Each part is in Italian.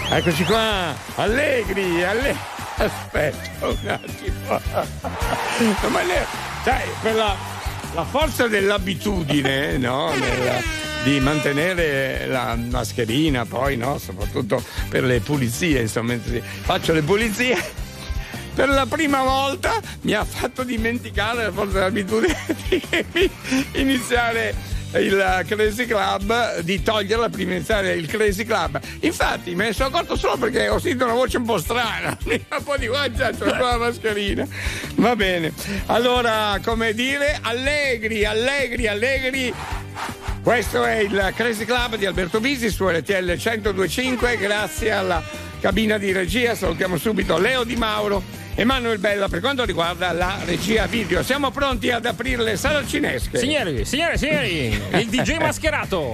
Eccoci qua, allegri. Aspetta un attimo. Ma sai, per la forza dell'abitudine, no? Di mantenere la mascherina, poi, no? Soprattutto per le pulizie, insomma, faccio le pulizie. Per la prima volta mi ha fatto dimenticare, la forza dell'abitudine, di iniziare il Crazy Club, di toglierla prima di iniziare il Crazy Club. Infatti me ne sono accorto solo perché ho sentito una voce un po' strana, un po' di guancia, c'ho la mascherina. Va bene, allora, come dire, allegri. Questo è il Crazy Club di Alberto Bisi su RTL 102.5. Grazie alla cabina di regia. Salutiamo subito Leo Di Mauro e Manuel Bella per quanto riguarda la regia video. Siamo pronti ad aprire le saracinesche. Signori, il DJ mascherato.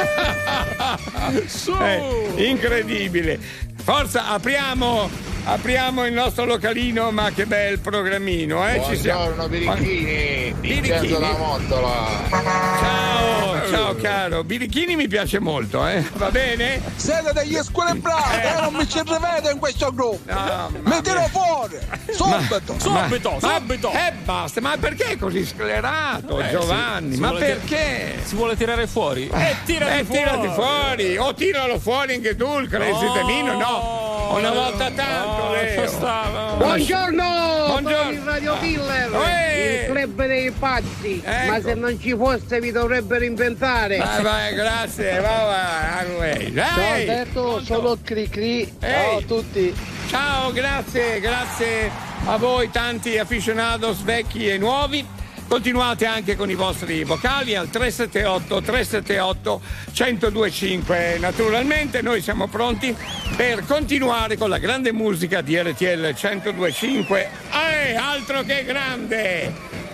Su! Incredibile. Forza, apriamo il nostro localino, ma che bel programmino, Buongiorno, ci siamo. Birichini, Vincenzo da Mottola. Ciao caro, Birichini mi piace molto, va bene? Siete degli squilibrati, non mi ci rivedo in questo gruppo. No, mettilo fuori, subito. Basta, ma perché così sclerato, Giovanni? Ma perché? Si vuole tirare fuori? Tirati fuori, o tiralo fuori anche tu il Crazy Temino, no? Una volta tanto, Leo. Buongiorno, sono il Radio Killer, il club dei pazzi. Ecco. Ma se non ci fosse vi dovrebbero inventare. Vai, grazie, va. Ciao Alberto, sono Cricri. Ciao a tutti. Ciao, grazie a voi tanti aficionados vecchi e nuovi. Continuate anche con i vostri vocali al 378 1025. Naturalmente noi siamo pronti per continuare con la grande musica di RTL 1025. Altro che grande!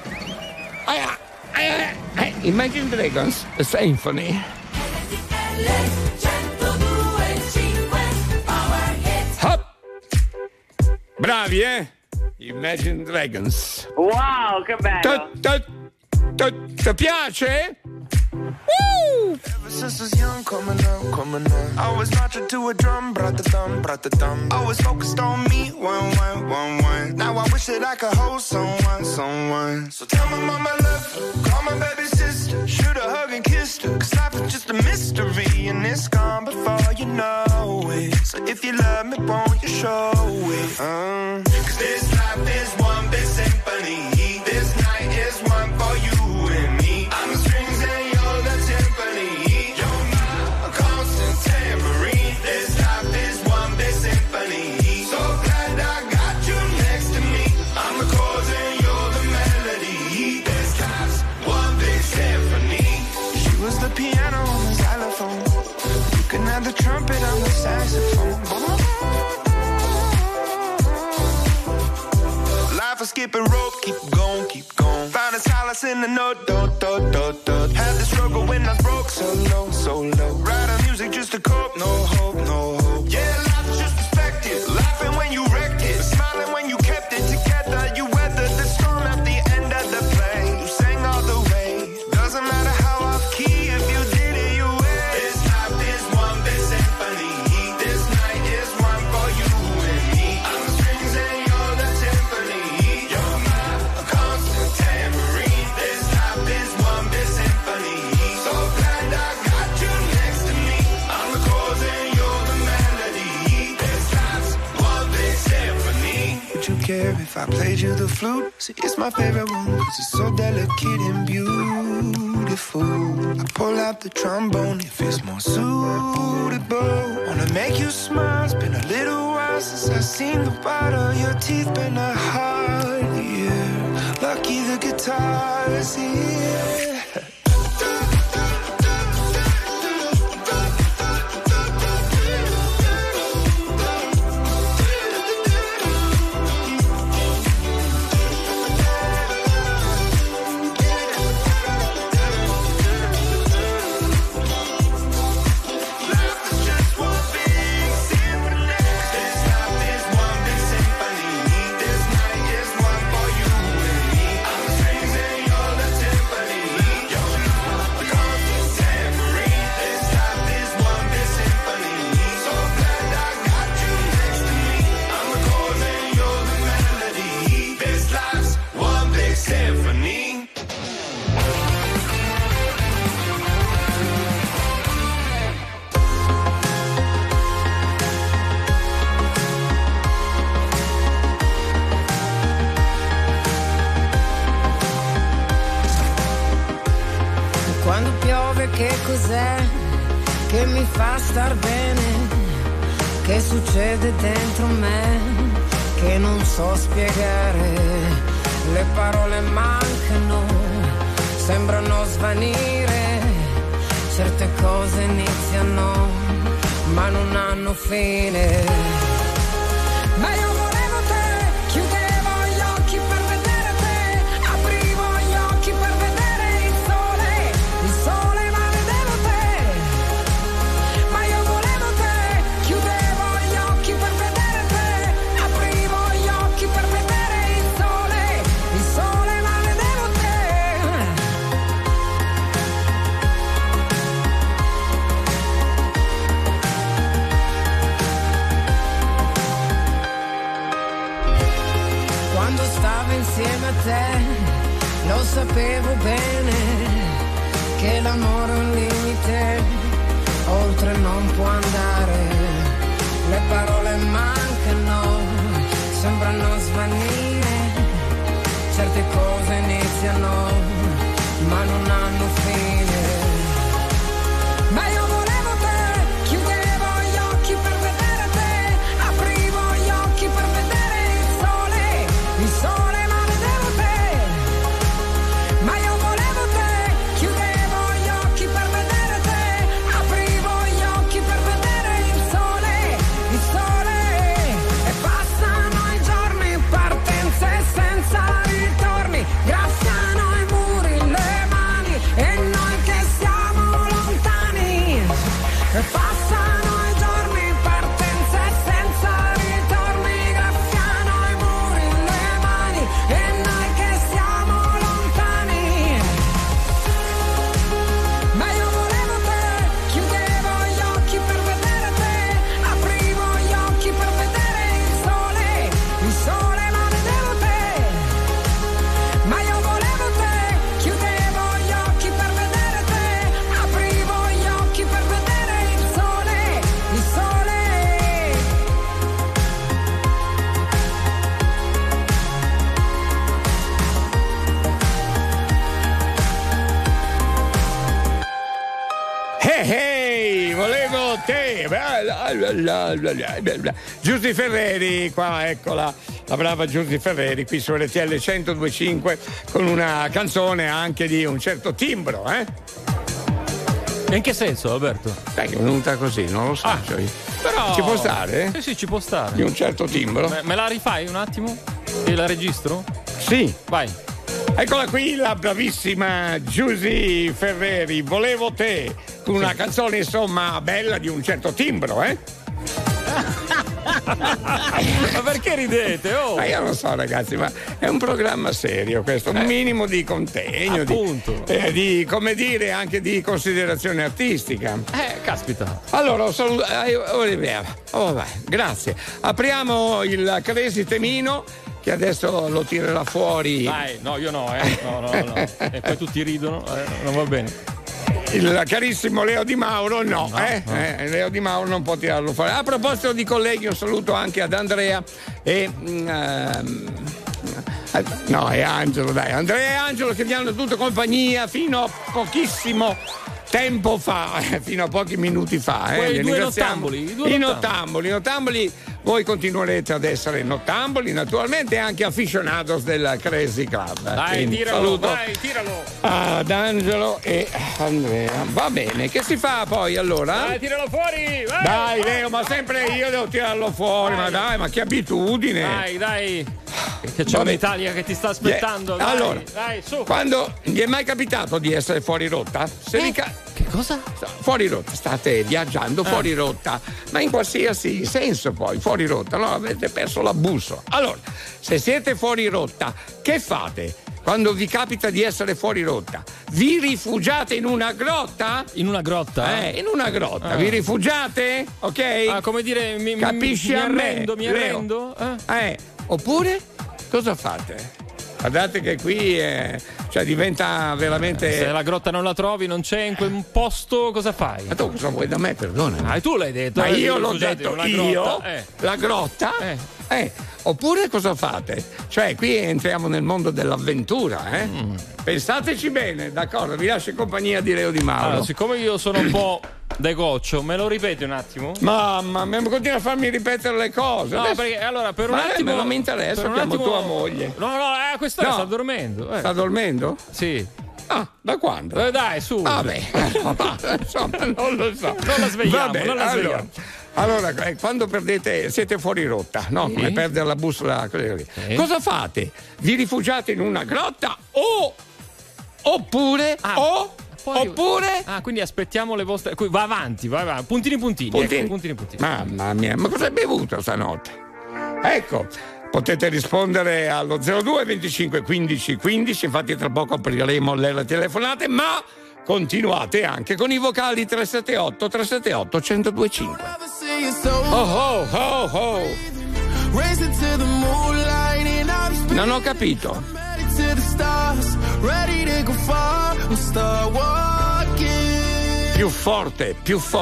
Imagine Dragons, a Symphony. Hop. Bravi, Imagine Dragons. Wow, che bello! Ti piace? Ever since I was young, coming up. I was marching to a drum, brought the thumb. Always focused on me, one. Now I wish that I could hold someone. So tell my mama I love her, call my baby sister, shoot a hug and kiss her. 'Cause life is just a mystery and it's gone before you know it. So if you love me, won't you show it? 'Cause this life is one big symphony. This night is one for you and me. I'm the strings and you're the timpani. You're my constant tambourine. This life is one big symphony. So glad I got you next to me. I'm the chords and you're the melody. This life's one big symphony. She was the piano on the xylophone. You can have the trumpet on the saxophone. Life is skipping rope, keep going. Finding solace in the note, dot. Had the struggle when I was broke, so low. Writing music just to cope, no hope. Yeah, life's just perspective. Laughing when you wrecked it, smiling when you kept it together. You weathered the storm at the end of the play. You sang all the way. Doesn't matter how off key, if you did it, you win. This life is one big symphony. This night is one for you and me. I'm the strings and you're the timpani. You're my constant tambourine. This life is one big symphony. So glad I got you next to me. I'm the chords and you're the melody. This life's one big symphony. Would you care if I played you the flute? See, it's my favorite one 'cause it's so delicate and beautiful. I pull out the trombone if it's more suitable. Wanna make you smile. It's been a little while since I've seen the white of your teeth. Been a hard year. Lucky the guitar is here. This night is one for you and me. I'm the strings and you're the timpani. Quando piove che cos'è che mi fa star bene? Che succede dentro me che non so spiegare? Le parole mancano, sembrano svanire, certe cose iniziano ma non hanno fine. Ma io volevo te, chiudevo gli occhi per vedere te, aprivo gli occhi per vedere il sole ma vedevo te. Ma io volevo te, chiudevo gli occhi per vedere te, aprivo gli occhi per vedere il sole ma vedevo te. Quando stavo insieme a te, lo sapevo bene, che l'amore è un limite, oltre non può andare. Le parole mancano, sembrano svanire, certe cose iniziano, ma non hanno fine. Ma io volevo te, chiudevo gli occhi per vedere te, aprivo gli occhi per vedere il sole ma vedevo te. Ma io volevo te, chiudevo gli occhi per vedere te, aprivo gli occhi per vedere il sole. E passano i giorni, partenze senza ritorni, graffiano i muri, le mani e noi che siamo lontani. E passano i giorni, partenze senza ritorni, graffiano i muri, le mani e noi che siamo lontani. Ma io volevo te, chiudevo gli occhi per vedere te, aprivo gli occhi per vedere il sole ma vedevo te. Ma io volevo te, chiudevo gli occhi per vedere te, aprivo gli occhi per vedere il sole. Hey, volevo te. Giusy Ferreri, qua eccola, la brava Giusy Ferreri qui su RTL 102.5 con una canzone anche di un certo timbro, In che senso, Alberto? Sai che è venuta così, non lo so. Però Ci può stare? Sì, ci può stare. Di un certo timbro? Me la rifai un attimo? E la registro? Sì. Vai. Eccola qui la bravissima Giusy Ferreri, volevo te, con una canzone insomma bella di un certo timbro, Ma perché ridete? Ma io non so ragazzi, ma è un programma serio questo, un minimo di contegno, di come dire, anche di considerazione artistica. Caspita. Allora, grazie. Apriamo il Crazy Temino, che adesso lo tirerà fuori. Dai, no, io no, no. E poi tutti ridono, non va bene. Il carissimo Leo Di Mauro no. Leo Di Mauro non può tirarlo fuori. A proposito di colleghi, un saluto anche ad Andrea e è Angelo, dai. Andrea e Angelo che mi hanno tenuto compagnia fino a pochissimo tempo fa, fino a pochi minuti fa. Quei due nottamboli. I nottamboli, voi continuerete ad essere nottamboli, naturalmente anche aficionados del Crazy Club. Dai, tiralo. Ad Angelo e Andrea. Va bene, che si fa poi allora? Dai, tiralo fuori! Dai, Leo, ma sempre io devo tirarlo fuori, ma che abitudine! Dai! Che c'è un'Italia che ti sta aspettando. Dai, allora, dai, su. Quando gli è mai capitato di essere fuori rotta? Che cosa? Fuori rotta, state viaggiando fuori rotta, ma in qualsiasi senso poi, fuori rotta, no? Avete perso la bussola. Allora, se siete fuori rotta, che fate? Quando vi capita di essere fuori rotta, vi rifugiate in una grotta? In una grotta? In una grotta. Vi rifugiate? Ok? Come dire, capisci a me? Mi arrendo? Oppure cosa fate? Guardate che qui diventa veramente. Se la grotta non la trovi, non c'è in quel posto, cosa fai? Ma tu cosa vuoi da me? Perdona. Tu l'hai detto. Ma io l'ho detto io? La grotta? Oppure cosa fate? Cioè, qui entriamo nel mondo dell'avventura, Pensateci bene, d'accordo? Vi lascio in compagnia di Leo Di Mauro. Allora, siccome io sono un po' degoccio, me lo ripeti un attimo? Mamma mia, continua a farmi ripetere le cose. No, adesso... perché allora per un attimo non mi interessa, chiamo tua moglie. No, quest'ora sta dormendo. Sta dormendo? Sì. Ah, da quando? Dai, su. Vabbè, insomma, non lo so. Non la svegliamo, Vabbè, non la svegliamo. Allora, quando perdete, siete fuori rotta, no? Sì. Come perdere la bussola. Sì. Cosa fate? Vi rifugiate in una grotta oppure. Quindi aspettiamo le vostre. Va avanti, vai. Puntini. Puntini. Ecco, puntini. Mamma mia, ma cosa hai bevuto stanotte? Ecco. Potete rispondere allo 02 25 15 15, infatti tra poco apriremo le telefonate, ma continuate anche con i vocali 378 378 1025. Oh. Non ho capito. Più forte.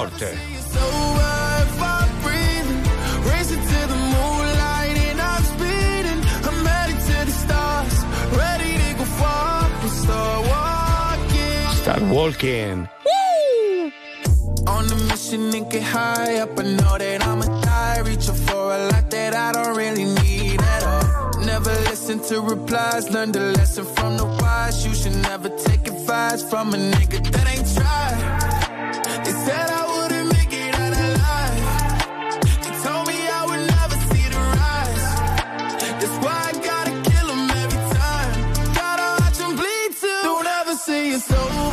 Start walking. Woo! On the mission and get high up. I know that I'ma die. Reaching for a lot that I don't really need at all. Never listen to replies. Learn the lesson from the wise. You should never take advice from a nigga that ain't tried. They said I wouldn't make it out alive. They told me I would never see the rise. That's why I gotta kill 'em every time. Gotta watch 'em bleed too. Don't ever say it's over.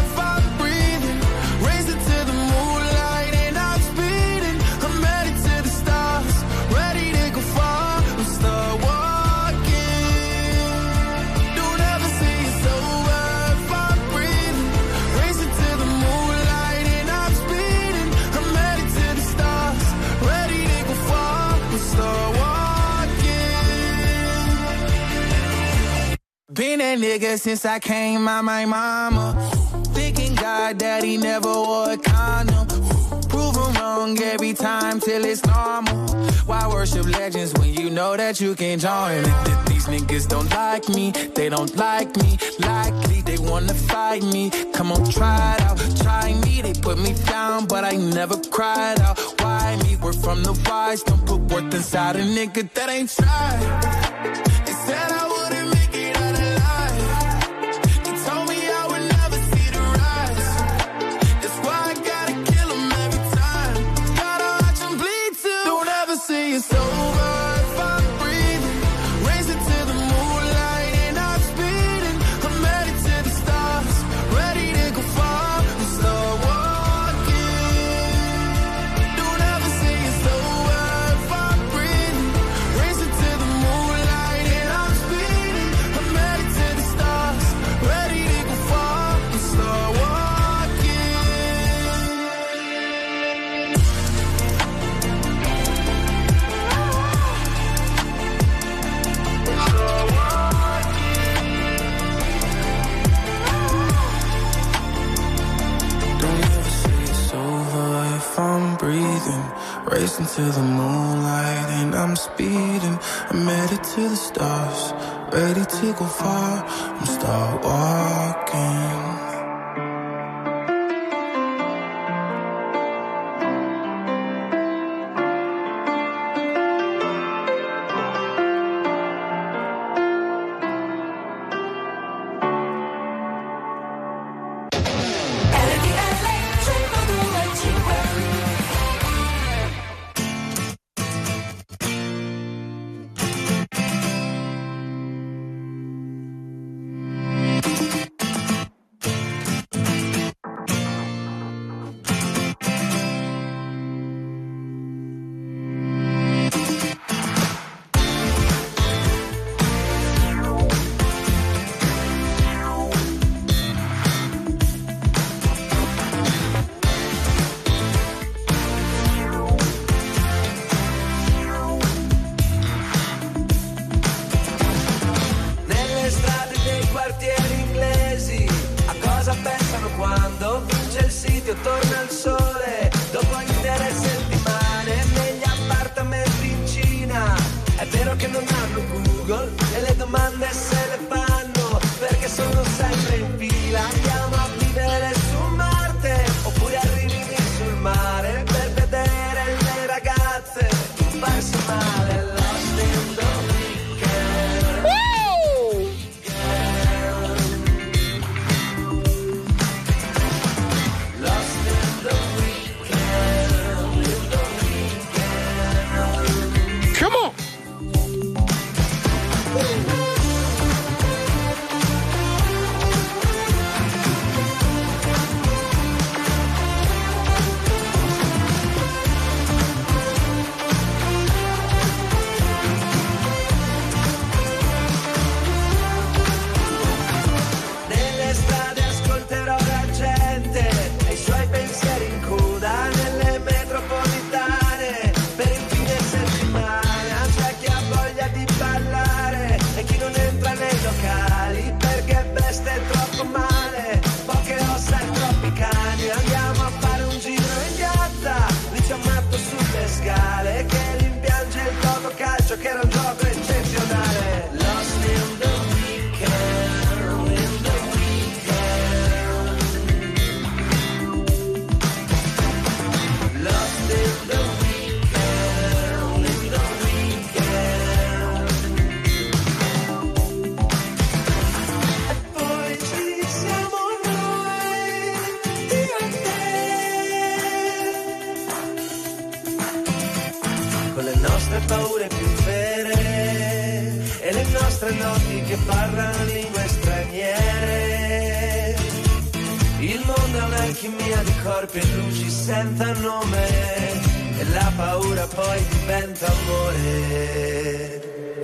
Been that nigga since I came out my mama. Thinking God that he never wore a condom. Proven wrong every time till it's normal. Why worship legends when you know that you can join? These niggas don't like me, they don't like me. Likely they wanna fight me. Come on, try it out, try me. They put me down, but I never cried out. Why me? We're from the wise, don't put worth inside a nigga that ain't tried. They said I wouldn't make it out alive. They told me I would never see the rise. That's why I gotta kill 'em every time. Gotta watch 'em bleed too. Don't ever say it's over if I'm breathing. Racing to the moonlight and I'm speeding. I'm headed to the stars, ready to go far and start walking. Don't ever say it's over if I'm breathing. Racing to the moonlight and I'm speeding. I'm headed to the stars, ready to go far and start walking. Don't ever say it's over if I'm breathing. Racing to the moonlight and I'm speeding. I'm headed to the stars, ready to go far and start walking. Nelle strade dei quartieri inglesi, a cosa pensano quando vince il City o torna il sole? Dopo intere settimane negli appartamenti in Cina, è vero non hanno Google e le domande se le fanno perché sono sempre in fila. Andiamo a vivere su Marte oppure arrivi sul mare per vedere le ragazze farsi male. Lost in the weekend. Lost in the weekend. In the weekend. Come on. Nelle strade ascolterò la gente e i suoi pensieri in coda nelle metropolitane per il fine settimana. C'è chi ha voglia di ballare e chi non entra nei locali perché veste troppo male, poche ossa e troppi cani. Andiamo a fare un giro in piazza, lì c'è un matto sulle scale che rimpiange il gioco calcio che era un gioco eccezionale. Lost in the weekend, in the weekend. Lost in the weekend, in the weekend. E poi ci siamo noi, io e te, con le nostre paure più vere e le nostre notti che parlano lingue straniere. Il mondo è un'alchimia di corpi e luci senza nome e la paura poi diventa amore.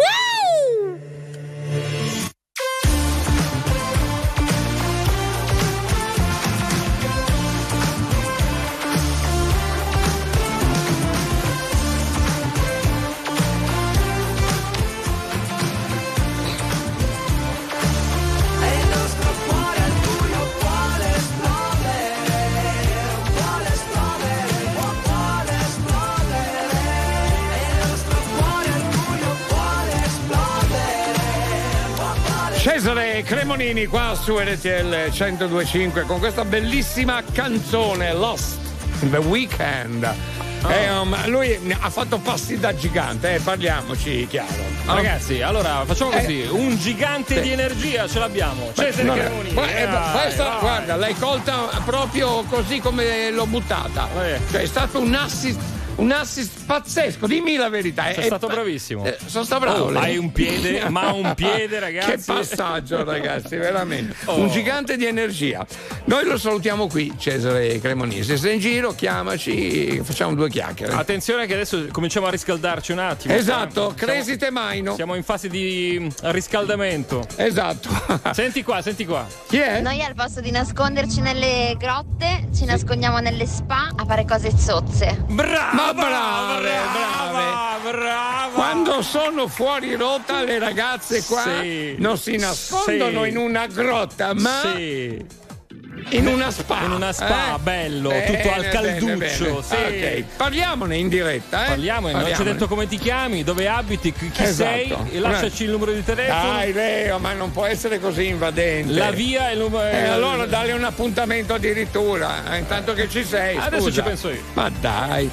E il nostro cuore al buio vuole esplodere, vuole esplodere, vuole esplodere. E il nostro cuore al buio vuole esplodere, vuole. Cesare Cremonini qua su RTL 102.5 con questa bellissima canzone Lost in the Weekend. Lui ha fatto passi da gigante, parliamoci chiaro. Ragazzi, allora facciamo così: un gigante di energia ce l'abbiamo. Cesare Cremonini. Questa, guarda, l'hai colta proprio così come l'ho buttata. Cioè, è stato un assist pazzesco, dimmi la verità. Sei stato bravissimo. Sono stato bravo. Hai un piede, ma un piede, ragazzi. Che passaggio, ragazzi, veramente. Un gigante di energia. Noi lo salutiamo qui, Cesare Cremonini. Se sei in giro, chiamaci, facciamo due chiacchiere. Attenzione che adesso cominciamo a riscaldarci un attimo. Esatto, Crazy Temaino. Siamo in fase di riscaldamento. Esatto. Senti qua. Chi è? Noi al posto di nasconderci nelle grotte ci nascondiamo nelle spa a fare cose zozze. Brave. Quando sono fuori rotta le ragazze qua non si nascondono in una grotta, ma in una spa. In una spa, bello, tutto al calduccio. Sì. Ok, parliamone in diretta. Parliamone. Non ci hai detto come ti chiami, dove abiti, chi sei, e lasciaci il numero di telefono. Dai, Leo, ma non può essere così invadente. La via e il numero. Allora dalle un appuntamento addirittura, intanto che ci sei. Adesso ci penso io. Ma dai.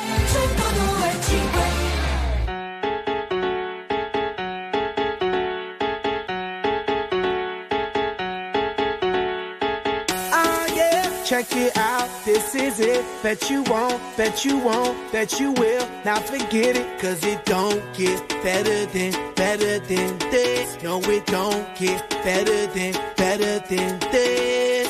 Check it out, this is it. Bet you won't, bet you won't, bet you will. Now forget it, cause it don't get better than this. No, it don't get better than this.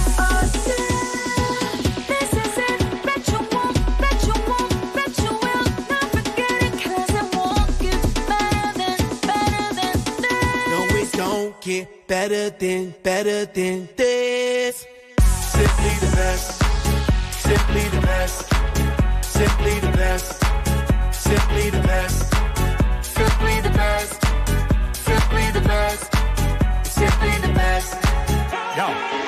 Get better than this. Simply the best, simply the best, simply the best, simply the best, simply the best, simply the best, simply the best. Yo.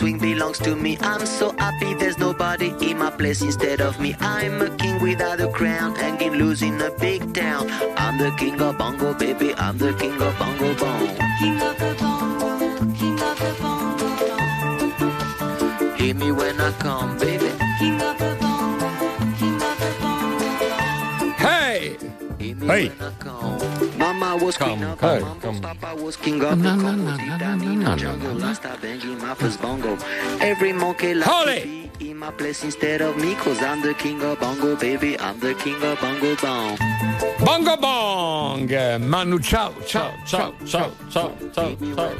swing belongs to me. I'm so happy there's nobody in my place instead of me. I'm a king without a crown, hanging loose in a big town. I'm the king of bongo, baby, I'm the king of bongo bong. King of the bongo, king of the bongo bong. Hear me when I come, baby. King of the bongo, king of the bongo bong. Hey! Hey! Mama was queen of the mambo, Papa was king of the Congo. Deep down in the jungle, I start banging my first bongo. Every monkey likes to be in my place instead of me, 'cause I'm the king of bongo, baby, I'm the king of bongo bong. Bongo Bong! Manu, ciao, ciao, ciao, ciao, ciao, ciao,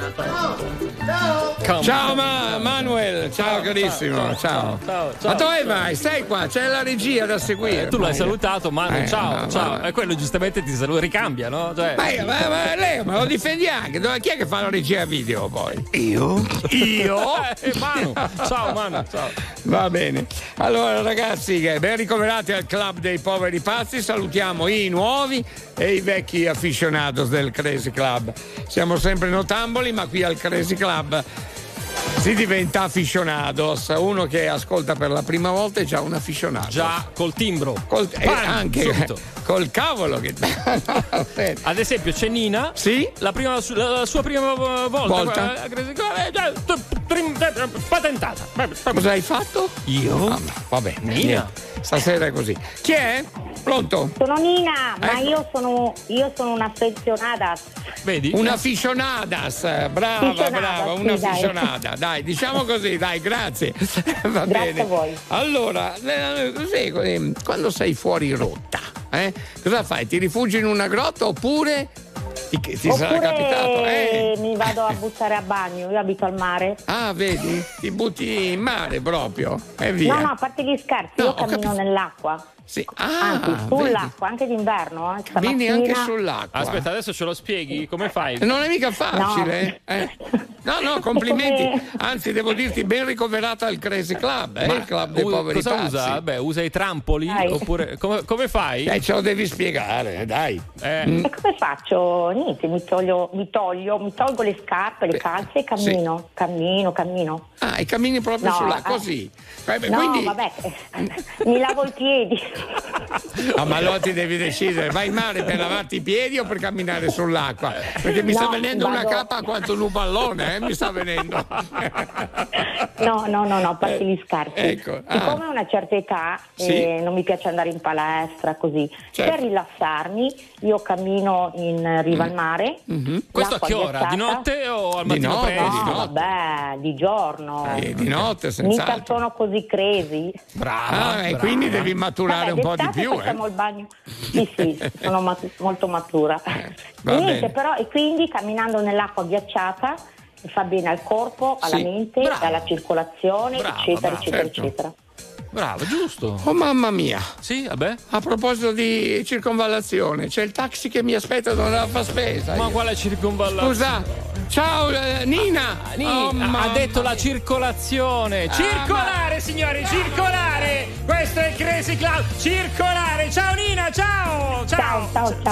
ciao. Ciao Manuel, ciao carissimo, ciao. Ma dove vai? Stai qua, c'è la regia da seguire. Tu l'hai salutato, Manu, ciao, ciao. E quello giustamente ti ricambia, no? Cioè... Ma lei me lo difendi anche. Chi è che fa la regia video poi? Io? Manu, ciao Manu, ciao. Va bene. Allora ragazzi, ben ricoverati al Club dei Poveri Pazzi. Salutiamo i nuovi e i vecchi aficionados del Crazy Club. Siamo sempre notamboli, ma qui al Crazy Club si diventa aficionados. Uno che ascolta per la prima volta è già un aficionato. Già col timbro. Anche subito. Col cavolo che ad esempio c'è Nina. Sì? La sua prima volta. Patentata. Cosa hai fatto? Io? Vabbè, Nina. Stasera è così. Chi è? Pronto? Sono Nina, ma ecco. io sono una aficionadas. Vedi? Una aficionadas, brava, una aficionada. Dai, diciamo così, dai, grazie. Va Grazie bene. a voi. Allora, così, quando sei fuori rotta, cosa fai? Ti rifugi in una grotta oppure ti sarà capitato? Mi vado a buttare a bagno, io abito al mare. Ah, vedi? Ti butti in mare proprio e via. No, a parte gli scherzi, io cammino nell'acqua. Sì. Anzi, sull'acqua, anche d'inverno. Cammini anche sull'acqua. Aspetta, adesso ce lo spieghi? Come fai? Non è mica facile. No, complimenti. Anzi, devo dirti, ben ricoverata al Crazy Club, il Club dei Poveri cosa Pazzi. usa? Beh, usa i trampoli? Oppure come fai? Ce lo devi spiegare, dai. E come faccio? Niente, mi tolgo le scarpe, le calze e cammino. Sì. Cammino. Ah, e cammini proprio sull'acqua, così. No, vabbè, mi lavo i piedi. Ma allora ti devi decidere, vai in mare per lavarti i piedi o per camminare sull'acqua? Perché mi sta venendo una cappa quanto un pallone, mi sta venendo. No, a parte gli scarsi. Ecco. Siccome ho una certa età non mi piace andare in palestra così. Certo. Per rilassarmi io cammino in riva al mare. Mm-hmm. Questo a che ora? Di notte o al mattino presto? No, vabbè, di giorno. Di notte, Mica sono così crazy. Brava. E quindi devi maturare un po' di più. Facciamo il bagno. Sì, sono molto matura. Niente, però, e quindi camminando nell'acqua ghiacciata fa bene al corpo, alla mente, alla circolazione, eccetera. Bravo, giusto. Oh mamma mia. Sì, vabbè. A proposito di circonvallazione, c'è il taxi che mi aspetta da una fa spesa. Ma quale circonvallazione? Scusa. Ciao Nina. Ha detto la circolazione. Circolare, signori, circolare. Questo è il Crazy Club. Circolare. Ciao Nina, ciao. Ciao.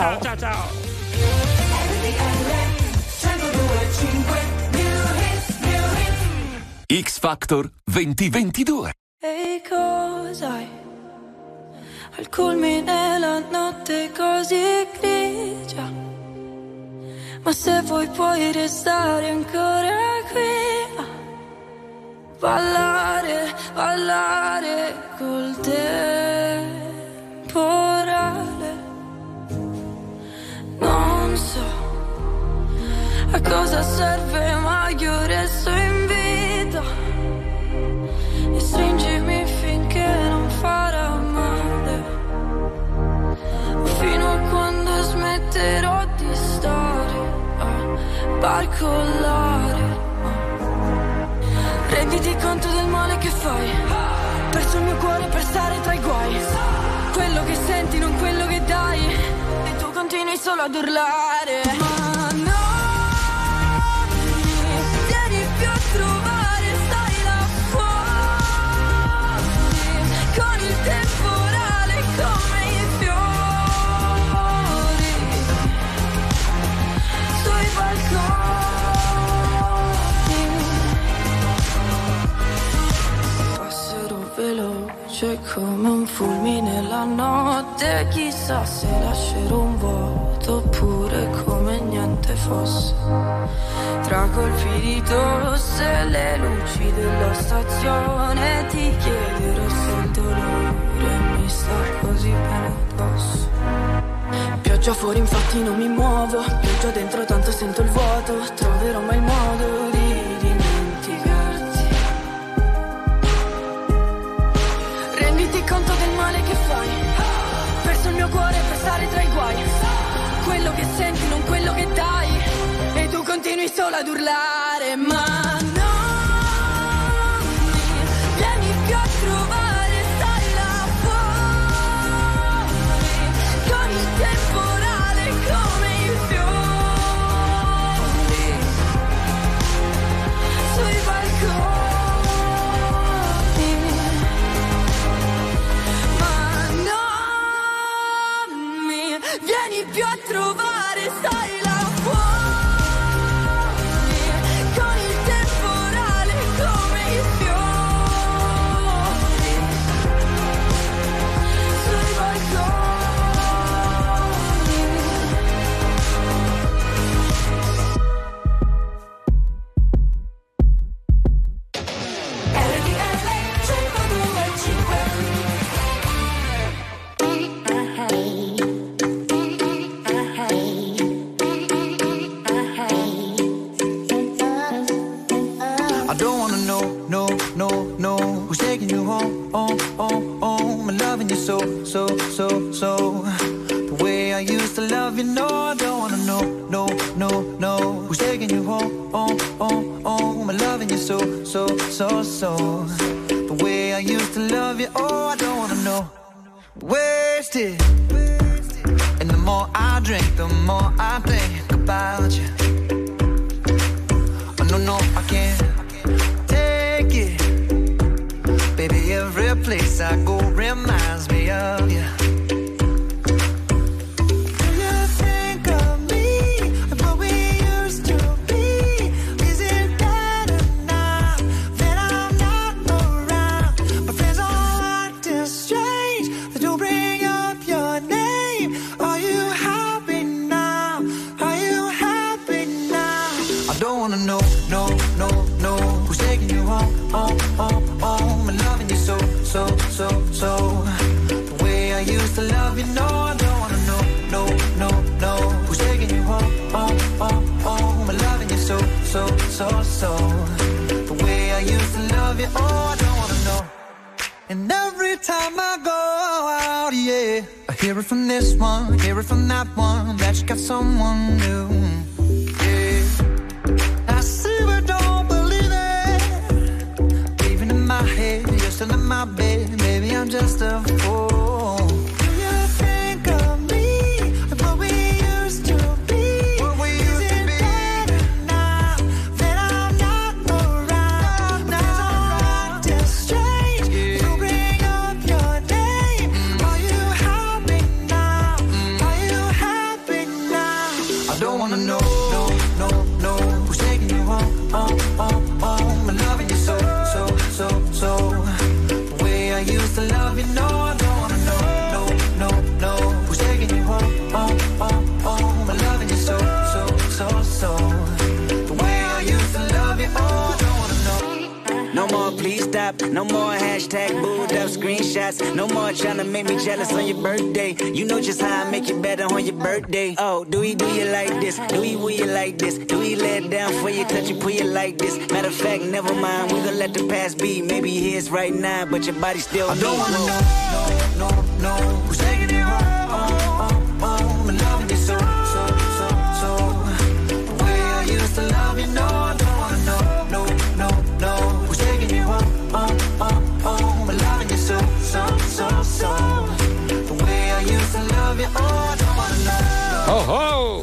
X Factor 2022. E cos'hai? Al culmine la notte così grigia. Ma se vuoi puoi restare ancora qui a ballare col temporale. Non so a cosa serve, ma io resto in vita. E stringimi finché non farà male, fino a quando smetterò di stare a barcollare. Renditi conto del male che fai, perso il mio cuore per stare tra i guai. Quello che senti, non quello che dai, e tu continui solo ad urlare. Ma no, tieni più a trovare, stai là fuori, con il temporale come i fiori, sui balconi. come un fulmine la notte, chissà se lascerò un vuoto oppure come niente fosse. Tra colpi di tosse e le luci della stazione ti chiederò se il dolore mi sta così bene addosso. Pioggia fuori infatti non mi muovo, pioggia dentro tanto sento il vuoto, troverò mai il modo di dimenticarti. Renditi conto del male che fai, perso il mio cuore per stare tra i guai, quello che senti non quello che dai, e tu continui solo ad urlare, ma no, vieni più a trovare, stai là fuori, con il temporale come i fiori, sui balconi, ma no, vieni più a trovare, stai là fuori, con il temporale come i fiori, sui balconi. I don't wanna know, no, who's taking you home, I'm loving you so. The way I used to love you, no, I don't wanna know, no, who's taking you home, I'm loving you so. The way I used to love you, oh, I don't wanna know. Wasted, and the more I drink, the more I think about you. Oh, no, I can't take it. Baby, every place I go reminds me of you. Do you think of me and what we used to be? Is it better now that I'm not around? My friends all acting strange, they don't bring up your name. Are you happy now? Are you happy now? I don't wanna know, no, who's taking you home, I'm loving you so. The way I used to love you, no, I don't wanna know, no, who's taking you home, I'm loving you so. The way I used to love you, oh, I don't wanna know. And every time I go out, yeah, I hear it from this one, hear it from that one, that you got someone new. Yeah, I see but don't believe it. Even in my head, you're still in my bed, maybe I'm just a fool. Do you think of me and what we used to be? Is it better now that I'm not around? Now I'm acting strange, you bring up your name. Are you happy now? Are you happy now? I don't wanna know, no, who's taking you home, I'm loving you so. The way I used to love you, no, I don't wanna know, who's taking you home, I'm loving you so. The way I used to love you, oh, I don't wanna know. No more please stop, no more hashtag booed up screenshots, no more trying to make me jealous on your birthday. You know just how I make you better on your birthday. Oh, do he do you like this? Do he will you like this? Do he lay it down for you, touch you, pull you like this? Matter of fact, never mind, we gon' let the past be. Maybe he is right now, but your body still I don't wanna know, who's taking you home, I'm loving you so. The way I used to love you, no, I don't wanna know, who's taking you home, I'm loving you so. The way I used to love you, oh, I don't wanna know. Oh!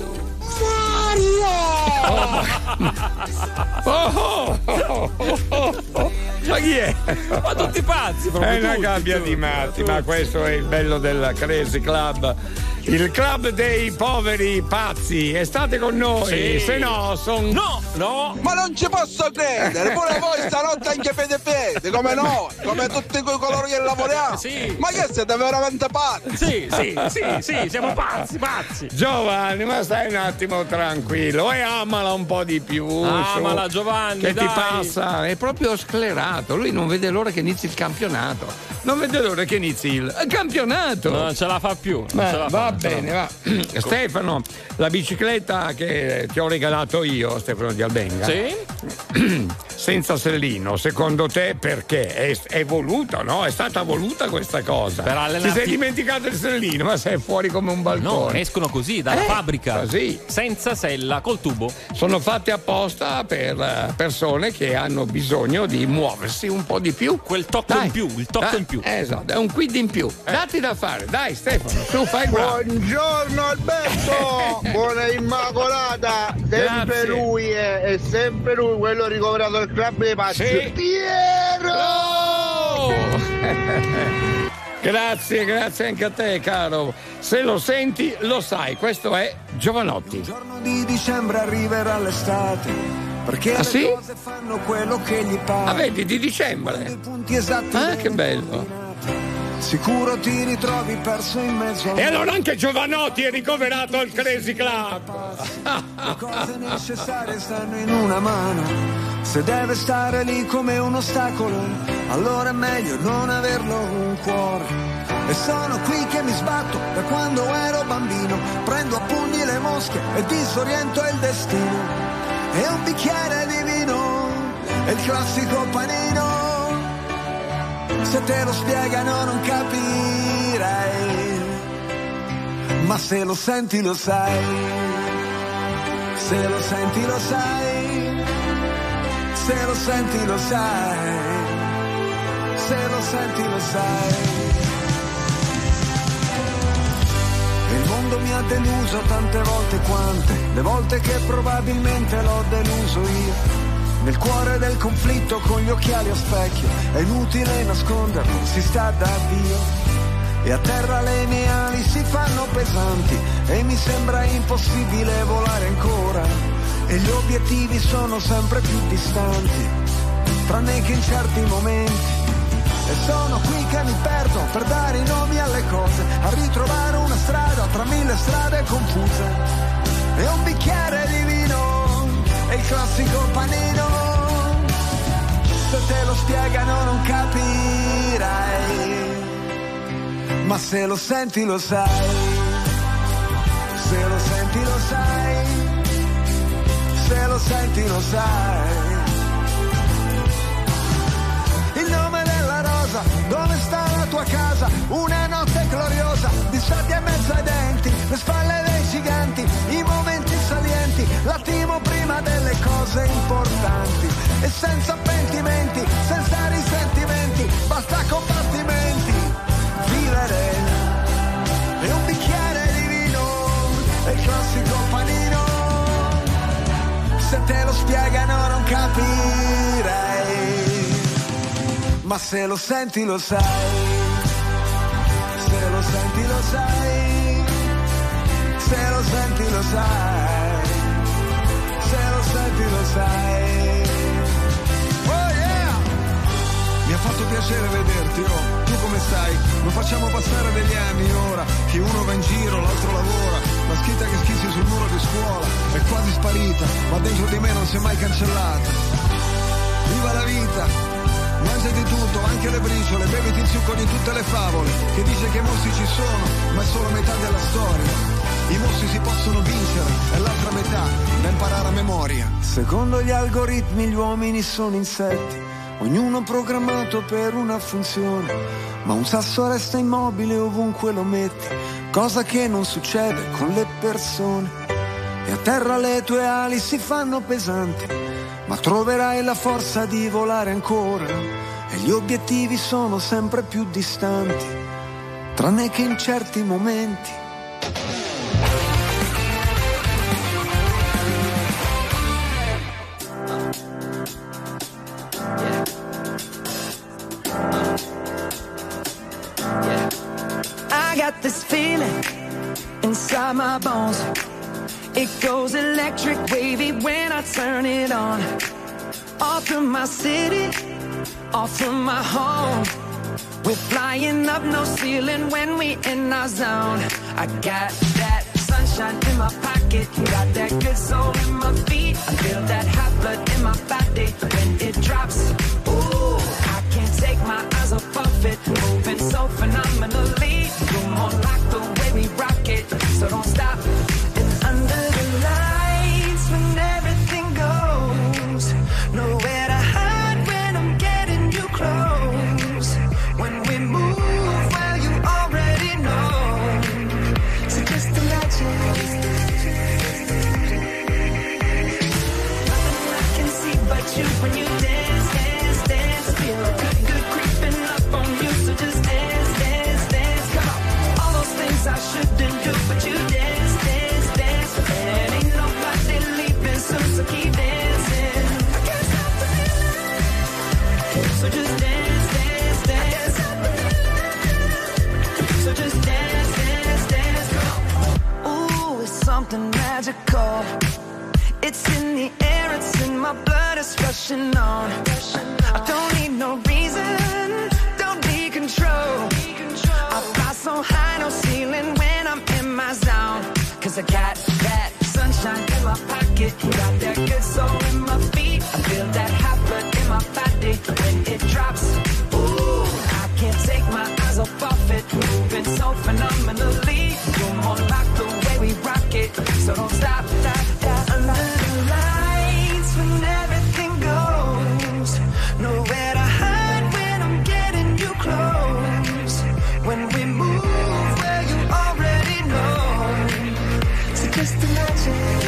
Ma chi è? Ma tutti pazzi, proprio È una tutti, gabbia di matti, ma questo è il bello del Crazy Club. Il club dei poveri pazzi, e state con noi, Sì. se no sono. No! Ma non ci posso credere, pure voi stanotte anche fede, come noi, come tutti quei coloro che lavoriamo. Sì. Ma che siete veramente pazzi? Sì, siamo pazzi. Giovanni, ma stai un attimo tranquillo e amala un po' di più. Amala, su. Giovanni, Che dai. ti passa? È proprio sclerato. Lui non vede l'ora che inizi il campionato. Non vede l'ora che inizi il campionato. Non ce la fa più. Va bene, va. Stefano, la bicicletta che ti ho regalato io, Stefano Di Albenga. Sì? Senza sellino, secondo te perché? È voluta, no? È stata voluta questa cosa. Per allenarti- Ti sei dimenticato il sellino, ma sei fuori come un balcone. No, escono così dalla fabbrica. Così. Senza sella, col tubo. Sono fatte apposta per persone che hanno bisogno di muoversi un po' di più. Quel tocco in più, il tocco in più. Esatto, è un quid in più. Datti da fare, dai Stefano, tu fai bravo. Buongiorno Alberto, buona Immacolata, sempre Grazie. lui è sempre lui quello ricoverato al club dei pazzi. Sì. Piero! Grazie anche a te, caro. Se lo senti, lo sai. Questo è Giovanotti. Il giorno di dicembre arriverà l'estate, perché Ah, le sì? cose fanno quello che gli pare. Ah, vedi, di dicembre. Punti esatti. Ah, che bello. Sicuro ti ritrovi perso in mezzo. E allora anche Giovanotti è ricoverato al Crazy Club. Le cose necessarie stanno in una mano. Se deve stare lì come un ostacolo, allora è meglio non averlo un cuore. E sono qui che mi sbatto da quando ero bambino. Prendo a pugni le mosche e disoriento il destino. E un bicchiere di vino è il classico panino. Se te lo spiegano non capirai, ma se lo senti lo sai. Se lo senti lo sai. Se lo senti lo sai. Se lo senti lo sai. Il mondo mi ha deluso tante volte quante, le volte che probabilmente l'ho deluso io. Nel cuore del conflitto con gli occhiali a specchio, è inutile nasconderlo, si sta da Dio. E a terra le mie ali si fanno pesanti e mi sembra impossibile volare ancora. E gli obiettivi sono sempre più distanti, tranne che in certi momenti. E sono qui che mi perdo per dare i nomi alle cose, a ritrovare una strada tra mille strade confuse. E un bicchiere di vino è il classico panino. Se te lo spiegano non capirai, ma se lo senti lo sai. Se lo senti lo sai. Se lo senti lo sai. Il nome della rosa, dove sta la tua casa? Una notte gloriosa, di sabbia in mezzo ai denti, le spalle dei giganti, i momenti salienti, l'attimo prima delle cose importanti. E senza pentimenti, senza risentimenti, basta combattimenti, vivere. E un bicchiere di vino, è il classico panino. Se te lo spiegano non capirai, ma se lo senti lo sai. Se lo senti lo sai. Se lo senti lo sai. Se lo senti lo sai. Oh yeah! Mi ha fatto piacere vederti, oh. Tu come stai? Non facciamo passare degli anni ora, che uno va in giro, l'altro lavora. La scritta che schizzi sul muro di scuola è quasi sparita, ma dentro di me non si è mai cancellata. Viva la vita! Mangiati tutto, anche le briciole, beviti il succo di tutte le favole. Che dice che i mostri ci sono, ma è solo metà della storia. I mostri si possono vincere, e l'altra metà da imparare a memoria. Secondo gli algoritmi gli uomini sono insetti, ognuno programmato per una funzione. Ma un sasso resta immobile ovunque lo metti, cosa che non succede con le persone. E a terra le tue ali si fanno pesanti, ma troverai la forza di volare ancora. E gli obiettivi sono sempre più distanti, tranne che in certi momenti. I got this feeling my bones. It goes electric wavy when I turn it on. Off from my city, off from my home. We're flying up, no ceiling when we in our zone. I got that sunshine in my pocket, got that good soul in my feet. I feel that hot blood in my body when it drops. Ooh, I can't take my eyes off of it, moving so phenomenally. You're more like the way we rock it, so don't stop. And under the lights when everything goes, nowhere to hide when I'm getting you close. When we move, well, you already know. So just imagine. Nothing I can see but you when you dance, dance, dance. Feel good, good creeping up on you. So just dance, dance, dance. Come on. All those things I shouldn't do, but you dance, dance, dance. And ain't nobody leaving soon, so keep dancing. I can't stop the feeling. So just dance, dance, dance. So just dance, dance, dance. Come on. Ooh, it's something magical. It's in the air, it's in my blood, it's rushing on. I don't need no reason, don't need control. I fly so high, no ceiling when I'm in my zone. Cause I got that sunshine in my pocket, got that good soul in my feet. I feel that hot blood in my body when it drops. Ooh, I can't take my eyes off of it, moving so phenomenally. You're more like the way we rock it, so don't stop, stop, stop. Under the lights when everything goes, nowhere to hide when I'm getting you close. When we move, well, you already know. So just imagine.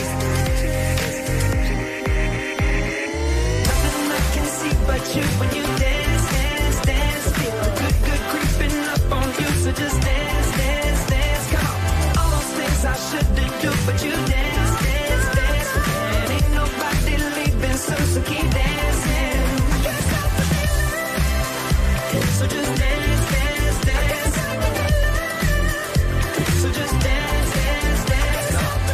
Nothing I can see but you when you dance, dance, dance. Feel good, good creeping up on you. So just dance, dance, dance. Come on. All those things I shouldn't do, but you dance, dance, dance. And ain't nobody leaving soon, so keep dancing. I can't stop the feeling. So just dance, dance, dance. So just dance, dance, dance.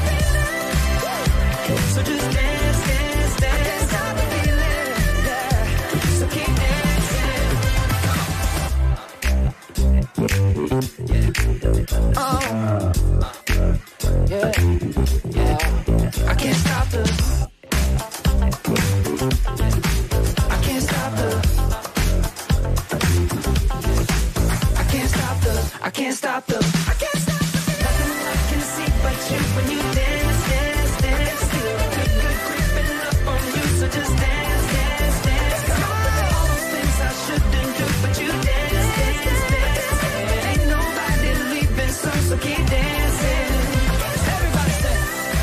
So just dance, dance, dance. I can't stop the feeling. Yeah. So keep dancing. Oh. Yeah, yeah. I can't stop the. I can't stop the. I can't stop the. I can't stop the. I can't stop the. Nothing I can see but you when you dance, dance, dance. Feel good, good creeping up on you. So just dance, dance, dance. Come on. All those things I shouldn't do, but you dance, dance, dance. And ain't nobody leaving soon, so keep dancing. Everybody say.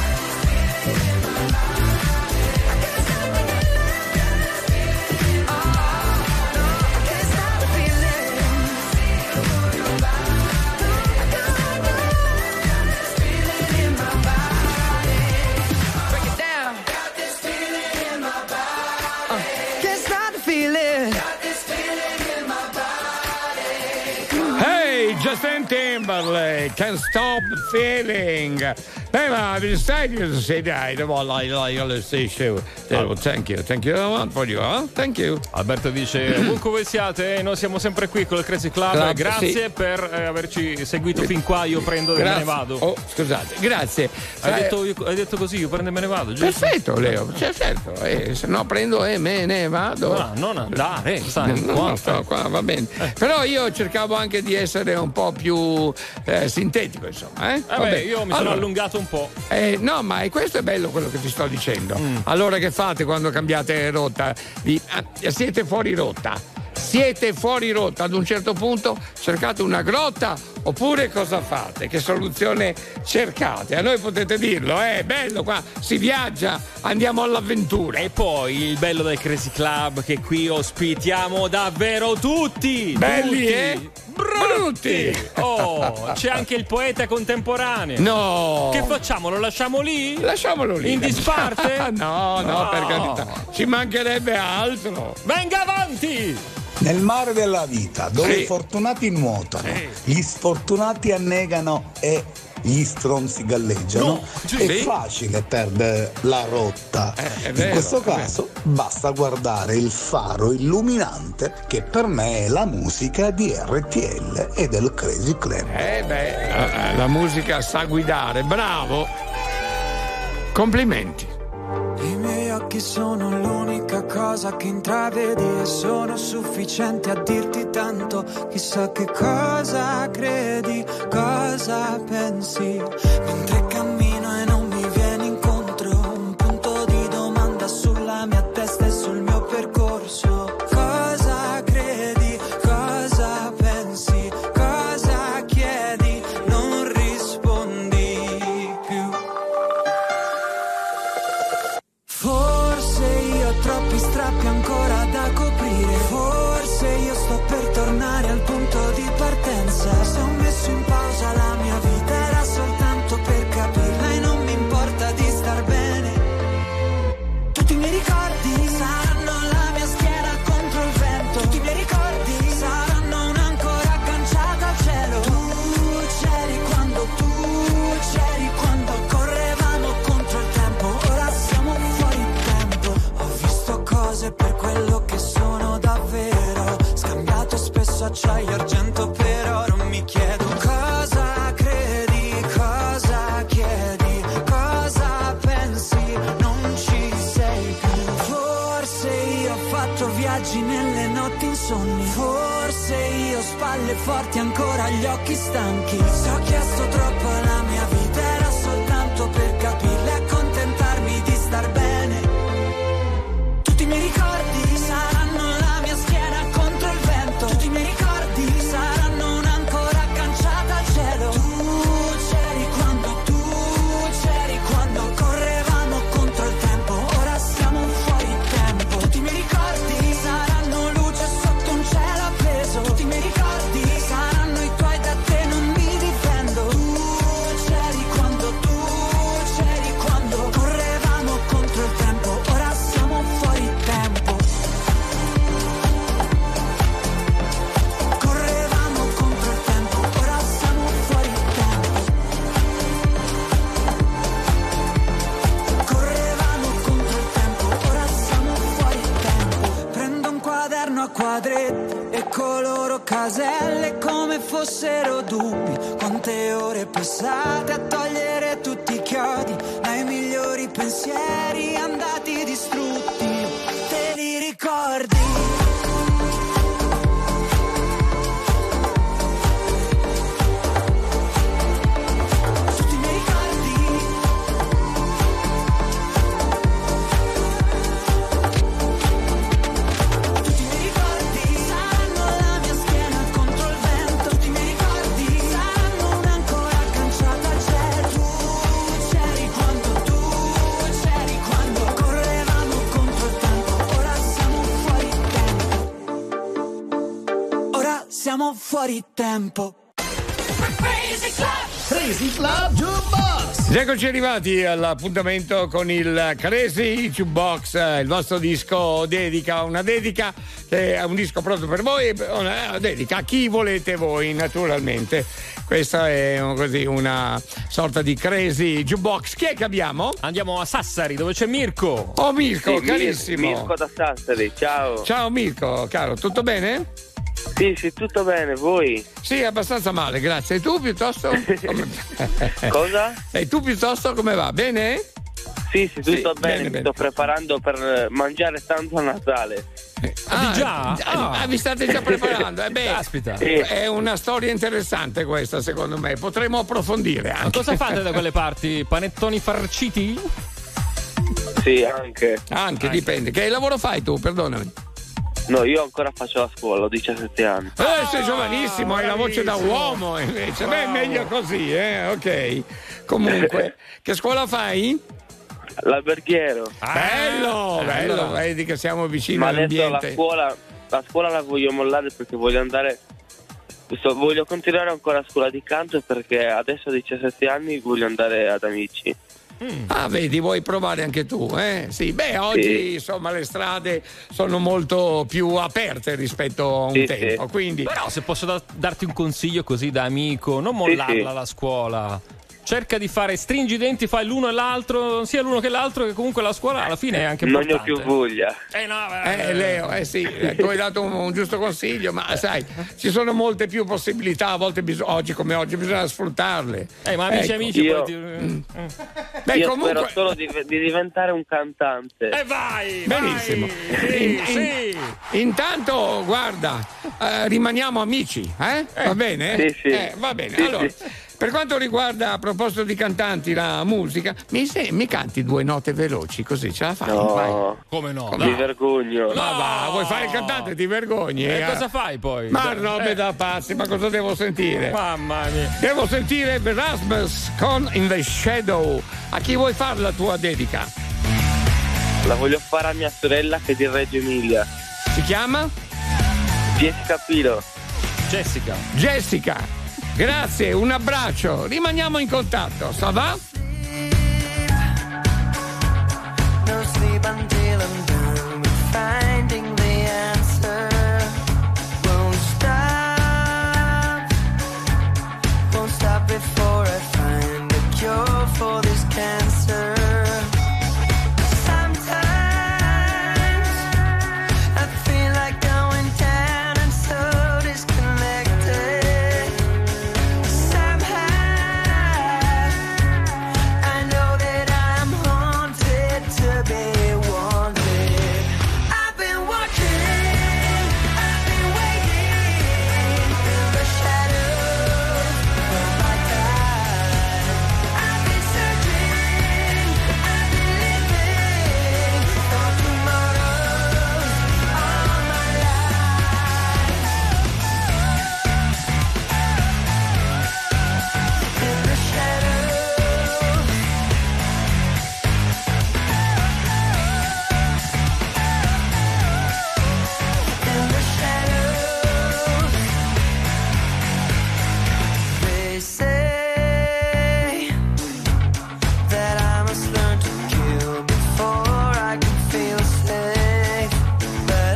Justin Timberlake, Can't Stop Feeling. Beh, ma stai dai, like station. Thank you for you, huh? Thank you. Alberto dice: ovunque voi siate, noi siamo sempre qui con il Crazy Club. Grazie per averci seguito fin qua. Io prendo e me ne vado. Oh, scusate, grazie. Hai detto così, io prendo e me ne vado, giusto? Perfetto, Leo, certo. Se no prendo e me ne vado. No, non andare, stai qua. Sto qua, va bene. Però io cercavo anche di essere un po' più sintetico, insomma. Vabbè, io mi sono allungato un po'. No, ma questo è bello quello che ti sto dicendo. Allora che fate quando cambiate rotta? Siete fuori rotta. Siete fuori rotta, ad un certo punto cercate una grotta oppure cosa fate? Che soluzione cercate? A noi potete dirlo, è bello qua, si viaggia, andiamo all'avventura. E poi il bello del Crazy Club che qui ospitiamo davvero tutti! Belli tutti. E brutti! Oh, c'è anche il poeta contemporaneo. No! Che facciamo? Lo lasciamo lì? Lasciamolo lì. In disparte? No, per carità. Ci mancherebbe altro. Venga avanti! Nel mare della vita, dove i fortunati nuotano, gli sfortunati annegano e gli stronzi galleggiano, è facile perdere la rotta. In questo caso basta guardare il faro illuminante che per me è la musica di RTL e del Crazy Club. La musica sa guidare, bravo, complimenti. I miei occhi sono l'unica cosa che intravedi e sono sufficienti a dirti tanto. Chissà che cosa credi, cosa pensi, mentre cammino e non mi vieni incontro. Un punto di domanda sulla mia testa e sul mio percorso. Cosa credi, cosa pensi, cosa chiedi, non rispondi più. Forse io ho troppi strappi ancora da coprire. Forse io sto per tornare al punto di partenza. Se ho messo in pausa la mia vita era soltanto per capirla e non mi importa di star bene. Tutti i miei ricordi saranno la mia schiena contro il vento. Tutti i miei ricordi saranno un'ancora agganciata al cielo. Tu c'eri quando correvamo contro il tempo. Ora siamo fuori tempo. Ho visto cose per quello che sono davvero. Scambiato spesso acciaio, argento per oro. Mi chiedo cosa credi, cosa chiedi, cosa pensi, non ci sei più. Forse io ho fatto viaggi nelle notti insonni. Forse io ho spalle forti, ancora gli occhi stanchi. Se ho chiesto troppo alla mia vita era soltanto per capirla e accontentarmi di star bene. Tutti i miei ricordi saranno la mia schiena contro il vento. Tutti i miei ricordi saranno un'ancora agganciata al cielo. Tu c'eri quando correvamo contro il tempo. Ora siamo fuori tempo. Tutti i miei ricordi saranno luce sotto un cielo appeso. Tutti i miei ricordi saranno i tuoi, da te non mi difendo. Tu c'eri quando correvamo contro il tempo. Ora siamo fuori tempo. Correvamo contro il tempo. Ora siamo fuori tempo. Correvamo contro il tempo. Ora siamo fuori tempo. Prendo un quaderno a quadretti e coloro caselle come fossero dubbi. Quante ore passate a togliere tutti i chiodi ai migliori pensieri andati distrutti. Te li ricordi? Tutti i miei ricordi. Tutti i miei ricordi saranno la mia schiena contro il vento. Tutti i miei ricordi saranno un'ancora agganciata al cielo. Tu c'eri quando correvamo contro il tempo. Ora siamo fuori tempo. Ora siamo fuori tempo. Crazy Club Jukebox. Eccoci arrivati all'appuntamento con il Crazy Jukebox, il vostro disco dedica, una dedica, è un disco proprio per voi, una dedica a chi volete voi naturalmente. Questa è una sorta di Crazy Jukebox. Chi è che abbiamo? Andiamo a Sassari dove c'è Mirko. Oh Mirko, Sì, carissimo. Mirko da Sassari, ciao. Ciao Mirko, caro, tutto bene? Sì, tutto bene, voi? Sì, abbastanza male, grazie. E tu piuttosto? Cosa? E tu piuttosto come va? Bene? Sì, tutto bene, mi sto preparando per mangiare tanto a Natale. Vi state già preparando? Caspita. È una storia interessante questa, secondo me. Potremmo approfondire anche. Ma cosa fate da quelle parti? Panettoni farciti? Sì, anche. Anche, dipende. Che lavoro fai tu? Perdonami. No, io ancora faccio la scuola, ho 17 anni. Sei giovanissimo, hai la voce da uomo invece. Beh, meglio così, ok. Comunque, che scuola fai? L'alberghiero. Bello, vedi che siamo vicini Ma adesso all'ambiente. la scuola la voglio mollare perché voglio andare. Voglio continuare ancora a scuola di canto perché adesso a 17 anni voglio andare ad Amici. Ah, vedi, vuoi provare anche tu, eh? Sì, beh, oggi insomma le strade sono molto più aperte rispetto a un tempo, quindi. Però se posso darti un consiglio così da amico, non mollarla la scuola. cerca di fare, stringi i denti, fai l'uno e l'altro, sia l'uno che l'altro, che comunque la scuola alla fine è anche importante. Non ne ho più voglia. Leo, sì, tu hai dato un giusto consiglio, ma sai, ci sono molte più possibilità, a volte oggi come oggi bisogna sfruttarle. Ma amici, io, Beh, io comunque... spero solo di diventare un cantante. Vai! Benissimo. Sì. Intanto, guarda, rimaniamo amici, va bene? Sì. Va bene. Sì, allora, sì. per quanto riguarda, a proposito di cantanti, la musica, mi canti 2 note veloci, così ce la fai? No. Vai. Come no? Mi vergogno. Ma va, vuoi fare il cantante, ti vergogni? Cosa fai poi? Ma robe da pazzi, ma cosa devo sentire? Mamma mia. Devo sentire Rasmus con In the Shadow. A chi vuoi fare la tua dedica? La voglio fare a mia sorella che è di Reggio Emilia. Si chiama? Jessica Pilo. Jessica, grazie, un abbraccio, rimaniamo in contatto, ça va? No sleep until I'm done with finding the answer. Won't stop before I find a cure for this cancer. Sometimes I feel like going down and so disconnected. Somehow I know that I'm haunted to be wanted. I've been watching, I've been waiting in the shadows of my time. I've been searching, I've been living for tomorrows all my life. In the shadows. In the shadows, they say that I must learn to kill before I can feel safe. But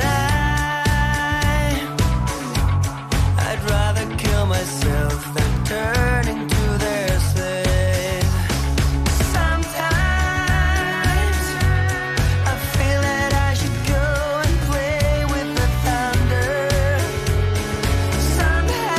I'd rather kill myself than turn into their slave. Sometimes I feel that I should go and play with the thunder. Somehow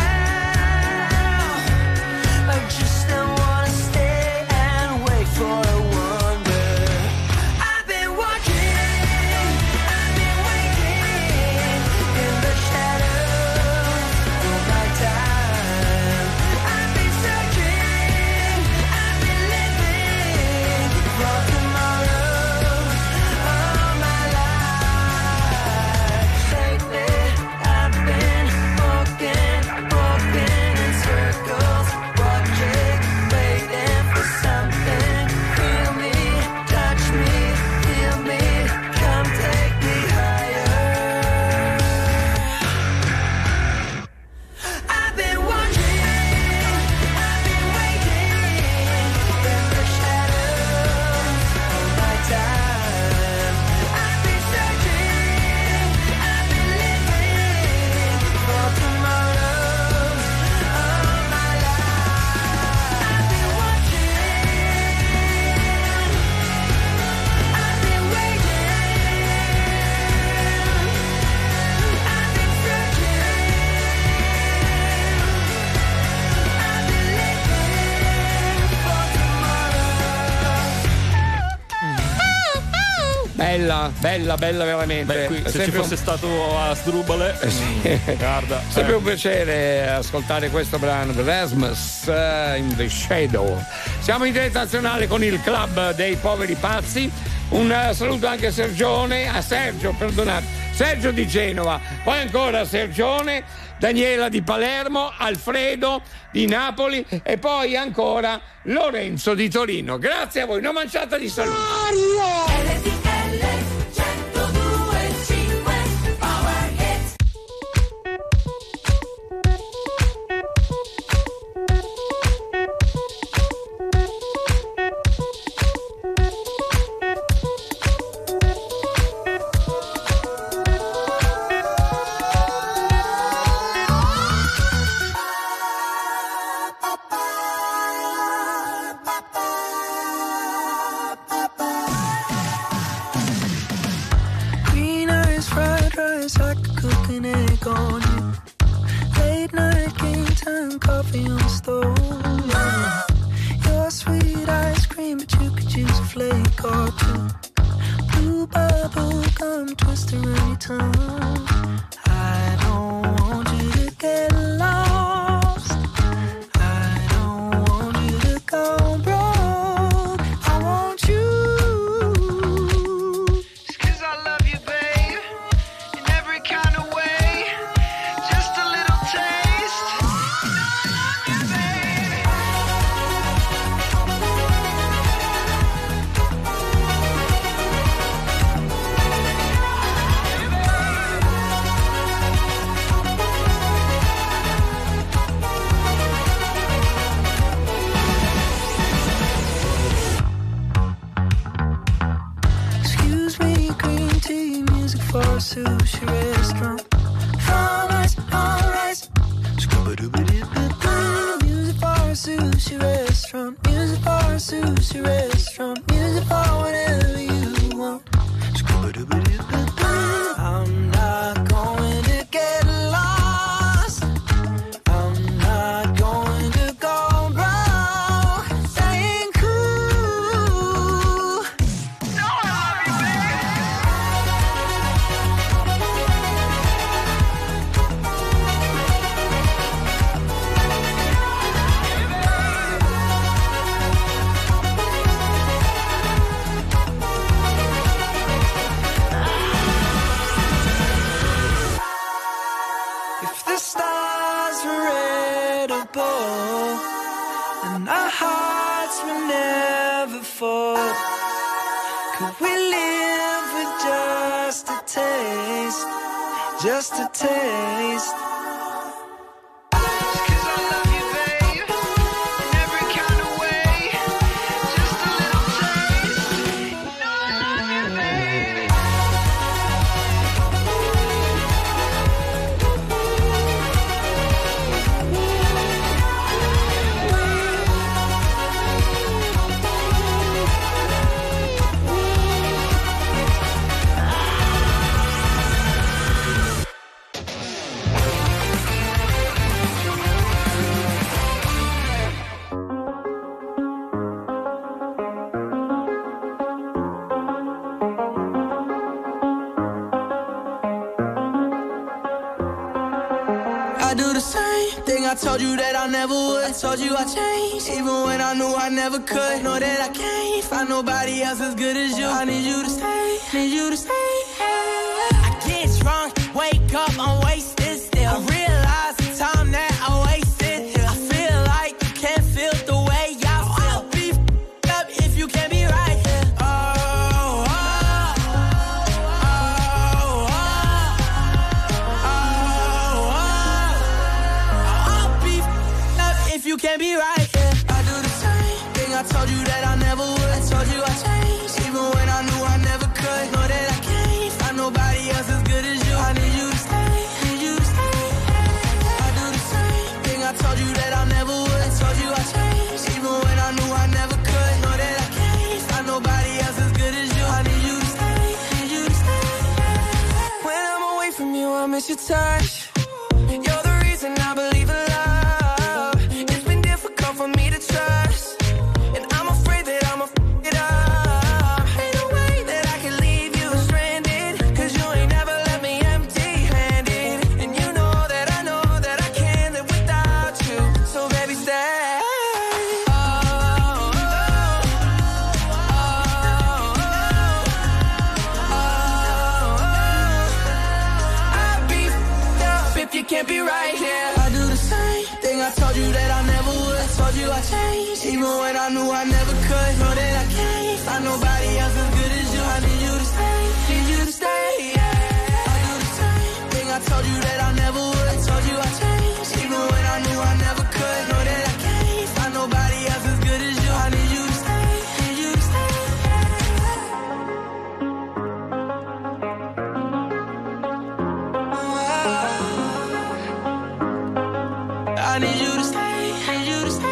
I just don't wanna stay and wait for a wonder. I've been watching, I've been waiting in the shadows of my time. I've been searching, I've been living for tomorrows all my life. Lately I've been walking in circles, watching, waiting for something. Feel me, touch me, feel me, come take me higher. I've been watching, I've been waiting in the shadows of my time. I've been searching, I've been living for tomorrows all my life. I've been watching, I've been waiting, I've been Bella veramente. Beh, qui, se ci fosse stato a Sdrubale, guarda. Sempre un piacere ascoltare questo brano, Rasmus in the Shadow. Siamo in diretta nazionale con il club dei poveri pazzi. Un saluto anche a Sergio di Genova, poi ancora Sergione, Daniela di Palermo, Alfredo di Napoli e poi ancora Lorenzo di Torino. Grazie a voi, una manciata di saluti. gone. Late night game time, coffee on the stove. Your sweet ice cream, but you could use a flake or two. Blue bubble gum twister around your tongue. I don't want you to get lost. I don't want you to go broke. I want you. Just 'cause I love you, babe, in every kind of way. Just a little taste. I love you, babe. Excuse me, green tea, music for a sushi restaurant. All rice, all rice. Music for a sushi restaurant. Music for a sushi restaurant. Music for whatever you want. I'm not going to get lost. I'm not going to go broke. Staying cool. If the stars were edible and our hearts will never fall, could we live with just a taste? Just a taste. Just 'cause I love you, babe, in every kind of way. Just a little taste. You know I love you, baby. I do the same thing I told you that I never would. I told you I changed, even when I knew I never could. Know that I can't find nobody else as good as you. I need you to stay, need you to stay. I get drunk, wake up, I'm wasted still. I realize the time that I wasted here. I feel like you can't feel the way I feel. I'll be f***ed up if you can't be right here. You can't be right, yeah. I do the same thing I told you that I never would. I told you I changed, even when I knew I never could. Know that I can't find nobody else as good as you. I need you to stay, need you to stay. I do the same thing I told you that I never would. I told you I changed, even when I knew I never could. Know that I can't find nobody else as good as you. I need you to stay, need you to stay. When I'm away from you, I miss your touch. You're the reason I believe in love. For me to trust, and I'm afraid that I'ma f*** it up. Ain't no way that I can leave you stranded, 'cause you ain't never left me empty-handed. And you know that I can't live without you. So baby, stay. I'd be f***ed up if you can't be right here. I do the same thing I told you that I never would. I told you I changed, even when I knew I never could. Know that I can't find nobody else as good as you. I need you to stay, need you to stay, yeah. I do the same thing I told you that I never would. I told you I changed, even when I knew I never could. Know that I can't find nobody else as good as you. I need you to stay, need you to stay. I need you to stay, need you to stay.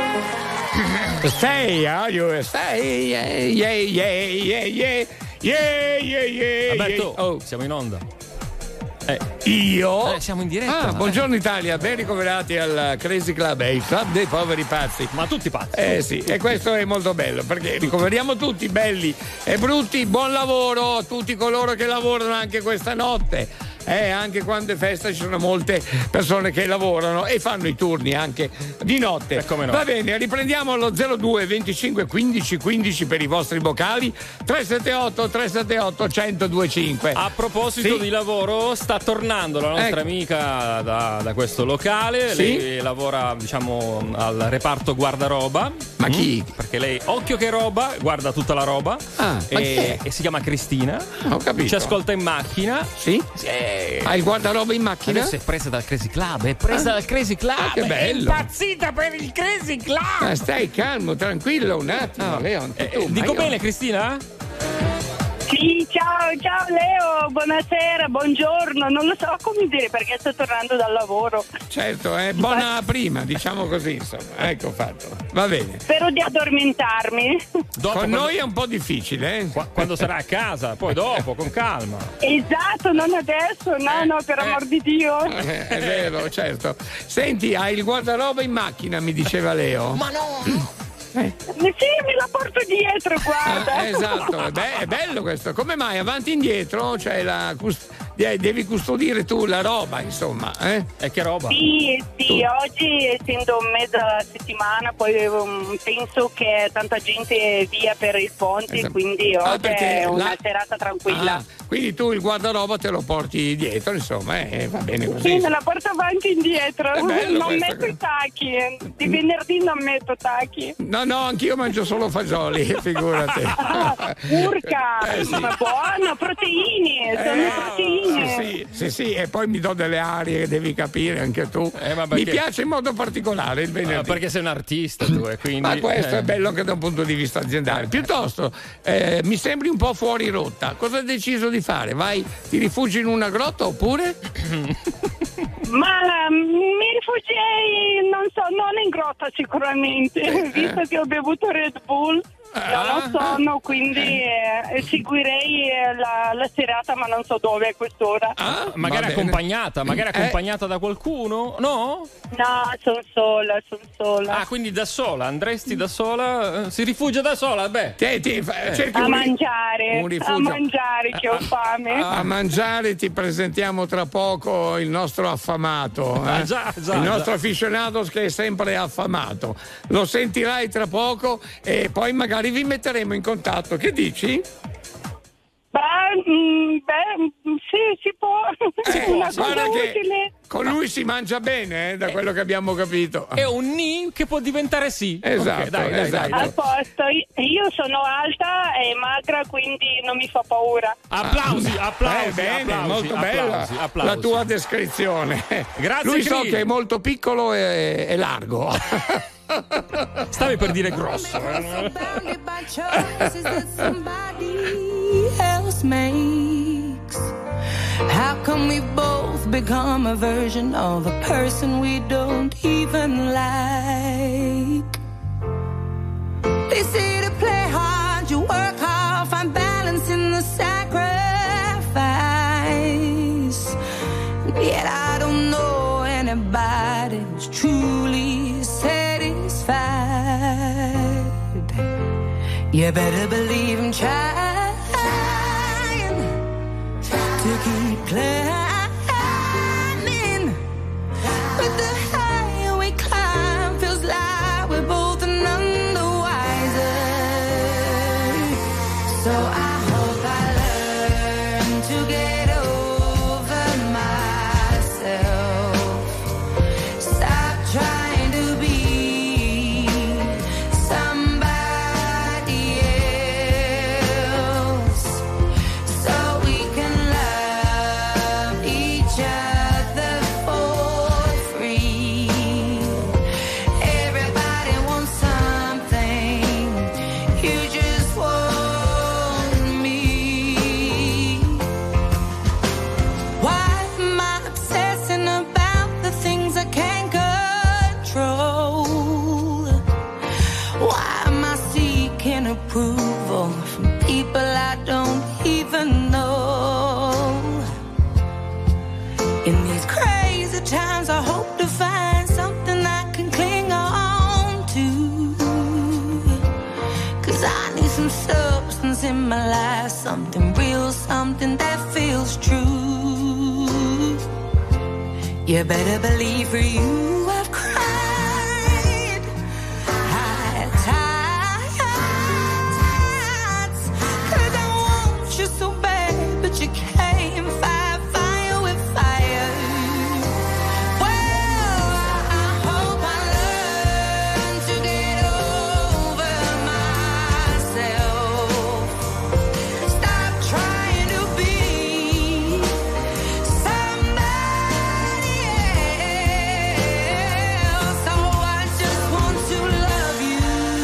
Stay, you stay, yeah. Alberto, siamo in onda. Io? Siamo in diretta. Buongiorno Italia, ben ricoverati al Crazy Club, è il club dei poveri pazzi. Ma tutti pazzi. Sì, e questo è molto bello perché ricoveriamo tutti, belli e brutti. Buon lavoro a tutti coloro che lavorano anche questa notte. Anche quando è festa ci sono molte persone che lavorano e fanno i turni anche di notte. Come no. Va bene, riprendiamo allo 02 25 15 15 per i vostri vocali, 378 378 1025. A proposito di lavoro, sta tornando la nostra amica da questo locale. Sì? Lei lavora, diciamo, al reparto guardaroba. Ma chi? Perché lei, occhio che roba, guarda tutta la roba. E si chiama Cristina. Ho capito. Ci ascolta in macchina. Sì? Hai il guardaroba in macchina? Adesso è presa dal Crazy Club, dal Crazy Club. Che bello. È impazzita per il Crazy Club. Ma stai calmo, tranquillo un attimo, Leon. Dico bene, Cristina? Sì, ciao Leo, buonasera, buongiorno, non lo so come dire perché sto tornando dal lavoro. Certo, buona prima, diciamo così, insomma, ecco fatto, va bene. Spero di addormentarmi. Con noi è un po' difficile, Quando sarà a casa, poi dopo, con calma. Esatto, non adesso, no, per amor di Dio. È vero, certo. Senti, hai il guardaroba in macchina, mi diceva Leo. Ma no! Sì, me la porto dietro, guarda. Esatto, è bello questo. Come mai avanti e indietro? Cioè devi custodire tu la roba, insomma, E che roba? Sì, oggi essendo mezza settimana, poi penso che tanta gente è via per il ponte, quindi oggi è una serata tranquilla. Quindi tu il guardaroba te lo porti dietro, insomma, va bene così. Sì, me la porto avanti e indietro. Non questo. metto i tacchi. Di venerdì non metto tacchi. No, anch'io mangio solo fagioli, figurati. Urca, ma buono, proteine, sono proteine. Sì, e poi mi do delle arie, devi capire anche tu. Mi piace in modo particolare il venerdì. Perché sei un artista tu, e quindi. Ma questo è bello anche da un punto di vista aziendale. Piuttosto, mi sembri un po' fuori rotta. Cosa hai deciso di fare? Ti rifugi in una grotta oppure? Ma mi rifugiei, non so, non in grotta sicuramente, visto che ho bevuto Red Bull. Non lo so, quindi seguirei la serata, ma non so dove a qu'ora. Magari accompagnata da qualcuno? No? No, sono sola. Quindi da sola, andresti da sola? Si rifugia da sola? Beh. A mangiare, che ho fame. A mangiare ti presentiamo tra poco il nostro affamato. Il nostro aficionado che è sempre affamato. Lo sentirai tra poco e poi magari vi metteremo in contatto. Che dici? Sì, si può. Una cosa guarda che utile. con lui si mangia bene, da quello che abbiamo capito. È un ni che può diventare sì. Esatto, Okay, dai. A posto, io sono alta e magra, quindi non mi fa paura. Applausi. Bene, molto bella la tua descrizione. Grazie. Lui so che è molto piccolo e largo. Stavi per dire grosso. Else makes. How come we both become a version of a person we don't even like? They say to play hard, you work hard, find balance in the sacrifice. Yet I don't know anybody who's truly satisfied. You better believe I'm trying to keep climbing. But the higher we climb, feels like we're both none the wiser. So I hope I learn to get over myself. Stop trying to be somebody else, so we can love each other for free. Everybody wants something, you just want me. Why am I obsessing about the things I can't control? Why am I seeking approval from people I don't even know? In these crazy times I hope to find something I can cling on to, 'cause I need some substance in my life, something real, something that feels true. You better believe for you I've cried, high tides, 'cause I want you so bad, but you can't fight fire with fire. Well, I hope I learn to get over myself. Stop trying to be somebody else. Oh, I just want to love you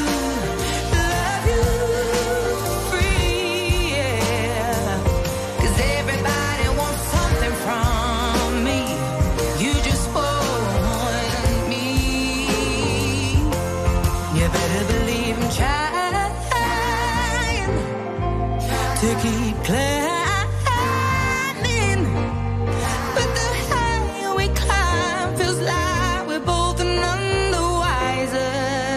free, yeah. 'Cause everybody wants something from me. You just want me. You better believe I'm trying to keep climbing, but the higher we climb feels like we're both none the wiser.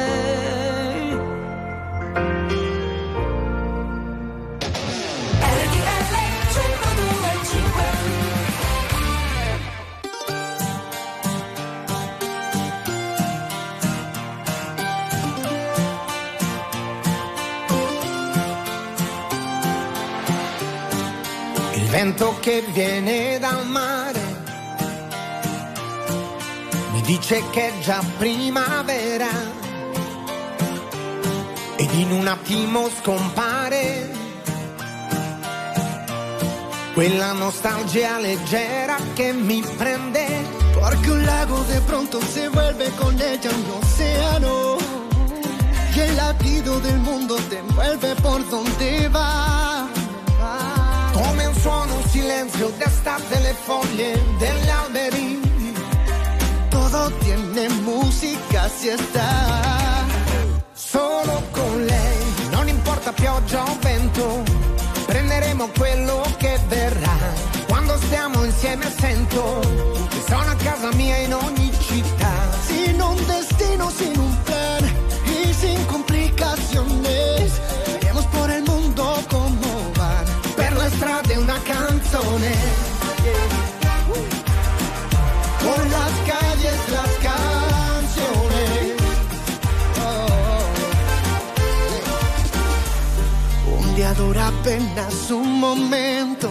Il vento che viene dal mare mi dice che è già primavera ed in un attimo scompare quella nostalgia leggera che mi prende, Porque un lago de pronto se vuelve con ella un océano y el latido del mundo te envuelve por donde va. come un suono, un silenzio d'estate, le foglie degli alberi. Todo tiene música si está Solo con lei, non importa pioggia o vento, prenderemo quello che verrà. Quando stiamo insieme sento che sono a casa mia in ogni città. sin un destino, sin un plan y sin complicaciones. Iremos por el mundo como van. Per le strade una canzone, Por las calles las canciones. Un día dura apenas un momento.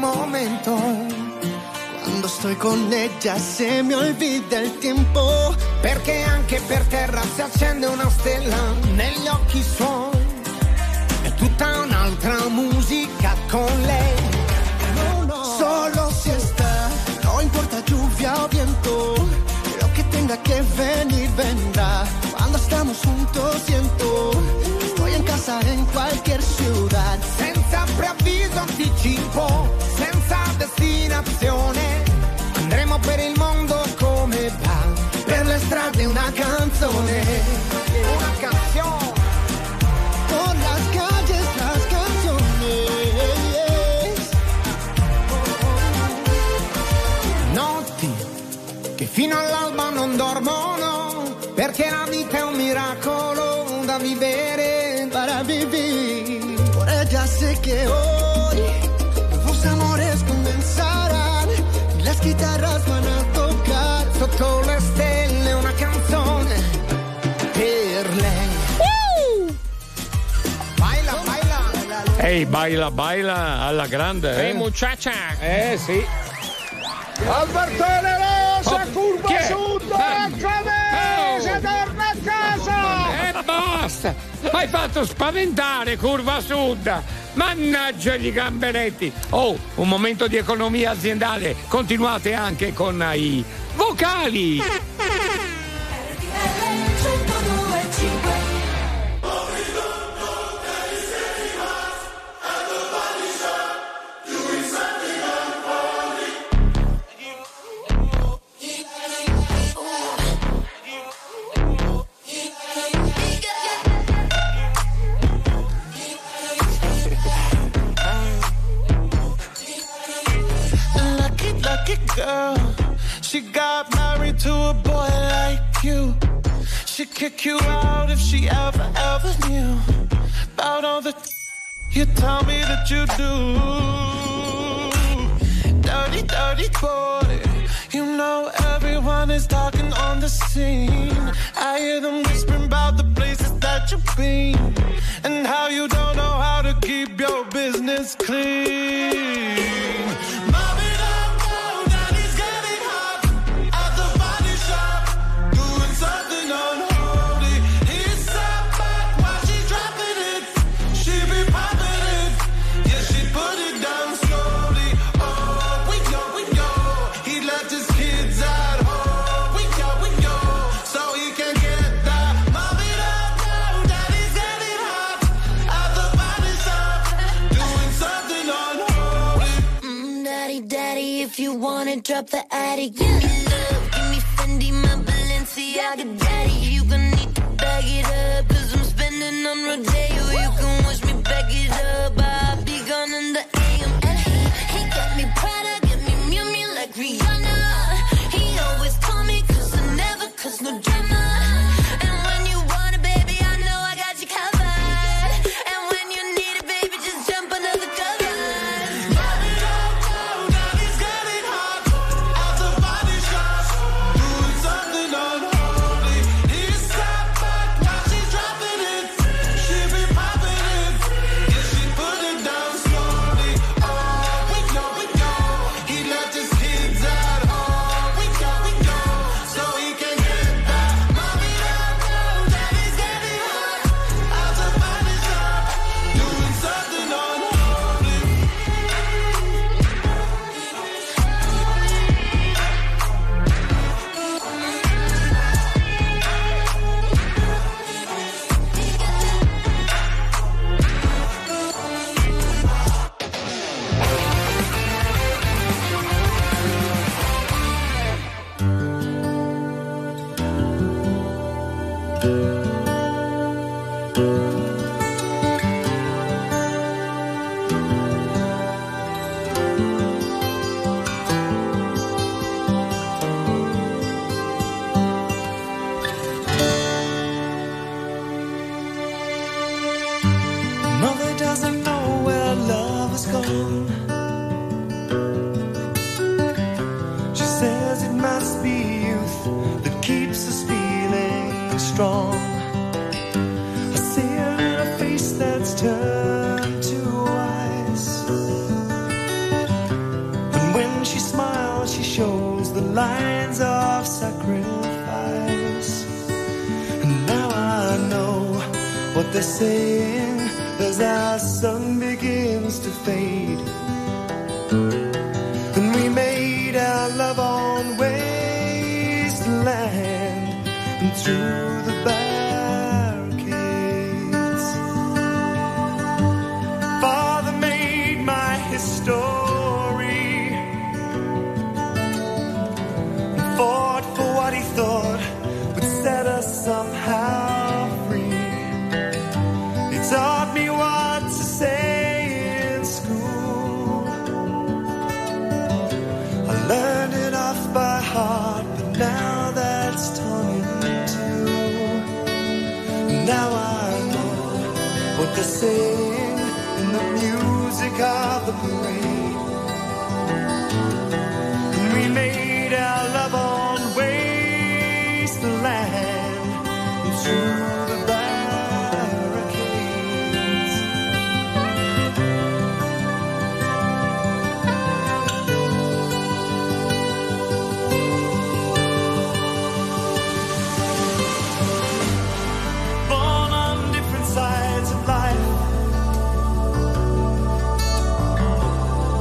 Quando sto con ella se mi olvida il tempo. perché anche per terra si accende una stella negli occhi suoi. È tutta un'altra musica con lei. Solo si está, no importa lluvia o viento, lo que tenga que venir vendrá. Cuando estamos juntos siento, estoy en casa en cualquier ciudad. Senza preavviso, anticipo, senza destinazione, andremo per il mondo come va. Per le strade una canzone, una canzone. Por las calles las canciones. Notti che fino all'alba non dormono, perché la vita è un miracolo da vivere, para vivir. Por ella sé que hoy nuevos amores comenzarán y las guitarras van a tocar. Sotto le stelle una canzone per lei. Baila, baila. Ehi, baila alla grande. Ehi, muchacha. Sì. Albertone Rosa, curva Chi è? sud, Canese, torna a casa! E basta! Hai fatto spaventare Curva Sud! Mannaggia gli gamberetti! Oh, un momento di economia aziendale. Continuate anche con i vocali! Lucky girl, you. She'd kick you out if she ever knew about all the you tell me that you do. Dirty, dirty boy. You know everyone is talking on the scene. I hear them whispering about the places that you've been and how you don't know how to keep your business clean. Mommy, don't go, daddy's getting hot at the body shop, doing something unholy. He's sat back while she's dropping it. She be popping it, yeah, she put it down slowly. Oh, we go, he left his kids at home. We go, so he can get that. Mommy, don't go, daddy's getting hot at the body shop, doing something unholy. Daddy, if you wanna drop the attic, give me love, give me Fendi, my Balenciaga. Daddy, you gon' need to bag it up, 'cause I'm spending on Rodeo. You can wish me back it up, I'll be gone in the AM. And he got me Prada, got me Miu Miu like Rihanna. He always told me 'cause I never cause no drama. And when you want it, baby, I know I got you covered. And when you need it, baby, just jump under the covers. Mommy, don't go, daddy's getting hot at the body shop, doing something unholy. He's sat back while she's dropping it. She be popping it, yeah, she put it down slowly. Oh, we go, he left his kids at home. We go, so he can get that. Mommy, don't go, daddy's getting hot at the body shop, doing something unholy. Mother doesn't know where love has gone. She says it must be youth that keeps us feeling strong. I see her in a face that's turned to ice, and when she smiles she shows the lines of sacrifice. And now I know what they're saying as our sun begins to fade, and we made our love on wasteland and through the barricades. Father made my history and fought for what he thought would set us somehow free. He taught me what to say in school. I learned it off by heart, but now that's torn in two. Now I know what they're saying in the music of the parade. And we made our love on wasteland and through the barricades. Born on different sides of life,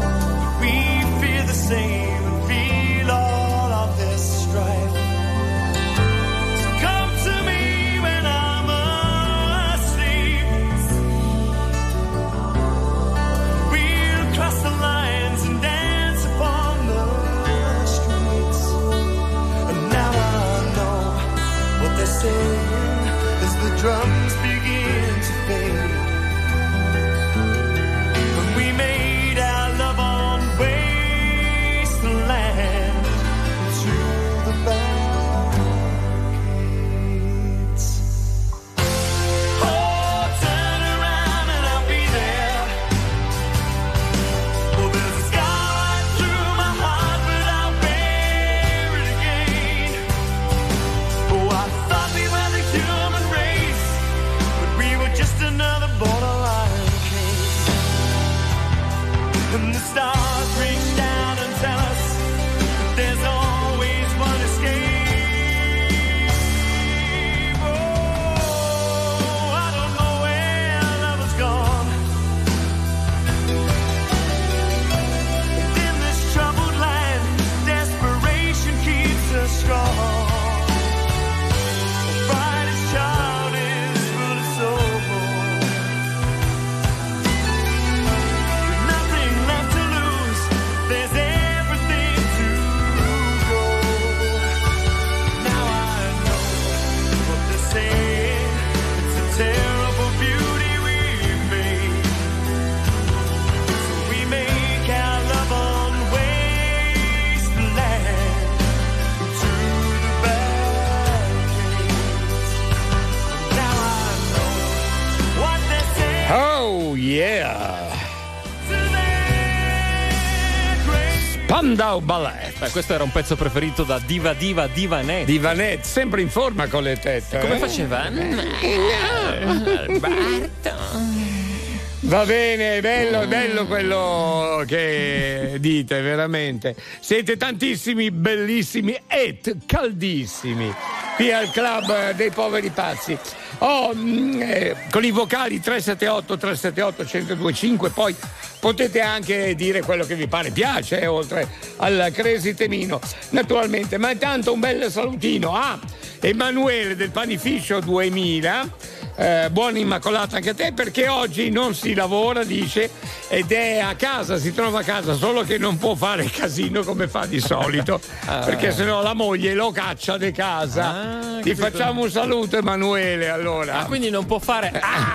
yeah. Spandau Ballet. Questo era un pezzo preferito da Divanet. Divanet, sempre in forma con le tette. Come faceva? Alberto. Va bene, è bello quello che dite, veramente. Siete tantissimi, bellissimi e caldissimi qui al Club dei Poveri Pazzi. Con i vocali 378 378 1025, poi potete anche dire quello che vi pare piace, oltre al Crazy Temino, naturalmente. Ma intanto un bel salutino a Emanuele del Panificio 2000. Buona Immacolata anche a te, perché oggi non si lavora, dice, ed è a casa, si trova a casa, solo che non può fare casino come fa di solito, perché sennò la moglie lo caccia di casa. Ti facciamo un saluto, Emanuele, allora. Quindi non può fare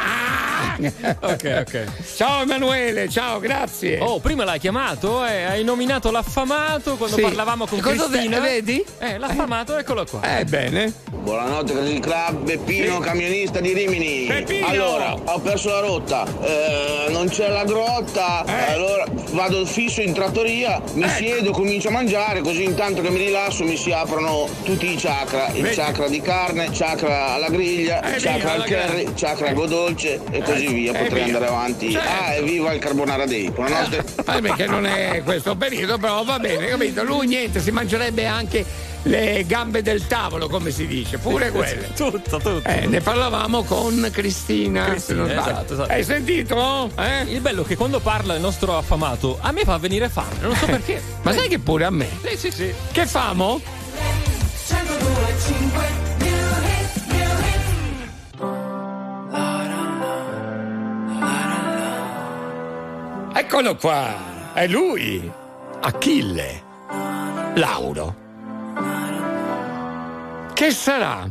ok. Ciao Emanuele, ciao, grazie. Prima l'hai chiamato e hai nominato l'affamato quando parlavamo con Cristina. Vedi? L'affamato, eccolo qua. Bene. Buonanotte Crazy Club, Peppino, camionista di Rimini. Peppino! Allora, ho perso la rotta, non c'è la grotta, allora vado fisso in trattoria, mi siedo, comincio a mangiare, così intanto che mi rilasso mi si aprono tutti i chakra, il chakra di carne, chakra alla griglia, chakra al curry, chakra al godolce e così via, potrei andare avanti. Evviva il Carbonara Day, buonanotte. Perché non è questo periodo, però va bene, capito? Lui niente, si mangerebbe anche le gambe del tavolo, come si dice, pure quelle. Tutto. Ne parlavamo con Cristina. Esatto. Hai sentito? Il bello è che quando parla il nostro affamato a me fa venire fame, non so perché. Ma sai che pure a me? Sì. Che famo? 102.5 Eccolo qua, è lui, Achille Lauro. Che sarà?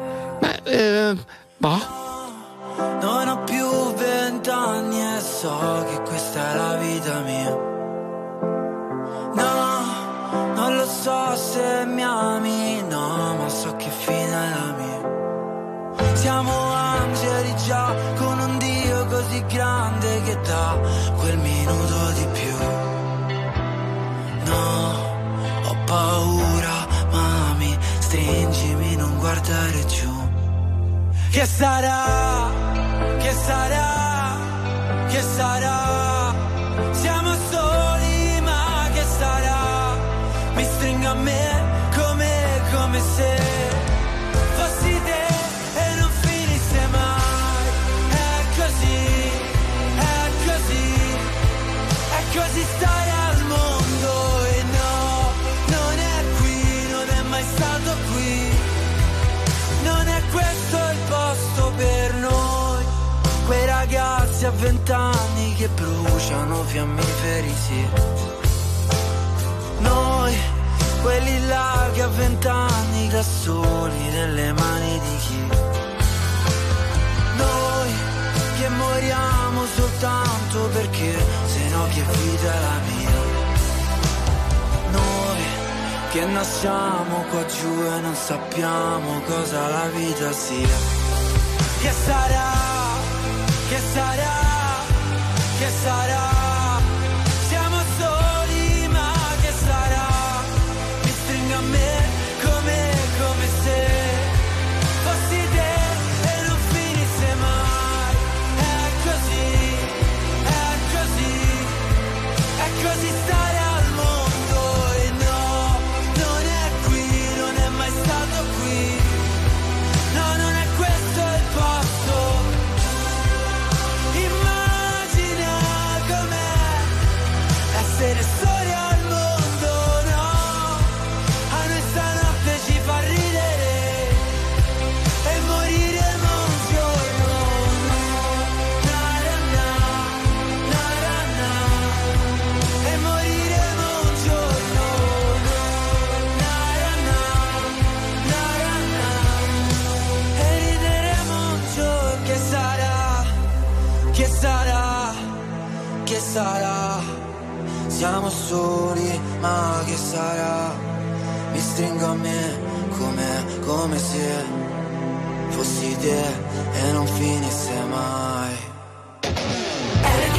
Non ho più 20 anni e so che questa è la vita mia. No, non lo so se mi ami, no, ma so che fine è la mia. Siamo angeli già, con un Dio così grande che dà quel minuto di più. No, ho paura, mami, stringimi, non guardare giù. Che sarà? Che sarà? Che sarà? Siamo soli, ma che sarà? Mi stringo a me come se fossi te e non finisse mai. È così stare al mondo. E no, non è qui, non è mai stato qui. Non è questo il posto per noi. Quei ragazzi a 20 anni che bruciano fiammiferi, sì. Noi, quelli là che a 20 anni da soli nelle mani di chi. Noi che moriamo soltanto perché se no che vita è la mia. Noi che nasciamo qua giù e non sappiamo cosa la vita sia. Che sarà? Che sarà? Che sarà? Siamo soli, ma che sarà? Mi stringo a me come se fossi te e non finisse mai. È così stare al mondo. E no, non è qui, non è mai stato qui. No, non è questo il posto. Immagina com'è essere soli al mondo, no. A noi stanotte ci fa ridere e moriremo un giorno, no. E moriremo un giorno, no. E rideremo un giorno. Che sarà? Che sarà? Che sarà? Siamo soli, ma che sarà? Mi stringo a me come se fossi te e non finisse mai.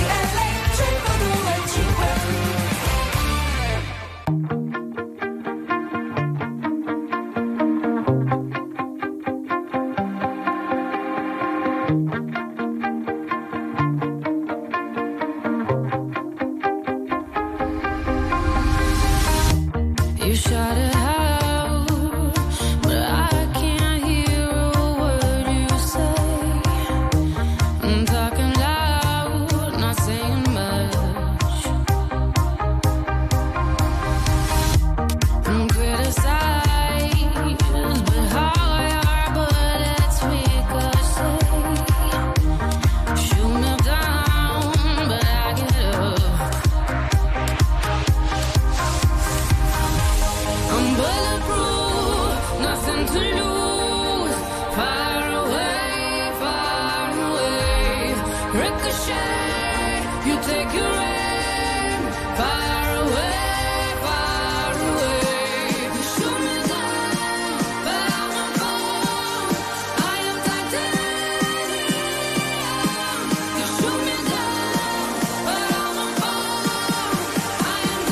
You take your aim far away, far away. You shoot me down, but I won't fall. I am titanium. You shoot me down, but I won't fall. I am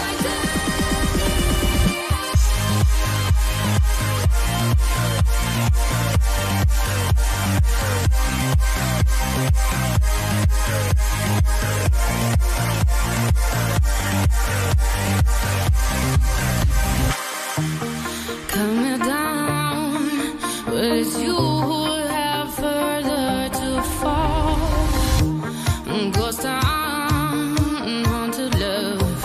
come down, but it's you who have further to fall. Ghost town, haunted love.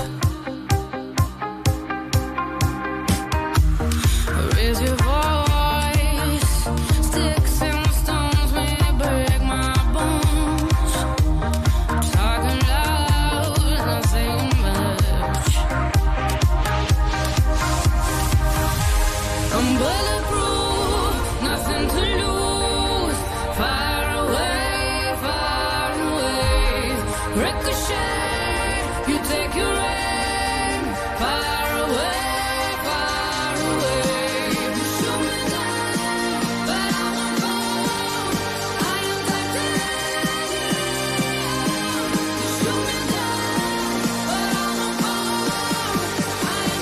Raise your voice, sticks and stones may break my bones. Talking loud, not saying much. I'm bulletproof, nothing to lose. Far away, far away. Ricochet, you take your aim. Far away, far away. You shoot me down, but I won't fall. I am titanium. You shoot me down, but I won't fall. I am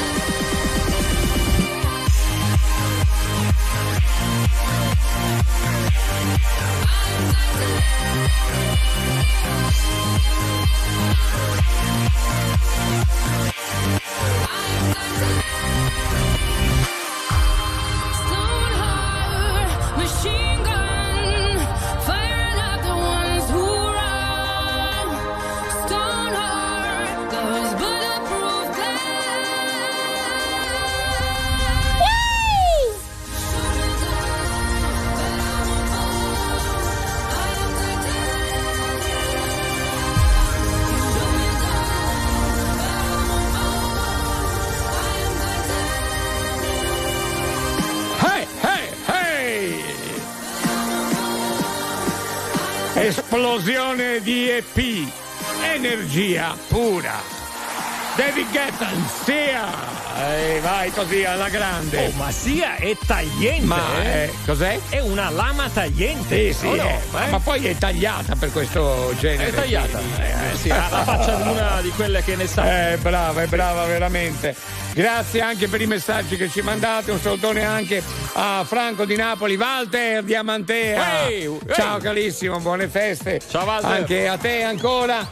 Stone heart, machine gun, firing at the ones who run. Stone heart, those bulletproof Hey, hey, hey! Esplosione di EP, energia pura. David Guetta, Sia! Vai così alla grande. Oh, ma Sia è tagliente. Ma cos'è? È una lama tagliente. Sì, o no? ma poi è tagliata per questo genere. È tagliata. Sì, ha la faccia di una di quelle che ne sa. È brava veramente. Grazie anche per i messaggi che ci mandate. Un salutone anche a Franco di Napoli, Walter Diamantea. Ciao carissimo, buone feste. Ciao Walter. Anche a te ancora.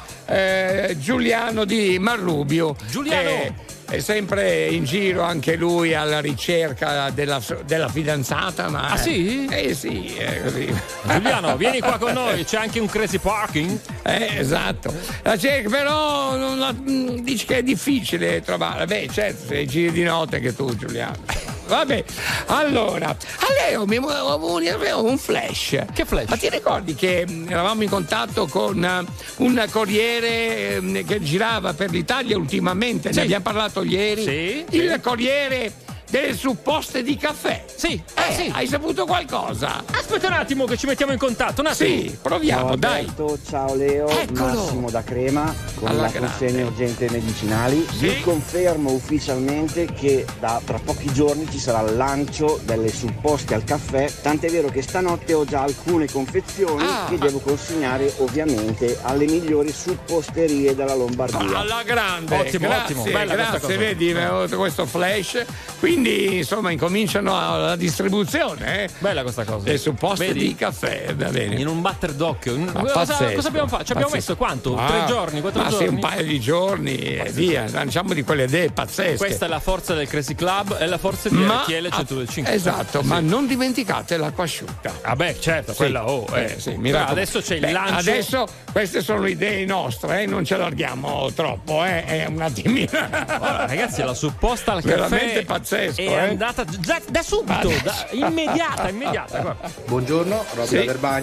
Giuliano di Marrubio. Giuliano. È sempre in giro anche lui alla ricerca della fidanzata. Ma ah sì? Sì, è così. Giuliano, vieni qua con noi, c'è anche un crazy parking. Esatto. La cerca, però dici che è difficile trovare. Beh, certo, sei giri di notte che tu, Giuliano. Vabbè, allora, a Leo avevo un flash. Che flash? Ma ti ricordi che eravamo in contatto con un corriere che girava per l'Italia ultimamente? Sì. Ne abbiamo parlato ieri. Sì. Il corriere delle supposte di caffè. Sì. Sì. Hai saputo qualcosa? Aspetta un attimo che ci mettiamo in contatto, un attimo. Sì, proviamo, ciao dai. Alberto, ciao Leo, Eccolo. Massimo da Crema con Alla la grande. consegna urgente medicinali. Sì. Vi confermo ufficialmente che tra pochi giorni ci sarà il lancio delle supposte al caffè, tant'è vero che stanotte ho già alcune confezioni che devo consegnare ovviamente alle migliori supposterie della Lombardia. Alla grande, Ottimo, grazie, ottimo. Bella questa grazie, cosa. vedi, avevo questo flash, quindi insomma incominciano la distribuzione. Bella questa cosa. Le supposte Vedi? di caffè, va bene. In un batter d'occhio. Pazzesco, Cosa abbiamo fatto? Ci abbiamo pazzesco. messo quanto? 3 giorni, 4 ma giorni? sì, un paio di giorni e via, lanciamo di quelle idee pazzesche. Questa è la forza del Crazy Club e la forza di RTL 105. Esatto, ma non dimenticate l'acqua asciutta. Ah beh, certo, Sì. quella Sì, mi raccomando. adesso c'è il lancio. Adesso queste sono idee nostre, non ce larghiamo troppo, è un attimino. Guarda, ragazzi, la supposta al caffè veramente pazzesco, è andata già da subito, immediata. Guarda. Buongiorno, Robby Sì. da Verbania.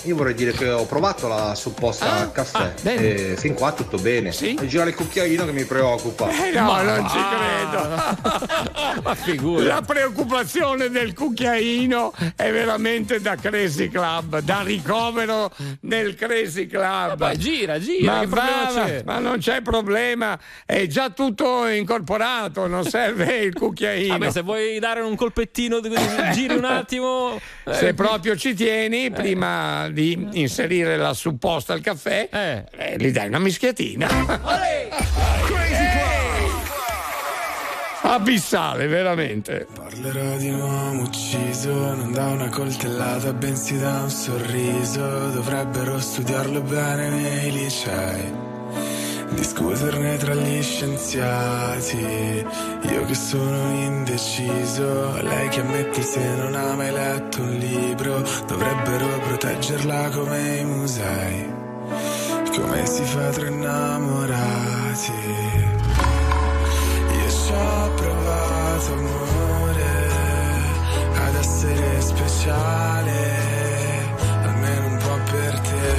io vorrei dire che ho provato la supposta al caffè e fin qua tutto bene. Sì? È girare il cucchiaino che mi preoccupa. No, non ci credo. Ma figura. La preoccupazione del cucchiaino è veramente da Crazy Club, da ricovero nel Crazy Club. Ma gira, Ma che problema c'è? Ma non c'è problema, è già tutto incorporato, non serve il cucchiaino. Vabbè, se vuoi dare un colpettino, giri un attimo. Se proprio ci tieni, prima di inserire la supposta al caffè, gli dai una mischiatina. Abissale, veramente. Parlerò di un uomo ucciso, non da una coltellata, bensì da un sorriso. Dovrebbero studiarlo bene nei licei, discuterne tra gli scienziati. Io che sono indeciso, lei che ammette se non ha mai letto un libro. Dovrebbero proteggerla come i musei, come si fa tra innamorati. Io ci ho provato amore, ad essere speciale, almeno un po' per te.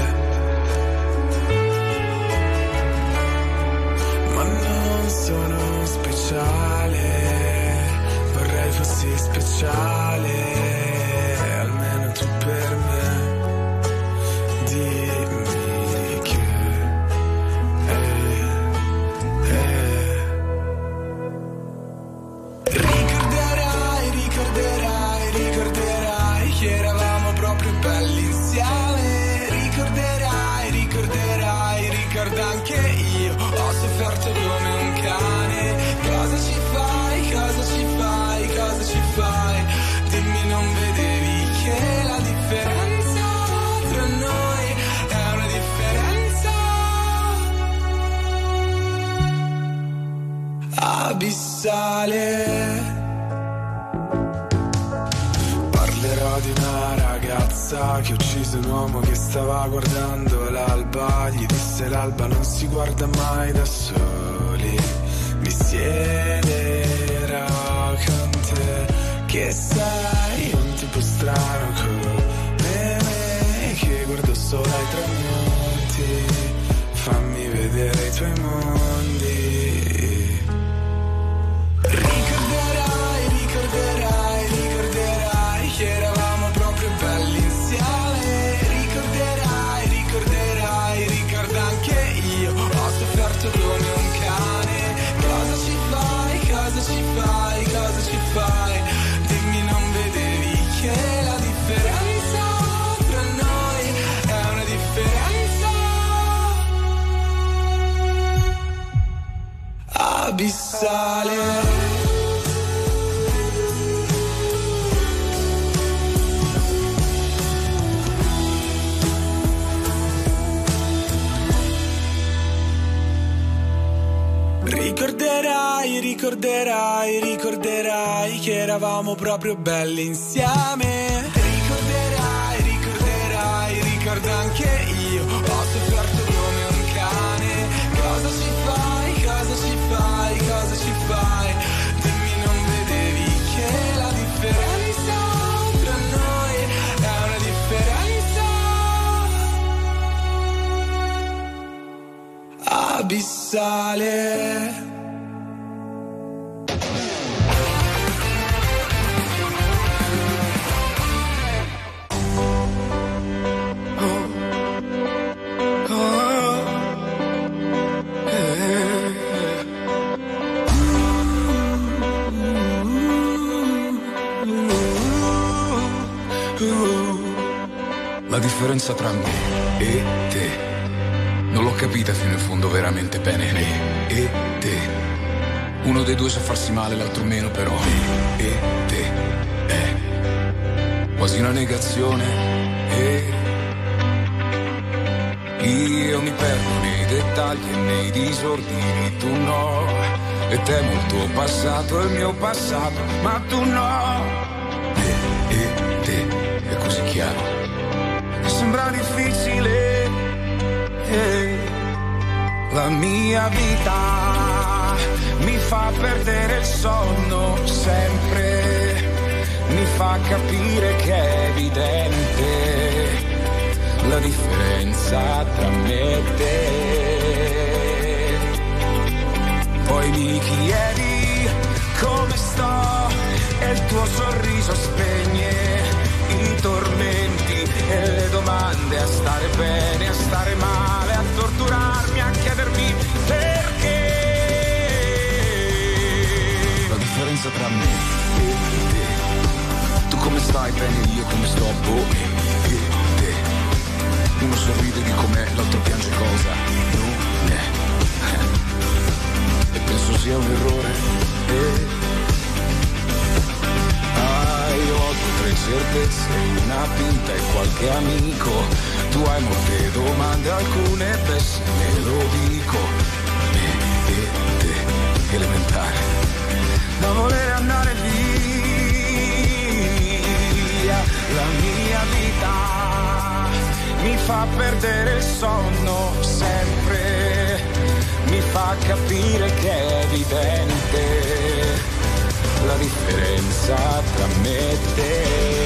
Ma non sono speciale, vorrei fossi speciale, almeno tu per me. Dimmi che ricorderai che eravamo proprio belli insieme. Ricorderai, ricorda anche io, ho sofferto come un cane. Cosa ci fai? Dimmi, non vedevi che la differenza tra noi è una differenza abissale. Parlerò di una ragazza che ha ucciso un uomo che stava guardando l'alba. Gli disse l'alba non si guarda mai da soli. Mi siederò con te, che sei un tipo strano come me, che guardo solo ai tramonti. Fammi vedere i tuoi mondi. Ricorderai che eravamo proprio belli insieme. Ricorderai, ricorda anche io, ho sofferto come un cane. Cosa ci fai? Dimmi, non vedevi che la differenza tra noi è una differenza abissale. Ricorderai che eravamo proprio belli insieme. Ricorderai, ricorda anche io, ho sofferto come un cane. Cosa ci fai? Dimmi, non vedevi che la differenza tra noi è una differenza abissale. La differenza tra me e te non l'ho capita fino in fondo veramente bene. Me e te, uno dei due sa farsi male, l'altro meno, però me e te è quasi una negazione. E io mi perdo nei dettagli e nei disordini, tu no. E temo il tuo passato e il mio passato, ma tu no. Me e te è così chiaro, sembra difficile, la mia vita mi fa perdere il sonno sempre, mi fa capire che è evidente, la differenza tra me e te. Poi mi chiedi come sto e il tuo sorriso spegne i tormenti e le domande, a stare bene, a stare male, a torturarmi, a chiedermi perché. La differenza tra me e te. Tu come stai bene, io come sto, boh, e te. Uno sorride di com'è, l'altro piange cosa, non è. E penso sia un errore, io ho 2 o 3 certezze, una pinta e qualche amico. Tu hai molte domande, alcune besse, me lo dico. Me e te, elementare, da voler andare via. La mia vita mi fa perdere il sonno sempre, mi fa capire che è evidente la differenza tra me e te.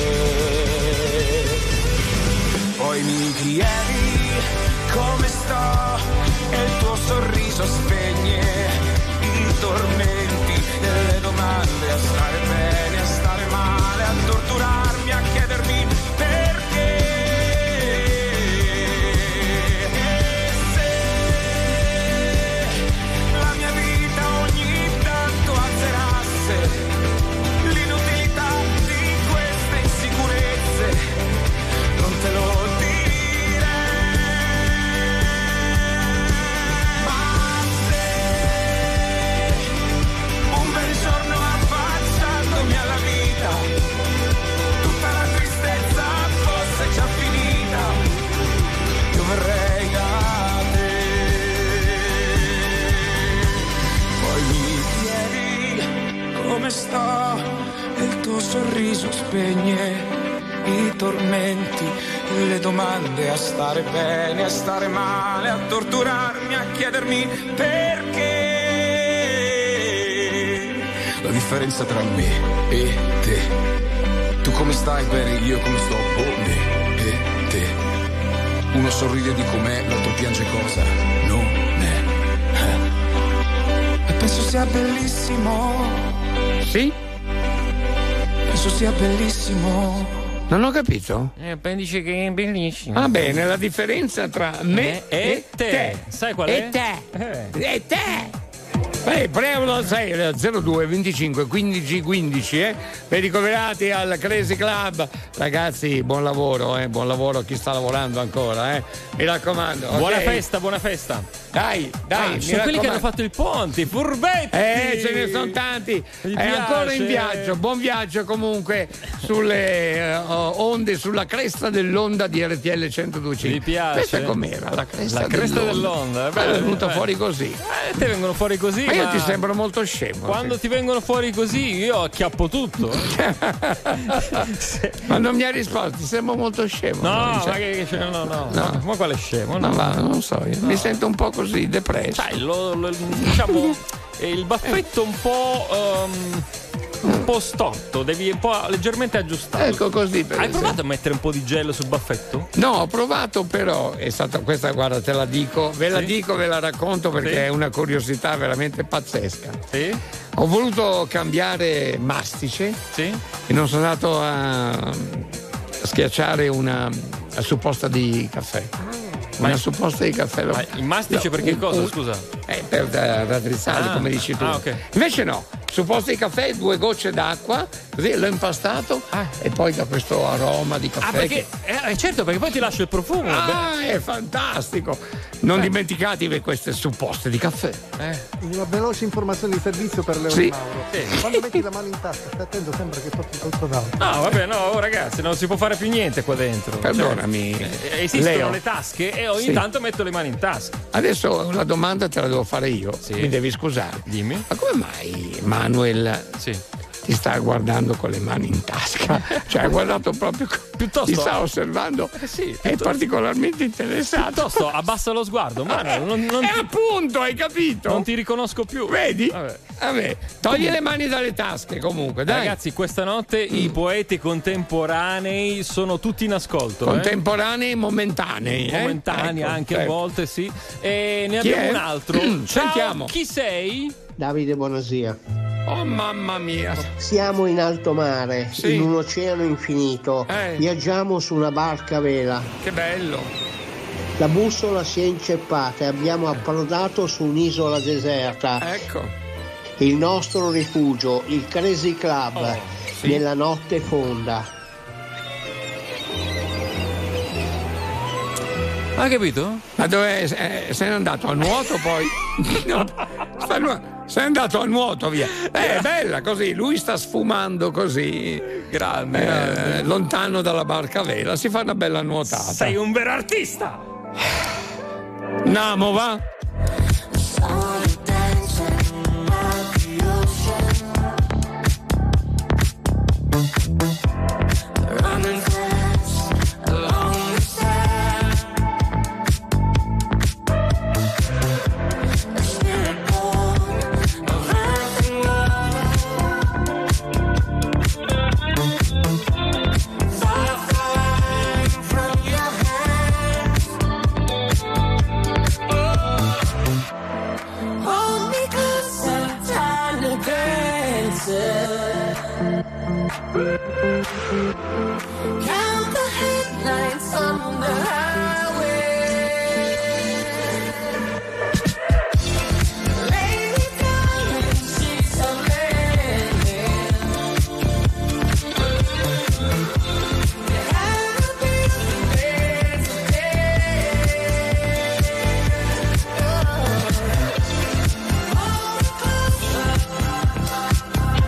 Poi mi chiedi come sto e il tuo sorriso spegne i tormenti e le domande, a stare bene, a stare male, a torturarmi, a chiedermi perché. E se la mia vita ogni tanto azzerasse l'inutilità di queste insicurezze, non te lo dire, ma se un bel giorno affacciandomi alla vita tutta la tristezza fosse già finita, io verrei da te. Poi mi chiedi come sto e il tuo sorriso spegne i tormenti, le domande, a stare bene, a stare male, a torturarmi, a chiedermi perché. La differenza tra me e te. Tu come stai bene, io come sto, boh, me e te. Uno sorride di com'è, l'altro piange cosa non è. E penso sia bellissimo. Sì? Penso sia bellissimo. Non ho capito. Dice che è bellissimo. Va bene, la differenza tra me e te. Sai qual è? E te. E te. Prego 6 02 25 15 15 per i ricoverati al Crazy Club. Ragazzi, buon lavoro a chi sta lavorando ancora, mi raccomando. Buona Okay? festa, buona festa. Dai, ci sono quelli che hanno fatto il ponte, i furbetti. Ce ne sono tanti. È ancora in viaggio. Buon viaggio comunque sulle onde, sulla cresta dell'onda di RTL 102.5. Mi piace. Questa com'era? La cresta dell'onda. È venuta fuori così. Te vengono fuori così. Ma io ti sembro molto scemo. Quando ti vengono fuori così, io acchiappo tutto. Ma non mi ha risposto, ti sembro molto scemo. No, ma che no. Ma quale scemo? No, ma non so, io mi sento un po' così depresso. Sai, diciamo il baffetto un po' storto, devi un po' leggermente aggiustare. Ecco così. Hai provato a mettere un po' di gel sul baffetto? No, ho provato, però è stata questa, guarda, te la dico, ve la racconto perché è una curiosità veramente pazzesca. Sì. Ho voluto cambiare mastice e non sono andato a schiacciare una supposta di caffè. Una supposta di caffè. Il mastice per che cosa, scusa? Per raddrizzarli, come dici tu. Okay. Invece no, supposta di caffè, 2 gocce d'acqua, così l'ho impastato e poi da questo aroma di caffè. Perché, certo, perché poi ti lascia il profumo. È fantastico. Non dimenticatevi queste supposte di caffè. Una veloce informazione di servizio per Leone Sì. Mauro. Quando metti la mano in tasca, stai attento, sembra che tocchi qualcos'altro. No, vabbè, no, ragazzi, non si può fare più niente qua dentro. Perdonami. Esistono Leo. le tasche e ogni tanto metto le mani in tasca. Adesso una domanda te la devo fare io. Mi devi scusare. Dimmi. Ma come mai Manuel ti sta guardando con le mani in tasca, cioè ha guardato proprio, piuttosto ti sta osservando, è particolarmente interessato. Piuttosto abbassa lo sguardo, Manuel, appunto, hai capito? Non ti riconosco più. Vedi? Vabbè. Togli le mani dalle tasche comunque, dai. Ragazzi, questa notte i poeti contemporanei sono tutti in ascolto. Contemporanei e momentanei. Momentanei anche a volte, sì. E ne abbiamo un altro. Ciao, sentiamo. Chi sei? Davide, buonasera. Oh mamma mia. Siamo in alto mare, in un oceano infinito. Viaggiamo su una barca a vela. Che bello. La bussola si è inceppata e abbiamo approdato su un'isola deserta. Ecco. Il nostro rifugio, il Crazy Club, nella notte fonda. Hai capito? Ma dove sei andato a nuoto poi? No, sei andato a nuoto via. È bella così, lui sta sfumando così. Grande. Lontano dalla barca a vela, si fa una bella nuotata. Sei un vero artista. Namo, va? Count the headlights on the highway. Lady darling, she's a landing. You have to be there today. Hold me closer.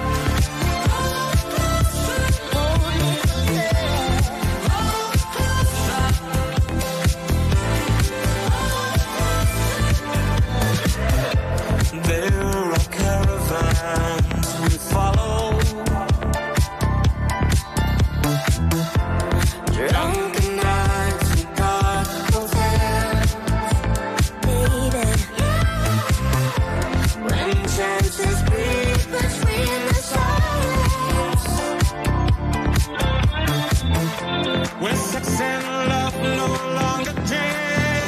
There are caravans we follow. Drunken nights and dark hotels, baby. When chances breathe between the stars. When sex and love no longer dance.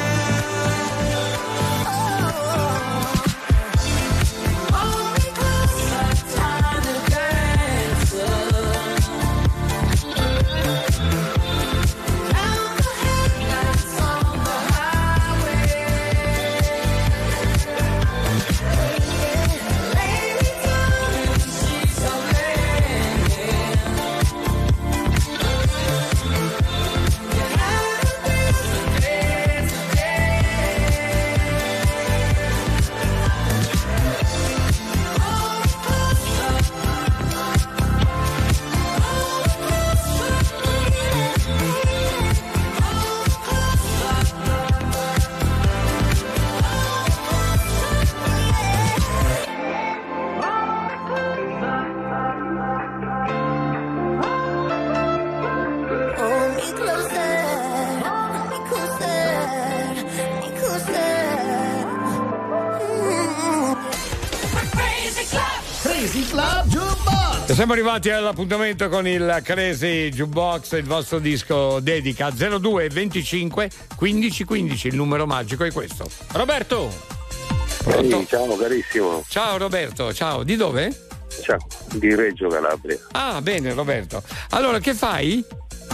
E siamo arrivati all'appuntamento con il Crazy Jukebox, il vostro disco dedica 02 25 15 15, il numero magico è questo. Roberto. Pronto? Ciao carissimo. Ciao Roberto, ciao, di dove? Ciao, di Reggio Calabria. Ah, bene Roberto. Allora, che fai?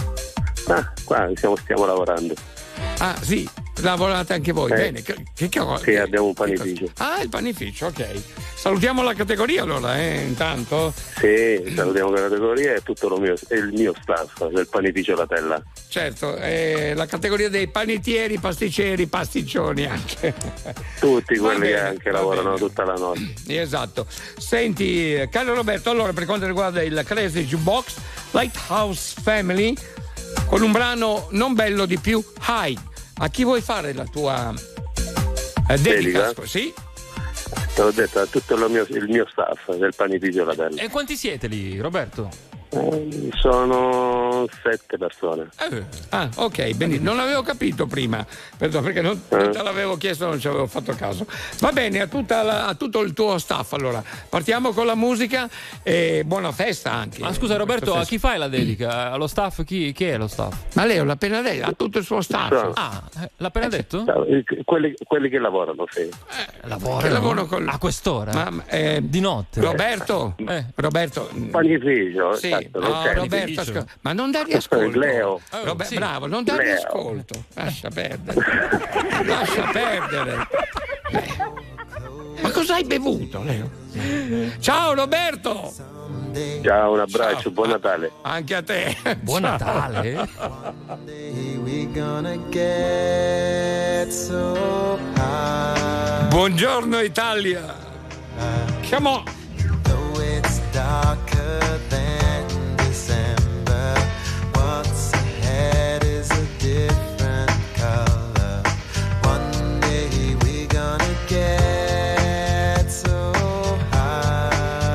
Qua stiamo lavorando. Ah, sì, lavorate anche voi, bene. Sì, abbiamo un panificio. Ah, il panificio, ok. Salutiamo la categoria allora, intanto. Sì, salutiamo la categoria e tutto il mio staff del panificio Latella. Certo, la categoria dei panettieri, pasticceri, pasticcioni anche. Tutti quelli che anche lavorano tutta la notte. Esatto. Senti, caro Roberto, allora per quanto riguarda il Crazy Jukebox, Lighthouse Family, con un brano non bello di più, High. A chi vuoi fare la tua dedica? Sì? Te l'ho detto, è tutto il mio staff del panificio La Bella. E quanti siete lì, Roberto? Sono 7 persone. Ok, benissimo. Non l'avevo capito prima, perché non te l'avevo chiesto, non ci avevo fatto caso. Va bene, a tutto il tuo staff. Allora, partiamo con la musica e buona festa anche. Ma scusa Roberto, a chi fai la dedica? Allo staff? Chi è lo staff? Ma lei l'ha appena detto, a tutto il suo staff. L'ha appena detto? Quelli che lavorano, sì. Lavorano a quest'ora? Di notte? Roberto? Panificio, sì. esatto, Roberto, ma non dargli ascolto. Leo. Sì. Bravo, non dargli ascolto. Lascia perdere. Ma cosa hai bevuto, Leo? Ciao Roberto. Ciao, un abbraccio, buon Natale. Anche a te. Buon Natale. Buongiorno Italia. Come on. Darker than December. What's ahead is a different color. One day we're gonna get so high.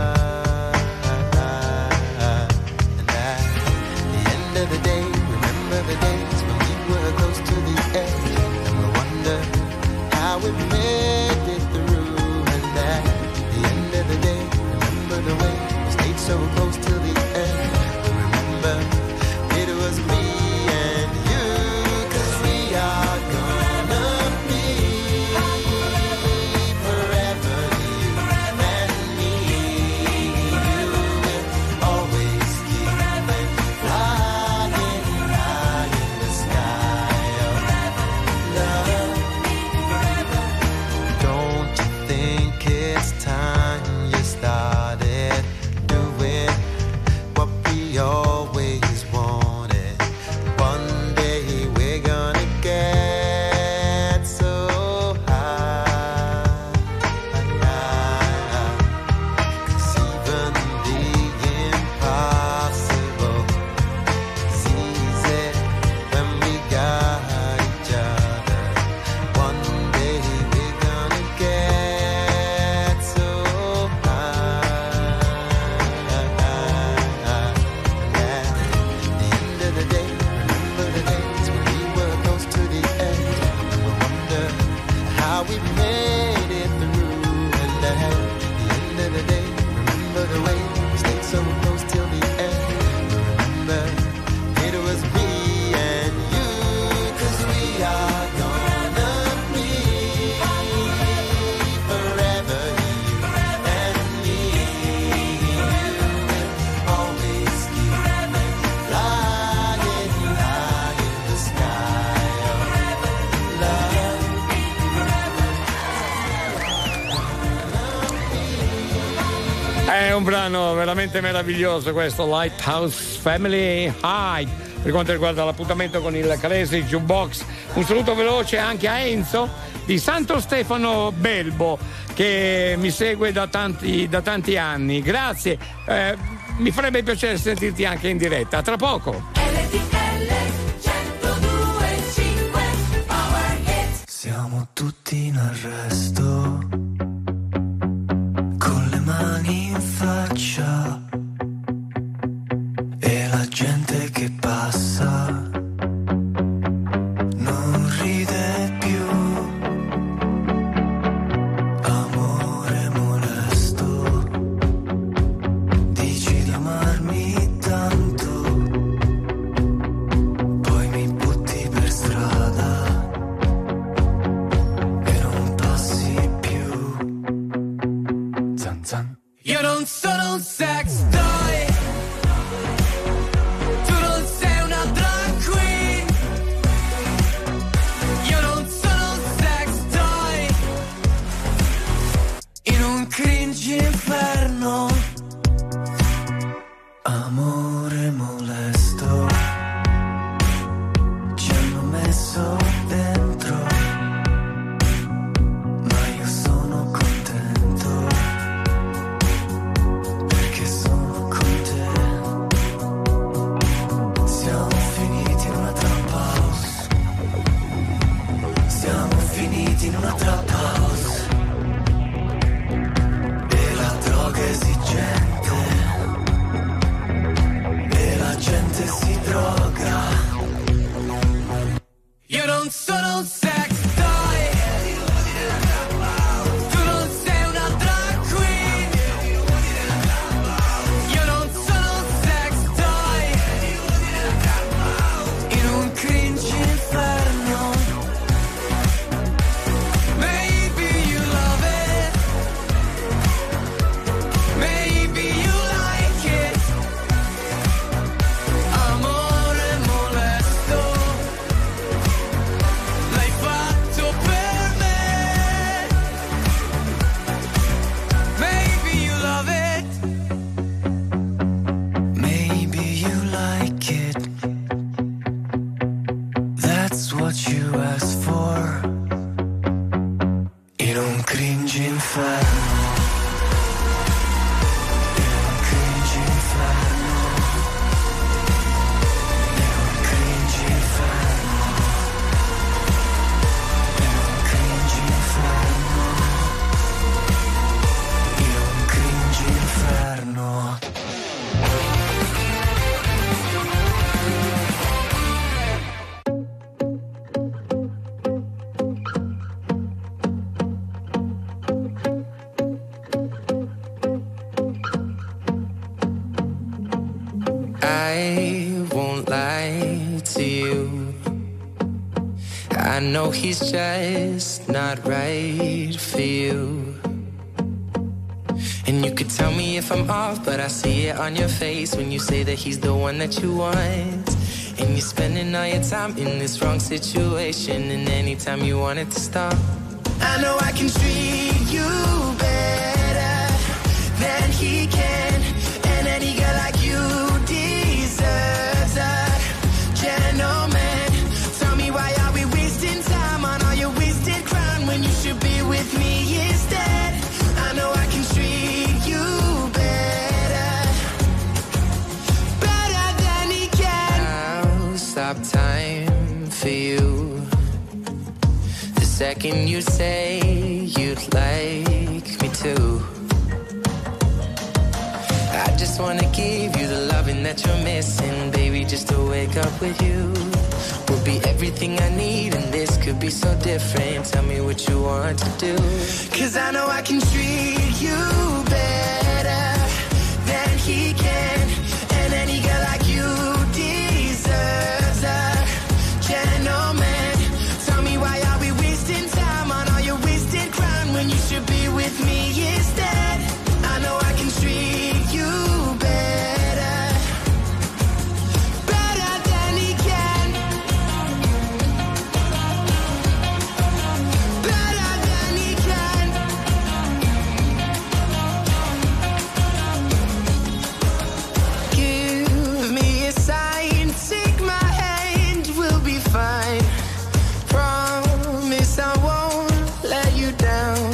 And at the end of the day, remember the days when we were close to the edge, and we'll wonder how we made it through. And at the end of the day, remember the way so close till the end. Remember, it was me and you, 'cause we are gonna be forever, you and me. You will always keep flying high in the sky of love. Don't you think it's time you started always wanted? One day we're gonna get so high. 'Cause even the impossible is easy when we got each other. One day we're gonna get so high. We made it through, and at the end of the day, remember the way we stayed so close till the end. Remember, it was me and you, 'cause we are gonna be forever, you and me. Always keep flying high in the sky of love. È un brano veramente meraviglioso questo, Lighthouse Family High, per quanto riguarda l'appuntamento con il Classic Jukebox. Un saluto veloce anche a Enzo di Santo Stefano Belbo, che mi segue da tanti anni. Grazie, mi farebbe piacere sentirti anche in diretta. A tra poco. Siamo tutti in arresto, con le mani in faccia, e la gente che passa non ride più. Amore molesto, dici di amarmi tanto, poi mi butti per strada e non passi più. Zan zan. Io non sono un sex toy, tu non sei una drag queen. Io non sono un sex toy, in un cringe inferno. Amore molesto, ci hanno messo dentro, ma io sono contento, perché sono con te. Siamo finiti in una trap house, siamo finiti in una trap house. cringe inferno. I won't lie to you. I know he's just not right for you. And you could tell me if I'm off, but I see it on your face when you say that he's the one that you want. And you're spending all your time in this wrong situation, and anytime you want it to stop, I know I can treat you better than he can. And any girl like you deserves a gentleman. Tell me, why are we wasting time on all your wasted crown when you should be with me instead? I know I can treat you better than he can. I'll stop time for you the second you say you'd like me to. I just wanna give you the loving that you're missing, baby, just to wake up with you will be everything I need, and this could be so different. Tell me what you want to do, 'cause I know I can treat you better than he can. And any girl like you deserves a gentleman. Tell me, why are we wasting time on all your wasted crown when you should be with me instead? I know I can treat you better than he can. Better than he can. give me a sign, take my hand, we'll be fine. Promise I won't let you down.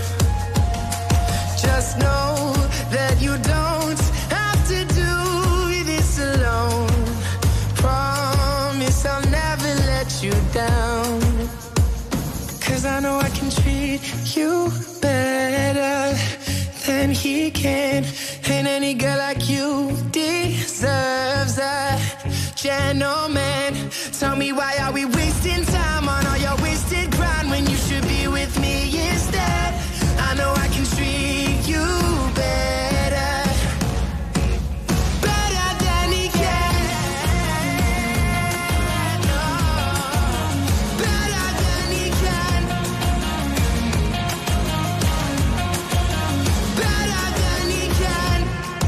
Just know that you don't have to do this alone. Promise I'll never let you down. 'Cause I know I can treat you better than he can. And any girl like you deserves a gentleman. Tell me, why are we wasting time on all your wasted grind when you should be with me instead? I know I can treat you better than he can. Better than he can. Better than he can.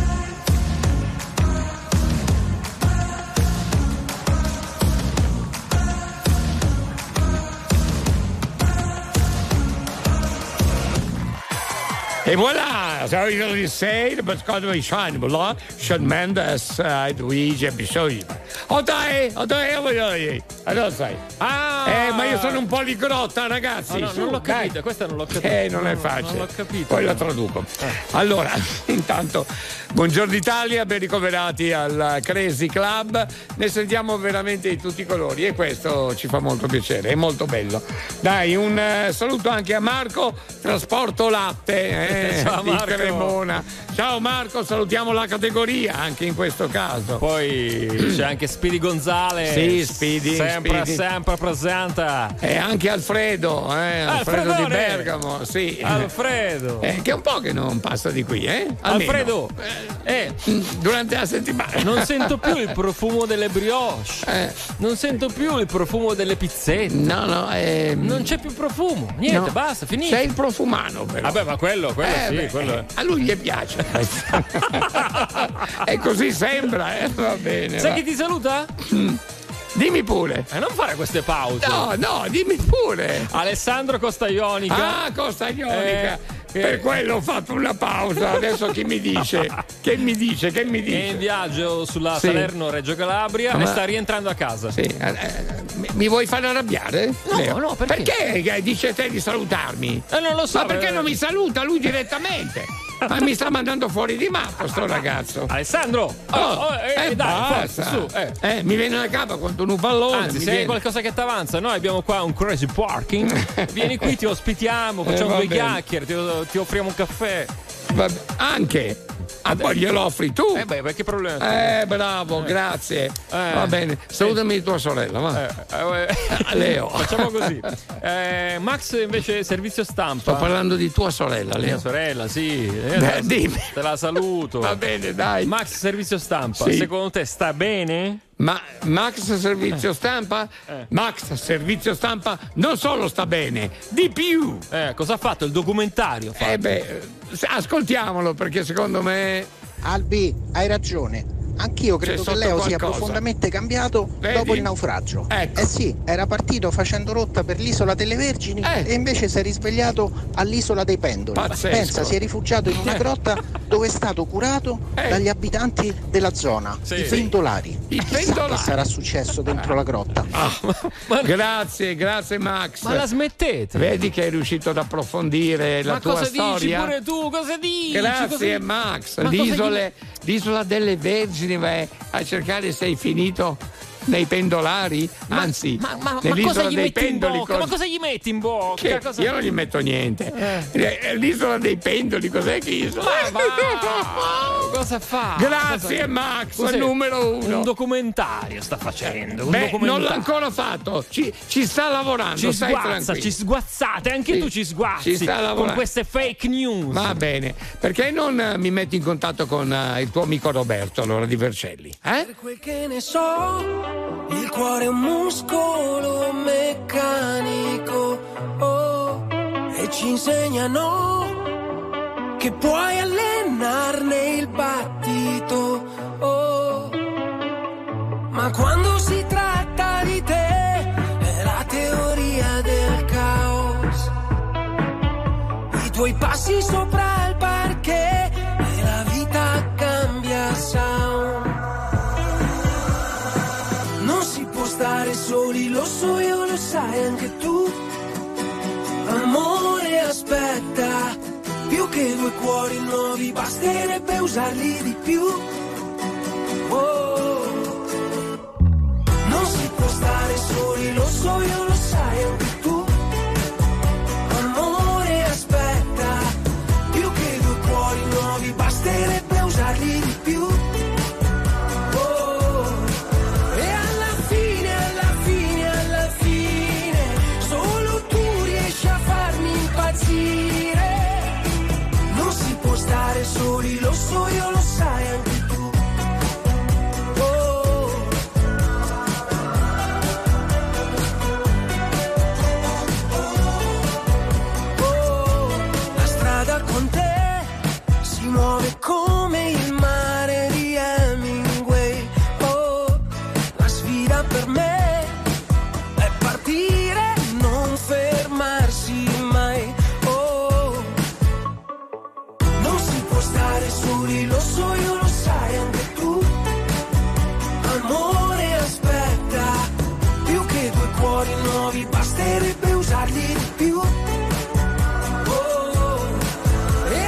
E voilà, zou je willen zeggen, maar het kan wel zijn, maar Shawn Mendes uit Luigi episodio. Oh dai, allora sai. Ma io sono un poligrotta, ragazzi. No, non l'ho capito, questa non l'ho capito. Non è facile. Non l'ho capito. Poi la traduco. Allora, intanto, buongiorno Italia, ben ricoverati al Crazy Club. Ne sentiamo veramente di tutti i colori e questo ci fa molto piacere, è molto bello. Dai, un saluto anche a Marco, Trasporto Latte. Ciao di Marco. Cremona. Ciao Marco, salutiamo la categoria anche in questo caso. Poi c'è anche Speedy Gonzales. Sì, Speedy. Sempre presente. E anche Alfredo, Alfredo di Bergamo, sì. Alfredo. Che è un po' che non passa di qui, Almeno. Alfredo. Durante la settimana. Non sento più il profumo delle brioche. Non sento più il profumo delle pizzette. No. Non c'è più profumo. Niente, basta, finito. Sei il profumano, però. Vabbè, ma quello sì, quello. A lui gli piace. E così sembra, va bene. Sai chi ti saluta? Dimmi pure. Non fare queste pause. No, dimmi pure. Alessandro Costa Ionica. Costa Ionica. Per quello ho fatto una pausa. Adesso chi mi dice? Che mi dice? È in viaggio sulla Salerno-Reggio Calabria e sta rientrando a casa. Sì. Mi vuoi fare arrabbiare? No, perché? Perché dice te di salutarmi? Non lo so. Ma perché non mi saluta lui direttamente? Ma mi sta mandando fuori di mappa sto ragazzo. Alessandro! Dai, basta. Forza, su. Mi viene la capa quanto un pallone. Anzi, se hai qualcosa che ti avanza, noi abbiamo qua un crazy parking. Vieni qui, ti ospitiamo, facciamo due chiacchiere, ti offriamo un caffè. Anche. Poi glielo offri tu? Che problema? Bravo, grazie. Va bene, salutami tua sorella, va. Leo. Facciamo così. Max invece servizio stampa. Sto parlando di tua sorella, Leo. Mia sorella, sì. Dimmi. Te la saluto. Va bene, dai. Max servizio stampa, secondo te sta bene? Ma Max servizio stampa? Max servizio stampa non solo sta bene, di più. Cosa ha fatto? Il documentario? Ascoltiamolo perché secondo me... Albi, hai ragione. Anch'io credo che Leo sia profondamente cambiato dopo il naufragio. Sì, era partito facendo rotta per l'isola delle Vergini e invece si è risvegliato all'isola dei Pendoli. Pazzesco. Pensa, si è rifugiato in una grotta dove è stato curato dagli abitanti della zona, i pendolari. Chissà che sarà successo dentro la grotta. Grazie Max. Ma la smettete? Vedi che è riuscito ad approfondire la tua storia? Ma cosa dici pure tu? Cosa dici? Grazie Max. L'isola delle Vergini vai a cercare, sei finito nei pendolari? Anzi, nell'isola dei pendoli. Ma cosa gli metti in bocca? Io non gli metto niente. L'isola dei pendoli, cos'è che isola? Cosa fa? Grazie Max, numero 1. Un documentario sta facendo. Non l'ha ancora fatto. Ci sta lavorando. Ci sguazzate, anche tu ci sguazzi con queste fake news. Va bene, perché non mi metti in contatto con il tuo amico Roberto, allora, di Vercelli? Per quel che ne so, il cuore è un muscolo meccanico, e ci insegnano che puoi allenarne il battito, ma quando si tratta di te è la teoria del caos, i tuoi passi sopra il parquet e la vita cambia sound. Non si può stare soli, lo so io, lo sai anche tu. Amore, aspetta, più che due cuori nuovi basterebbe usarli di più. Non si può stare soli, lo so io, lo sai anche tu. Amore, aspetta, più che due cuori nuovi basterebbe usarli di più. Stare soli, lo so io, lo sai anche tu. La strada con te si muove come il mare di Hemingway. La sfida per me è partire, non fermarsi mai. Stare soli, lo so io, lo sai anche tu. Amore, aspetta, più che due cuori nuovi basterebbe usarli di più. E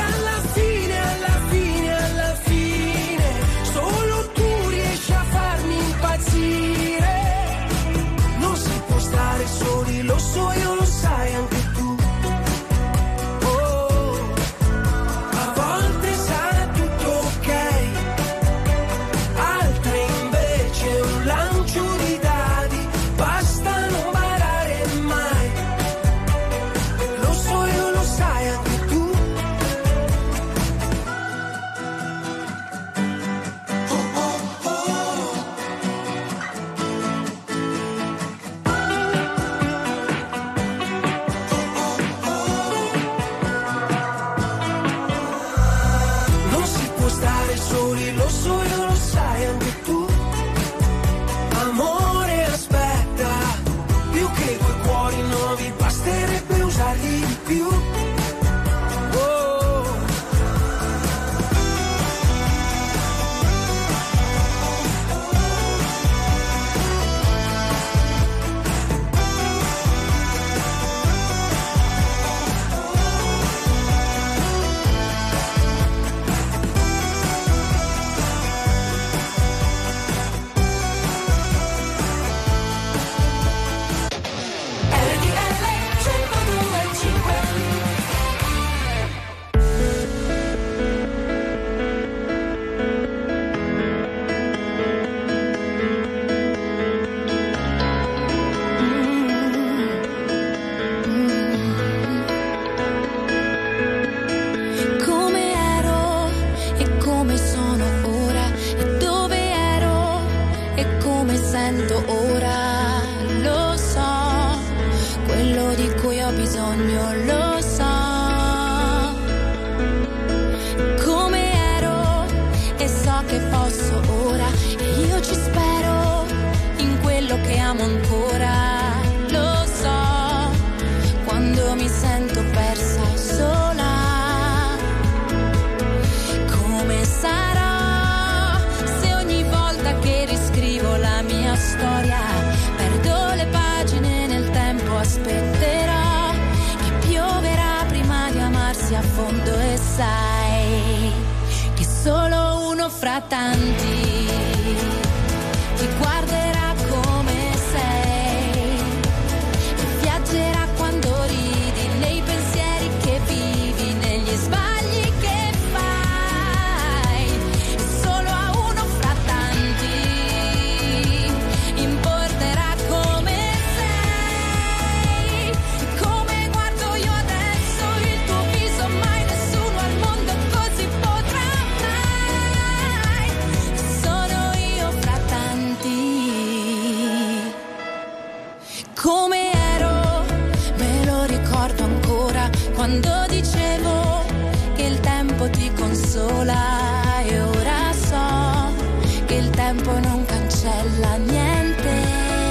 sai che solo uno fra tanti ti guarderà come sei e viaggerà quando ridi nei pensieri che vivi, negli sbagli che fai. E solo a uno fra tanti importerà come sei. Come guardo io adesso il tuo viso, mai nessuno al mondo così potrà mai. Sono io fra tanti. Come ero, me lo ricordo ancora, quando dicevo che il tempo ti consola, e ora so che il tempo non cancella niente.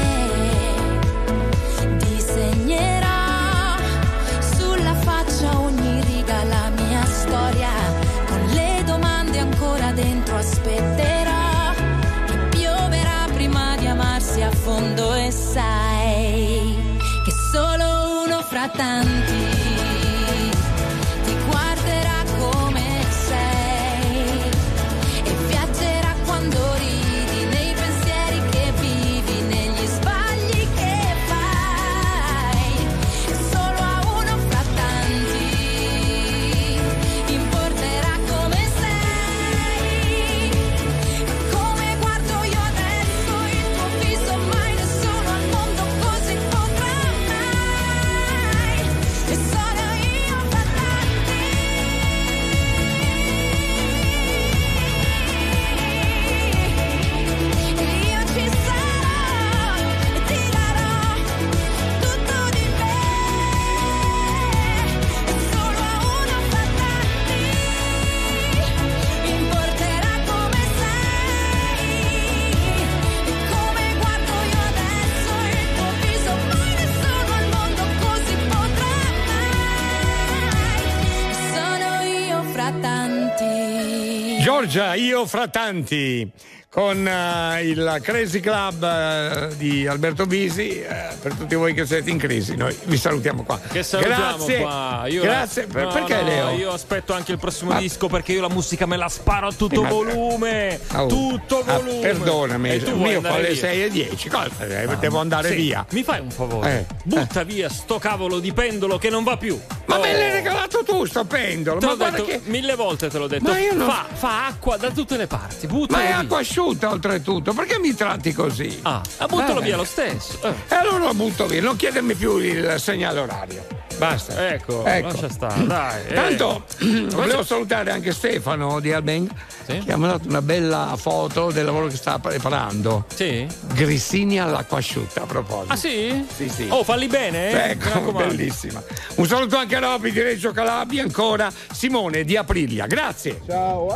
Disegnerò sulla faccia ogni riga la mia storia, con le domande ancora dentro aspetterò che pioverà prima di amarsi a fondo, e sai che solo uno fra tanti ti guarderà come sei e viaggerà quando ridi nei pensieri che vivi, negli sbagli che fai. E solo a uno fra tanti importerà come sei. Come guardo io adesso il tuo viso, mai nessuno al mondo così potrà mai. E sono io fra tanti. Io ci sarò e ti darò tutto di me. E solo a uno fra tanti importerà come sei. E come guardo io adesso il tuo viso, mai nessuno al mondo così potrà mai. Sono io fra tanti. Giorgia, io fra tanti, con il Crazy Club di Alberto Bisi, per tutti voi che siete in crisi, noi vi salutiamo qua. Che salutiamo grazie, qua. Grazie. Perché Leo? Io aspetto anche il prossimo disco, perché io la musica me la sparo a tutto volume. Tutto volume. Perdonami, E tu il vuoi mio fa andare le via? 6:10. Cosa? Devo andare Sì, via. Mi fai un favore? Butta via sto cavolo di pendolo che non va più. Ma me l'hai regalato tu sto pendolo. Te Ma l'ho guarda detto che 1000 volte, te l'ho detto. Ma io non- Fa acqua da tutte le parti. Buttalo Ma è via. acqua asciutta oltretutto, perché mi tratti così? Buttalo via lo stesso. E allora lo butto via, non chiedermi più il segnale orario. Basta. Ecco. Lascia stare, dai. Tanto volevo salutare anche Stefano di Albeng, che ha mandato una bella foto del lavoro che sta preparando. Sì. Grissini all'acqua asciutta, a proposito. Ah sì? Sì, sì. Oh, falli bene, Mi Ecco, raccomando. bellissima. Un saluto anche a Robby di Reggio Calabria, ancora Simone di Aprilia. Grazie. Ciao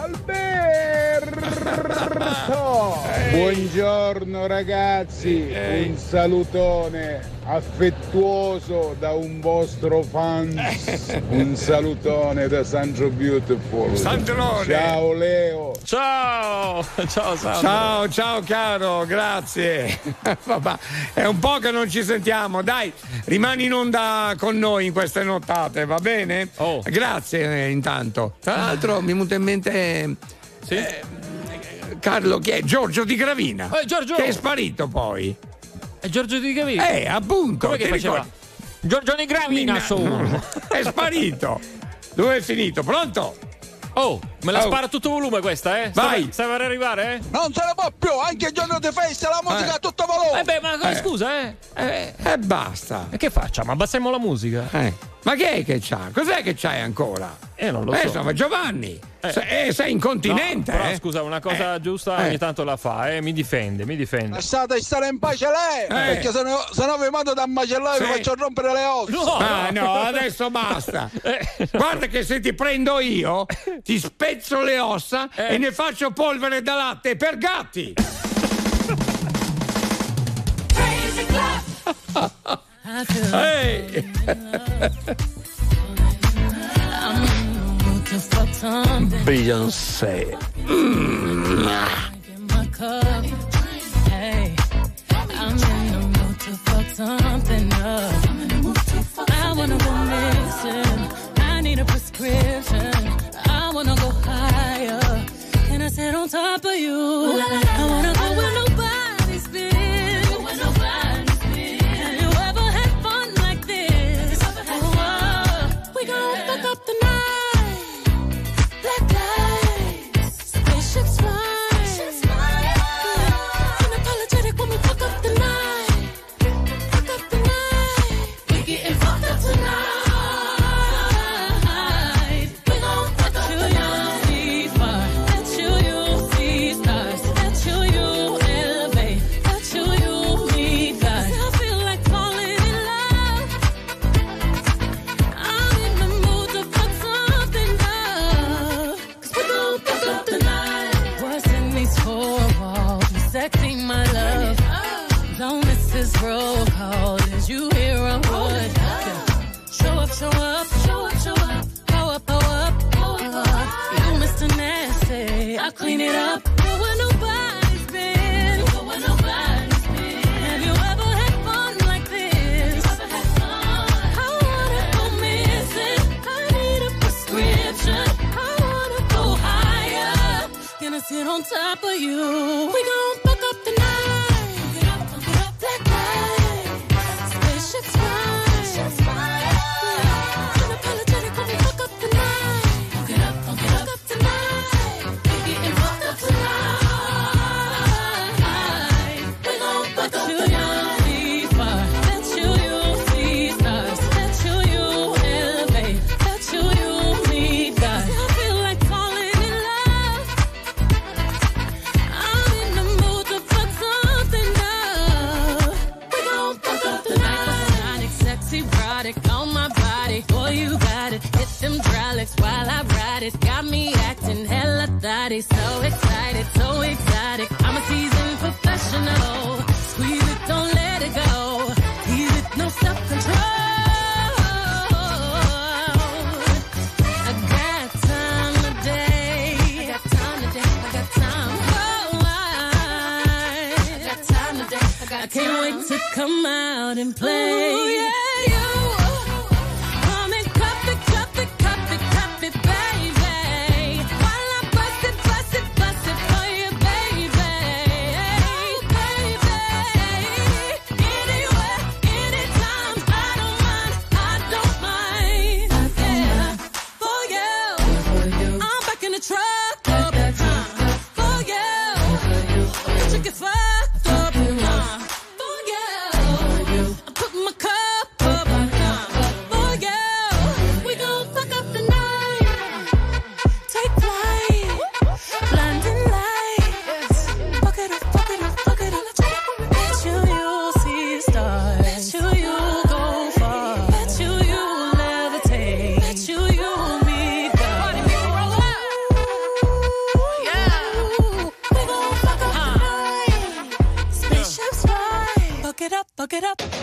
Alberto! Buongiorno ragazzi, un salutone affettuoso da un vostro fan, un salutone da Sandro Beautiful. Sandrone. Ciao Leo. Ciao Sandro. Ciao caro, grazie. Vabbè, è un po' che non ci sentiamo, dai, rimani in onda con noi in queste nottate, va bene? Grazie intanto. Tra l'altro mi è venuto in mente Carlo, chi è? Giorgio di Gravina. Giorgio! Che è sparito poi. È Giorgio di Gravina? Appunto. Come che ti faceva? ricordi? Giorgio di Gravina È sparito. Dove è finito? Pronto? Oh, me la spara a tutto volume questa, eh? Vai. Stai per arrivare, eh? Non se ne può più, anche il giorno di festa la musica a tutto volume. Ma scusa, E basta. E che facciamo? Abbassiamo la musica? Ma che è che c'ha? Cos'è che c'hai ancora? Non lo so. Insomma, Giovanni, sei incontinente. No, però scusa, una cosa giusta ogni tanto la fa, mi difende. Lasciate stare in pace lei, perché se no vi mando da macellare e vi faccio rompere le ossa. No, adesso basta. Guarda che se ti prendo io, ti spezzo le ossa e ne faccio polvere da latte per gatti. Beyoncé. Hey, I'm in the mood to fuck something up. I wanna go missing. I need a prescription. sit on top of you. I wanna go where nobody's been. Have you ever had fun like this? We gon' fuck up the night. Black lights, spaceships fly. Unapologetic when we fuck up the night. Fuck up the night. We getting fucked up tonight. Roll call, did you hear a word? Show up, show up, show up, show up. Pow up, pow up, pow up. You Mr. Nasty, I clean it up. Go where nobody's been. Go where nobody's been. Have you ever had fun like this? I wanna go missing. I need a prescription. I wanna go higher. Gonna sit on top of you. We gon' fuck up the night. Unapologetic when we fuck up the night. Fuck up tonight. We getting fucked up tonight. We gon' fuck up tonight. That's you see stars. That's you elevate. That's you meet God. I feel like falling in love. I'm in the mood to fuck something up. We gon' fuck up tonight. Sexy erotic on my body. Boy, you got it. Hit them hydraulics while I ride it. Got me acting hella thotty. So excited, so exotic. I'm a seasoned professional. Squeeze it, don't let it go. Ease it, no self-control. I got time today. I got time today. I got time. Oh, I got time today. I can't wait to come out and play. Ooh, yeah. Fuck it up.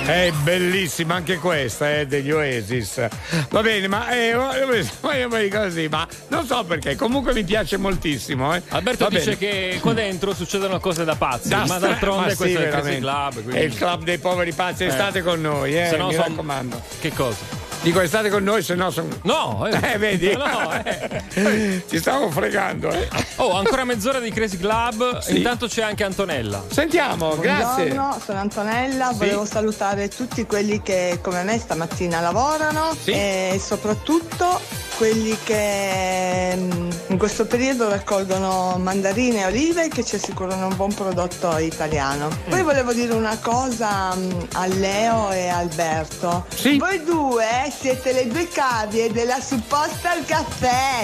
È bellissima anche questa, degli Oasis. Va bene, ma così, ma non so perché, comunque mi piace moltissimo. Alberto dice che qua dentro succedono cose da pazzi, ma d'altronde questo è il Crazy Club. Quindi... È il club dei poveri pazzi, state con noi, se no mi raccomando. Che cosa? Dico, state con noi, se no sono. No, vedi? No, Ci stavo fregando, Oh, ancora mezz'ora di Crazy Club. Sì. Intanto c'è anche Antonella. Sentiamo, grazie. Buongiorno, sono Antonella. Volevo salutare tutti quelli che come me stamattina lavorano e soprattutto quelli che in questo periodo raccolgono mandarine e olive che ci assicurano un buon prodotto italiano. Poi volevo dire una cosa a Leo e Alberto. Sì. Voi due siete le due cavie della supposta al caffè,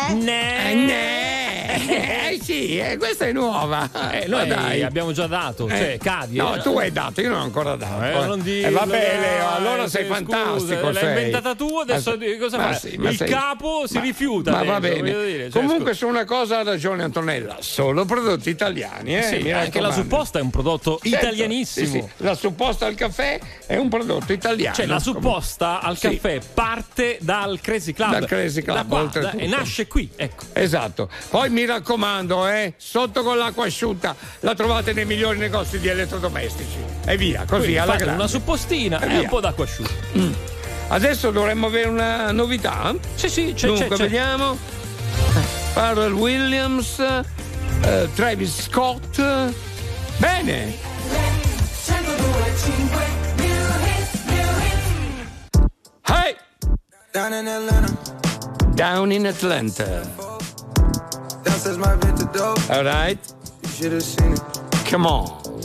sì, questa è nuova. Noi dai, abbiamo già dato, cioè cavie. No, tu hai dato, io non ho ancora dato. Non dirlo, vabbè, Leo, allora sei fantastico. L'hai inventata tu, adesso cosa fai? Sì, il capo si rifiuta. Ma va bene. Comunque su una cosa ha ragione Antonella, solo prodotti italiani. Sì, anche la supposta è un prodotto italianissimo. Sì. La supposta al caffè è un prodotto italiano. Cioè la supposta al caffè parte dal Crazy Club. Dal Crazy Club, e nasce qui, ecco. Esatto. Poi mi raccomando, sotto con l'acqua asciutta la trovate nei migliori negozi di elettrodomestici. E via, così quindi alla grande. Una suppostina e un po' d'acqua asciutta. Adesso dovremmo avere una novità. Sì, c'è. Dunque, vediamo. Pharrell Williams, Travis Scott. Bene. Hey! Down in Atlanta. All right. You should have seen it. Come on.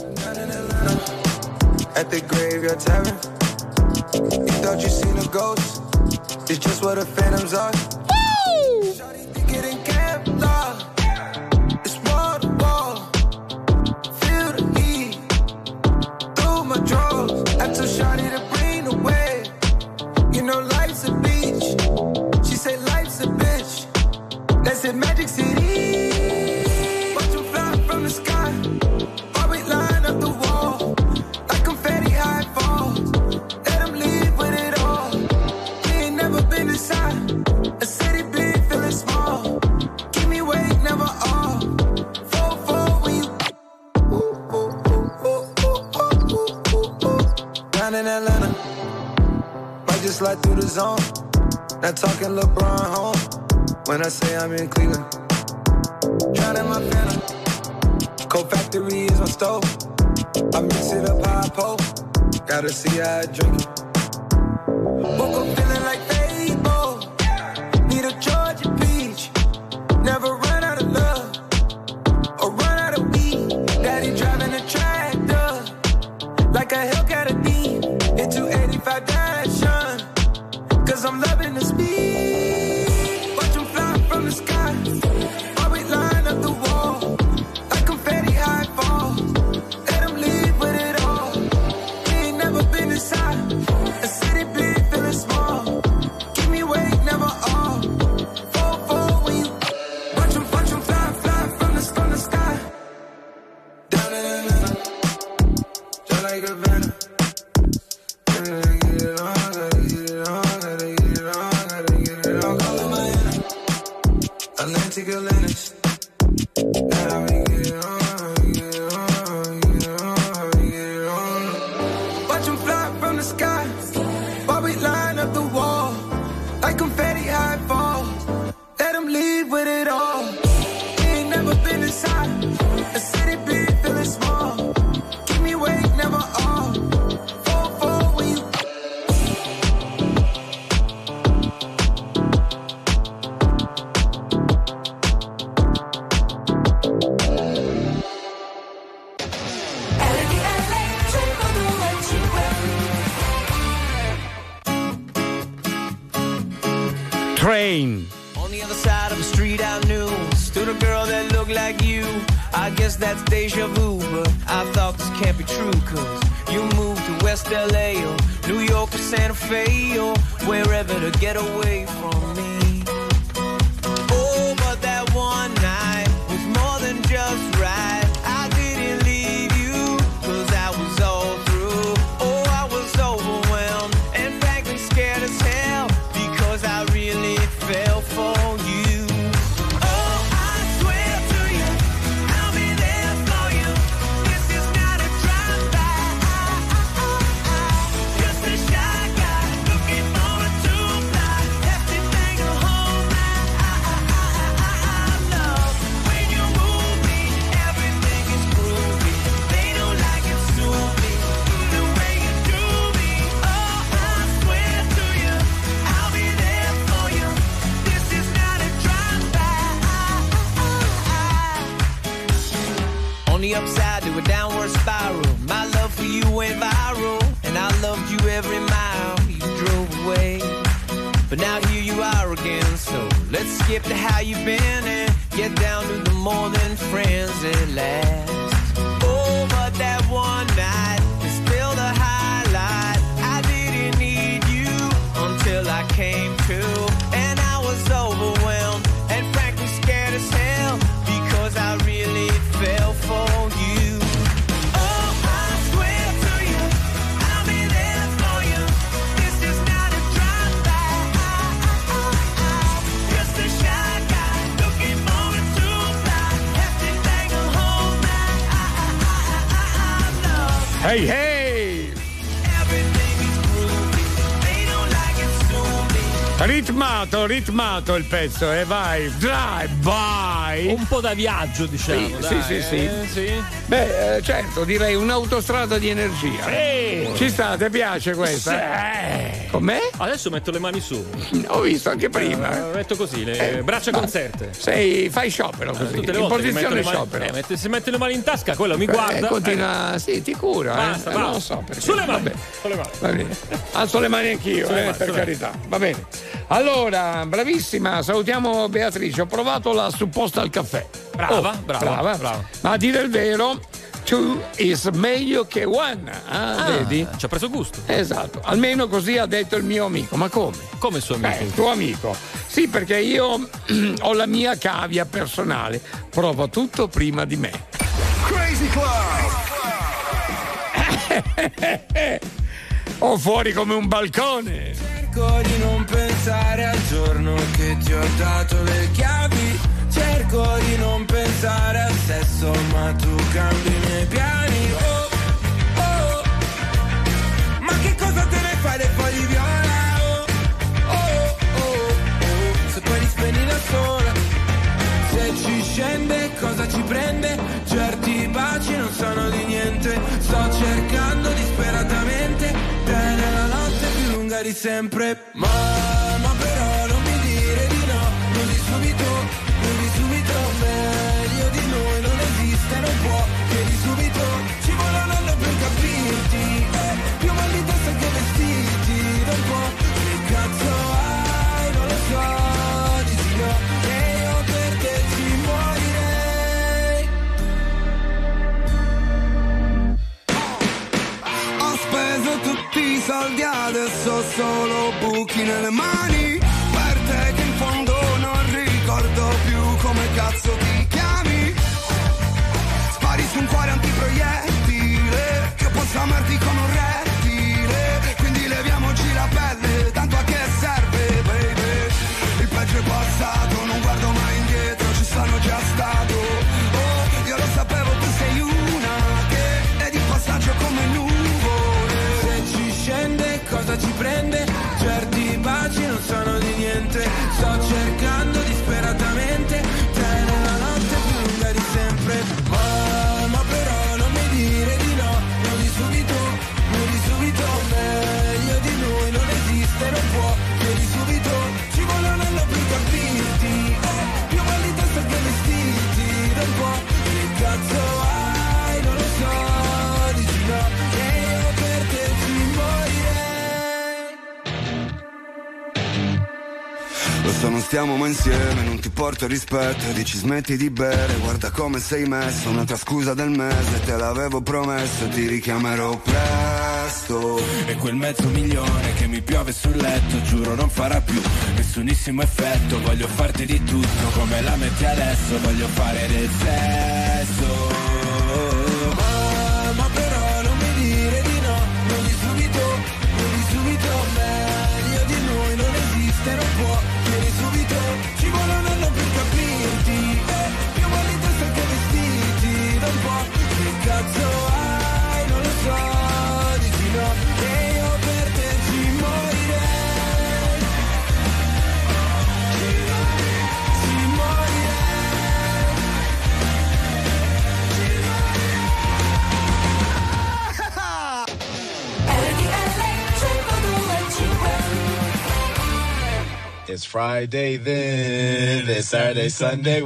At the graveyard tavern. You thought you seen a ghost. It's just what the phantoms are. Woo! Getting kept up. It's wall to wall. Feel the heat through my drawers. I told Shawty to bring the wave. You know life's a beach. She said life's a bitch. That's in Magic City. Watch them fly from the sky. While we line up the wall. Like confetti high falls. Let them leave with it all. We ain't never been inside a city big, feeling small. Keep me weight, never off. 4-4 when you down in Atlanta. Might just slide through the zone. Not talking LeBron home. When I say I'm in Cleveland. Drowning my phantom. Coke Factory is my stove. I mix it up how I pour. Gotta see how I drink it. Woke up feeling like Fable. Need a Georgia peach. Never run out of love or run out of weed. Daddy driving a tractor like a Hellcat a D. Into 85 Dashun. Cause I'm loving the speed. Watch them fly from the sky. While we line up the wall. Like confetti high fall. Let them leave with it all. We ain't never been inside a city big, feeling small. Keep me weight, never off. 4-4 when you watch them fly from the sky. Down in Atlanta. Just like a venom. Gotta get it on, gotta get it on, gotta get it on, gotta get it on. Call it Miami, Atlantic Atlantis. Now we get it on, get it on, get it on, get it on. Watch them fly from the sky, while we line up the wall, like confetti high fall. Let them leave with it all. We ain't never been inside a city big, feeling small. Keep me weight, never off. 4-4 when you Train. On the other side of the street I knew stood a girl that looked like you. I guess that's deja vu, but I thought this can't be true. Cause you moved to West LA or New York or Santa Fe or wherever to get away from me. Oh, but that one night was more than just right. I didn't leave you cause I was all through. Oh, I was went viral, and I loved you every mile you drove away. But now here you are again, so let's skip to how you've been and get down to the more than friends at last. Oh, but that one night is still the highlight. I didn't need you until I came to, and I was overwhelmed and frankly scared as hell because I really fell for you. Oh, I swear to you, I'll be there for you. This is not a drive-by. Just a shy guy looking forward to fly. Have to bang a whole night. Hey, hey! Ritmato il pezzo, vai, vai. Un po' da viaggio, diciamo. Sì, sì. Beh, certo, direi un'autostrada di energia. Sì. Ci sta, ti piace questa? Sì. Com'è? Adesso metto le mani su. Ho visto anche prima. Metto così, le braccia concerte. Fai sciopero così. Tutte le in volte posizione sciopero. Se mette le mani in tasca, quello mi guarda. Continua, sì, ti cura. Basta. Non lo so perché. Sulle mani. Va bene. Alzo le mani anch'io, per carità. Va bene. Allora, bravissima, salutiamo Beatrice. Ho provato la supposta al caffè. Brava. Ma a dire il vero, two is meglio che one. Vedi? Ci ha preso gusto. Esatto, almeno così ha detto il mio amico. Ma come? Come il suo amico? Il tuo amico. Sì, perché io ho la mia cavia personale. Prova tutto prima di me. Crazy Club. Ho fuori come un balcone. Cerco di non pensare al giorno che ti ho dato le chiavi. Cerco di non pensare al sesso, ma tu cambi i miei piani. Oh. Ma che cosa te ne fai dei fogli viola? Oh. Se poi li spegni da sola. Se ci scende, cosa ci prende? Certi baci non sono di niente. Sto cercando disperatamente te nella notte più lunga di sempre. Ma però non mi dire di no. Non di subito, meglio di noi non esiste, non può. Chiedi subito, ci vuole un anno per capirti. Più mal di testa che vestiti, non può. Che cazzo hai, non lo so, dici no. E io per te ci morirei. Ho speso tutti i soldi, adesso ho solo buchi nelle mani. Per te che in fondo non ricordo più come cazzo ti chiami. Spari su un cuore antiproiettile, che posso amarti come un rettile. Quindi leviamoci la pelle, tanto a che serve, baby. Il peggio è passato, non guardo mai indietro, ci sono già stato. Oh, io lo sapevo, tu sei una che è di passaggio come nuvole. Se ci scende, cosa ci prende? Certi baci non sono di niente. Sto cercando disperatamente te nella notte più lunga di sempre. Ma però non mi dire di no. Non di subito, meglio di noi non esiste, non può. Chiedi subito, ci vuole un anno per capirti. Più mal di testa che vestiti, non può. Che cazzo hai, non lo so, dici no. E io per te ci morirei. Lo so, non stiamo mai insieme, non ti porto rispetto. Dici smetti di bere, guarda come sei messo. Un'altra scusa del mese, te l'avevo promesso. Ti richiamerò presto. E quel $500,000 che mi piove sul letto, giuro non farà più nessunissimo effetto. Voglio farti di tutto, come la metti adesso. Voglio fare del sesso. Ma però non mi dire di no. Non di subito, meglio di noi non esiste, non può. Chiedi subito, ci vuole un anno per capirti. Più mal di testa che vestiti, non può. Che cazzo hai, non lo so, dici no. E io per te ci morirei. Ci morirei. It's Friday then, it's Saturday, Sunday.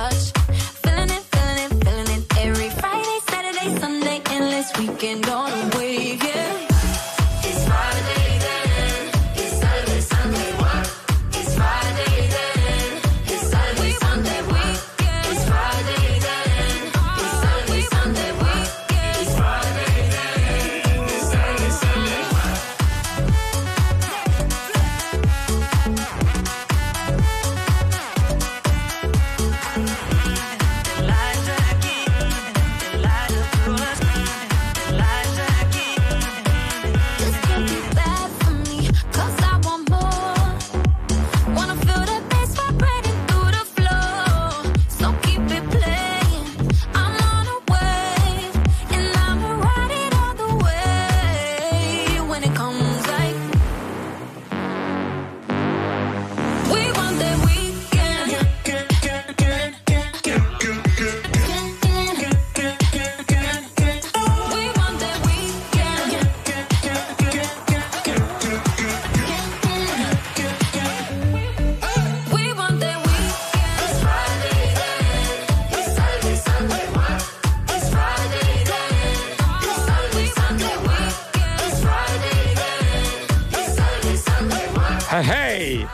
touch. Feeling it, feeling it, feeling it. Every Friday, Saturday, Sunday, endless weekend on a wave, yeah. It's Friday then, it's Saturday, Sunday, what? It's Friday then, it's Saturday, Sunday, weekend. It's Friday then, it's Saturday, Sunday, weekend. It's Friday then, it's Saturday, Sunday, what? This can't be bad for me, 'cause I want more. Wanna feel the bass vibrating through the floor. So keep it playing. I'm on a wave, and I'ma ride it all the way. When it comes like we want that weekend. We want that weekend. We want that weekend. It's Friday then, it's Saturday, Sunday, what? It's Friday then, it's Saturday, Sunday, weekend. It's Friday then, it's Saturday, Sunday, what? Hey!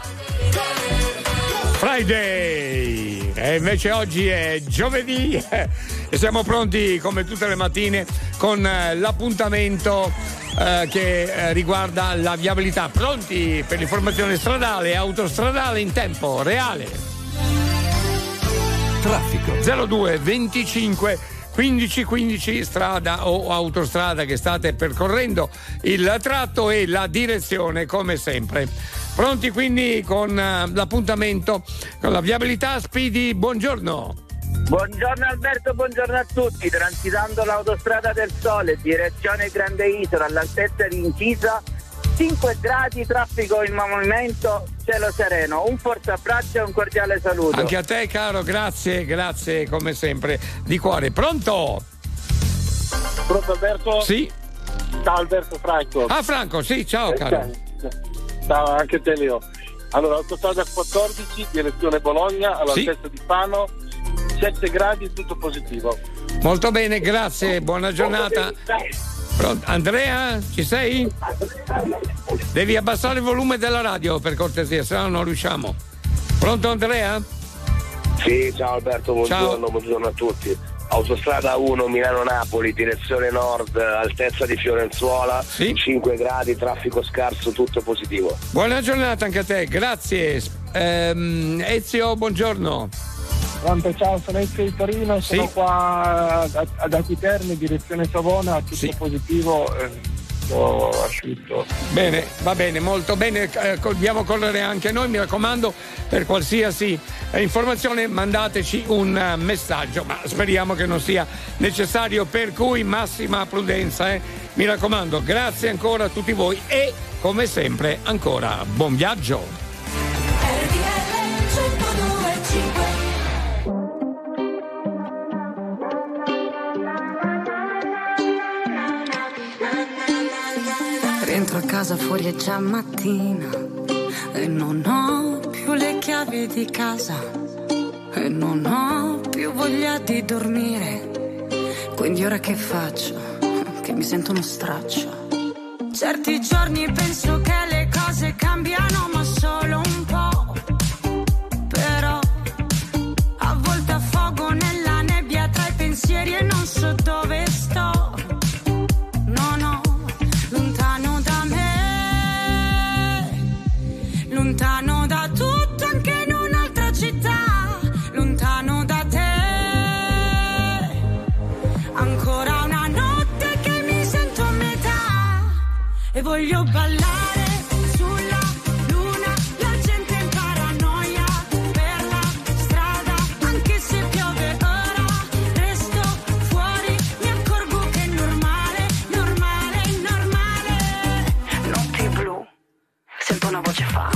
Friday! E invece oggi è giovedì e siamo pronti come tutte le mattine con l'appuntamento che riguarda la viabilità. Pronti per l'informazione stradale e autostradale in tempo reale. Traffico. 02 25 15 15 strada o autostrada che state percorrendo il tratto e la direzione come sempre. Pronti quindi con l'appuntamento con la viabilità. Speedy, buongiorno. Buongiorno Alberto, buongiorno a tutti. Transitando l'autostrada del Sole, direzione Grande Isola, all'altezza di Incisa, 5 gradi, traffico in movimento, cielo sereno. Un forte abbraccio e un cordiale saluto. Anche a te caro, grazie come sempre di cuore. Pronto? Pronto Alberto? Sì. Ciao Alberto, Franco. Ah Franco, sì, ciao caro. Ciao, anche te Leo. Allora, autostrada 14, direzione Bologna, all'altezza di Fano, 7 gradi, tutto positivo. Molto bene, grazie, buona giornata. Pronto? Andrea, ci sei? Devi abbassare il volume della radio per cortesia, se no non riusciamo. Pronto Andrea? Sì, ciao Alberto, buongiorno, buongiorno a tutti. Autostrada 1 Milano-Napoli, direzione nord, altezza di Fiorenzuola, 5 gradi, traffico scarso, tutto positivo. Buona giornata anche a te, grazie. Ezio, buongiorno. Pronto, ciao, sono Ezio di Torino, sono qua ad Aquiterni, direzione Savona, tutto positivo, asciutto. Bene, va bene, molto bene, dobbiamo correre anche noi, mi raccomando, per qualsiasi informazione mandateci un messaggio, ma speriamo che non sia necessario, per cui massima prudenza, mi raccomando. Grazie ancora a tutti voi e come sempre ancora buon viaggio. Rientro a casa, fuori è già mattina e non ho più le chiavi di casa e non ho più voglia di dormire. Quindi ora che faccio? Che mi sento uno straccio. Certi giorni penso che le cose cambiano, ma solo un po'. Però a volte affogo nella nebbia tra i pensieri e non so dove sto. Lontano da tutto, anche in un'altra città, lontano da te. Ancora una notte che mi sento a metà e voglio ballare sulla luna, la gente in paranoia per la strada, anche se piove ora, resto fuori, mi accorgo che è normale, normale, normale. Notti blu, sento una voce fa.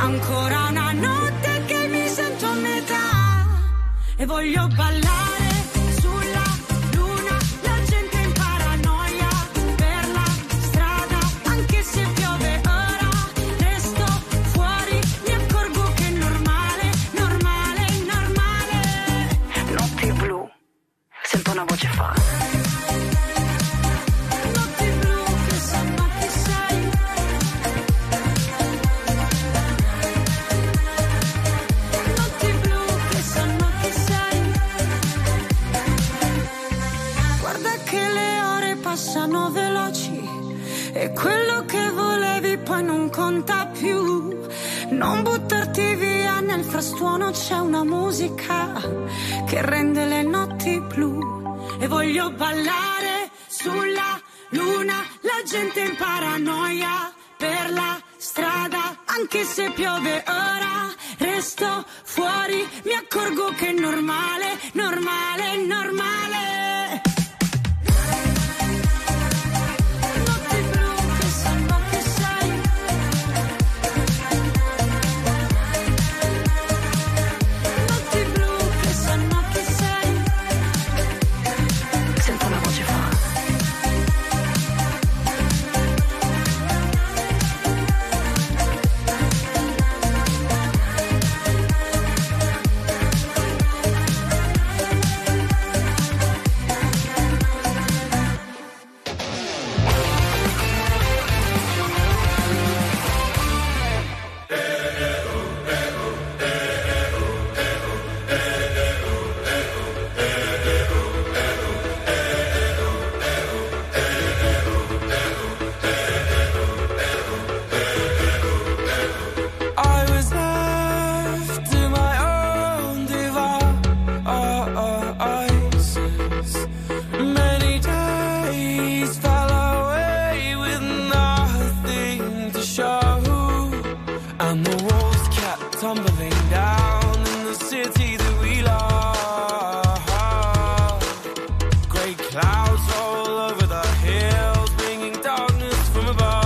Ancora una notte che mi sento a metà e voglio ballare sulla luna, la gente in paranoia per la strada, anche se piove ora, resto fuori, mi accorgo che è normale, normale, normale. Notti blu, sento una voce fa. Notti blu che sanno chi sei. Notti blu che sanno chi sei. Guarda che le ore passano veloci e quello che volevi poi non conta più. Non buttarti via, nel frastuono c'è una musica che rende le notti blu. E voglio ballare sulla luna, la gente in paranoia per la strada, anche se piove ora, resto fuori, mi accorgo che è normale, normale, normale. Notti blu che sanno chi sei. Notti blu che sanno chi sei. Sento una voce fa. I was left to my own devices. Many days fell away with nothing to show, and the walls kept tumbling down in the city that we love. Grey clouds roll over the hills, bringing darkness from above.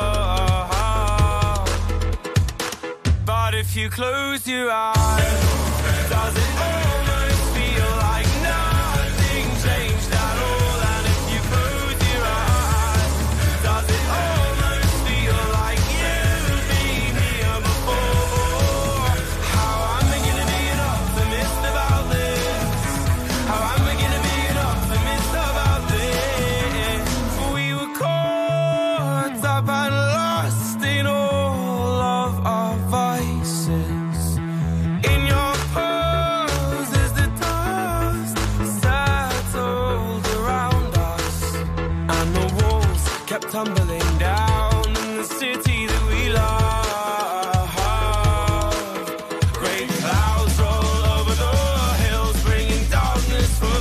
But if you close your eyes, does it almost feel like nothing changed at all? And if you close your eyes, does it almost feel like you've been here before? How am I gonna be an optimist about this? How am I gonna be an optimist about this? We were caught up and lost in all of our vices. In your pose as the dust settled around us, and the walls kept tumbling down in the city that we love. Great clouds roll over the hills, bringing darkness from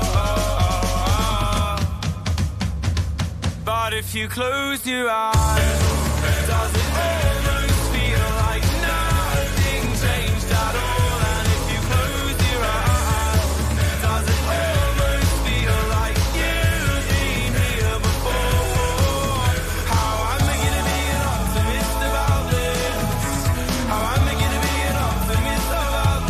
above. But if you close your eyes, does it almost feel like nothing changed at all? And if you close your eyes, does it almost feel like you've been here before? How am I gonna be an optimist about this? How am I gonna be an optimist about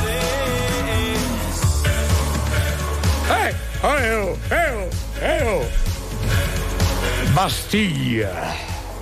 this? Bastiglia.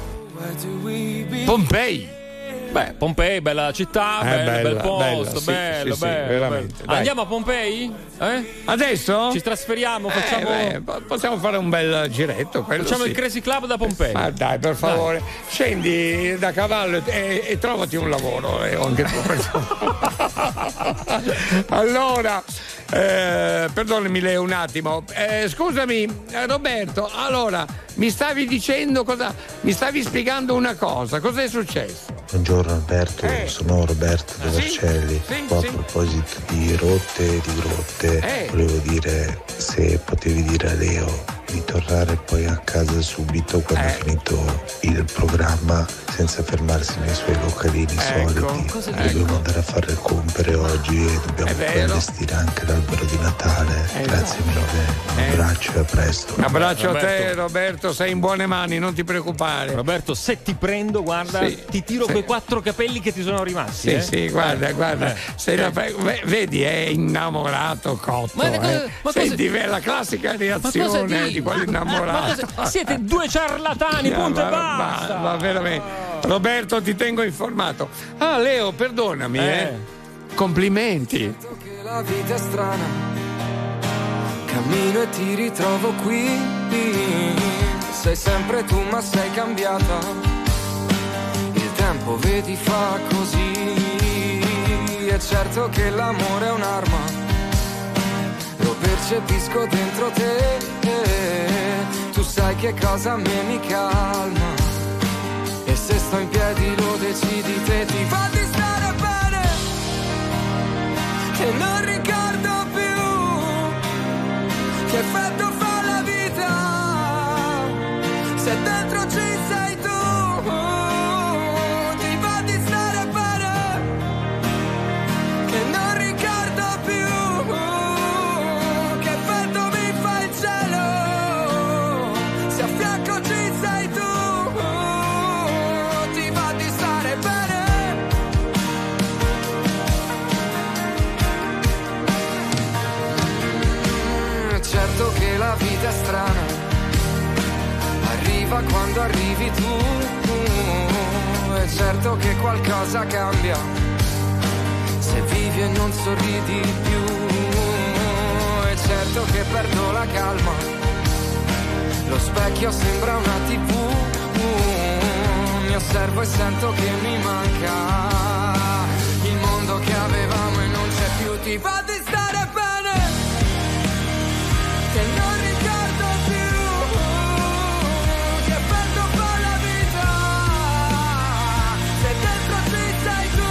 Pompei. Beh, Pompei, bella città, bel posto, bello, sì, bello. veramente. Dai. Andiamo a Pompei? Adesso? Ci trasferiamo, facciamo. Possiamo fare un bel giretto. Facciamo sì. il Crazy Club da Pompei. Ma dai, per favore, scendi da cavallo e trovati un lavoro. Anche tu, per favore. Allora, perdonami Leo un attimo. Scusami, Roberto, allora, mi stavi dicendo cosa? Mi stavi spiegando una cosa. Cos'è successo? Buongiorno Alberto, sono Roberto De Vercelli. A proposito di rotte e di grotte, volevo dire se potevi dire a Leo ritornare poi a casa subito quando è finito il programma, senza fermarsi nei suoi localini soliti. Dobbiamo andare a fare le compere oggi e dobbiamo poi allestire anche l'albero di Natale. Grazie mille, un abbraccio e a presto. Un abbraccio a te, Roberto, sei in buone mani, non ti preoccupare. Roberto, se ti prendo, guarda, ti tiro quei 4 capelli che ti sono rimasti. Sì, guarda. Vedi, è innamorato cotto. Senti, la classica reazione di quell'innamorato. Siete 2 ciarlatani, punto e basta. Ma veramente. Roberto, ti tengo informato. Ah, Leo, perdonami, complimenti. Che la vita è strana, cammino e ti ritrovo qui. Sei sempre tu ma sei cambiata, il tempo vedi fa così. È certo che l'amore è un'arma, lo percepisco dentro te. Tu sai che cosa a me mi calma, e se sto in piedi lo decidi te. Ti fa di stare bene, che non ricordo più che effetto fa la vita, se dentro ci sei tu. Ti fa di stare bene, che non ricordo più che effetto mi fa il cielo, se a fianco ci sei tu. Certo che la vita è strana, arriva quando arrivi tu. È certo che qualcosa cambia, se vivi e non sorridi più. È certo che perdo la calma, lo specchio sembra una TV. Mi osservo e sento che mi manca il mondo che avevamo e non c'è più. Ti fa di stare bene, che non ricordo più che effetto fa la vita, se dentro ci sei tu.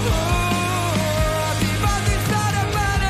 Ti fa di stare bene,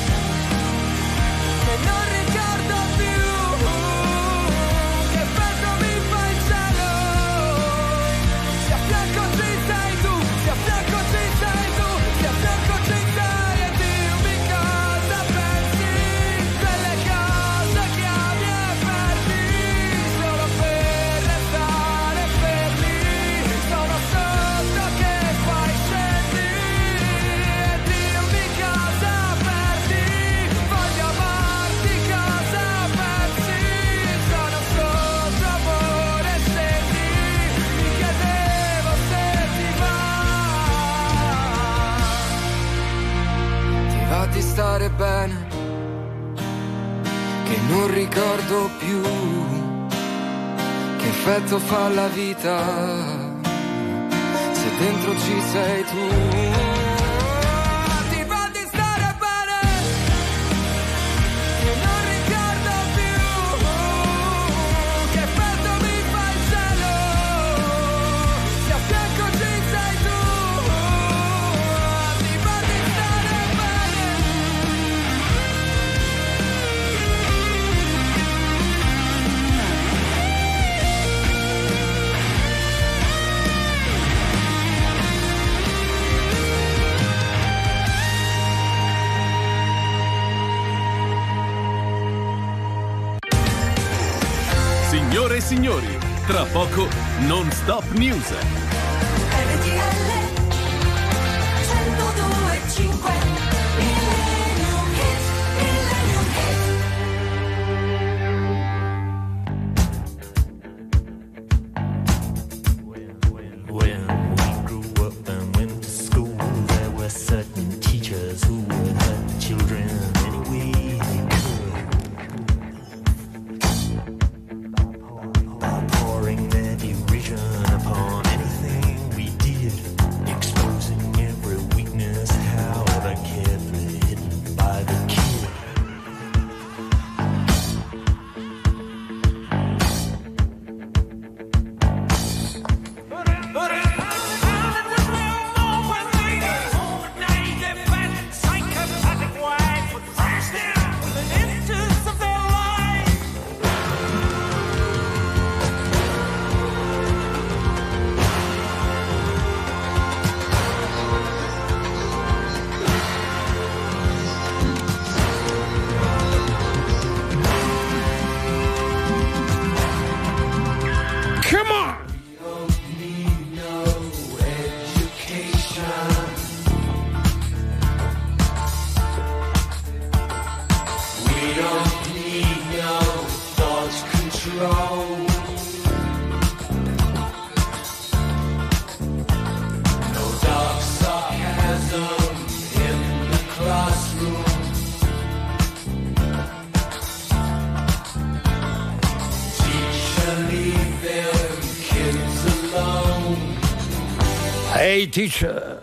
che non ricordo più che effetto mi fa il cielo, se a fianco ci sei tu, se a fianco ci sei tu, se a fianco ci sei. E dimmi cosa pensi delle cose che ami e perdi, solo per restare fermi. Sono sotto che fai scendi, e dimmi cosa perdi, voglio amarti, cosa pensi. Sono sotto amore, senti, mi chiedevo se ti va di stare bene, che non ricordo più che effetto fa la vita, se dentro ci sei tu. Ti fa di stare bene, che non ricordo più che effetto mi fa il cielo, se a fianco ci sei tu. Ti fa di stare bene. Signore e signori, tra poco Non Stop News. When we grew up and went to school, there were certain teachers who would hurt children any way they could, by pouring their derision upon anything we did, exposing every weakness, however wrong. No dark sarcasm in the classroom. Teacher, leave them kids alone. Hey teacher.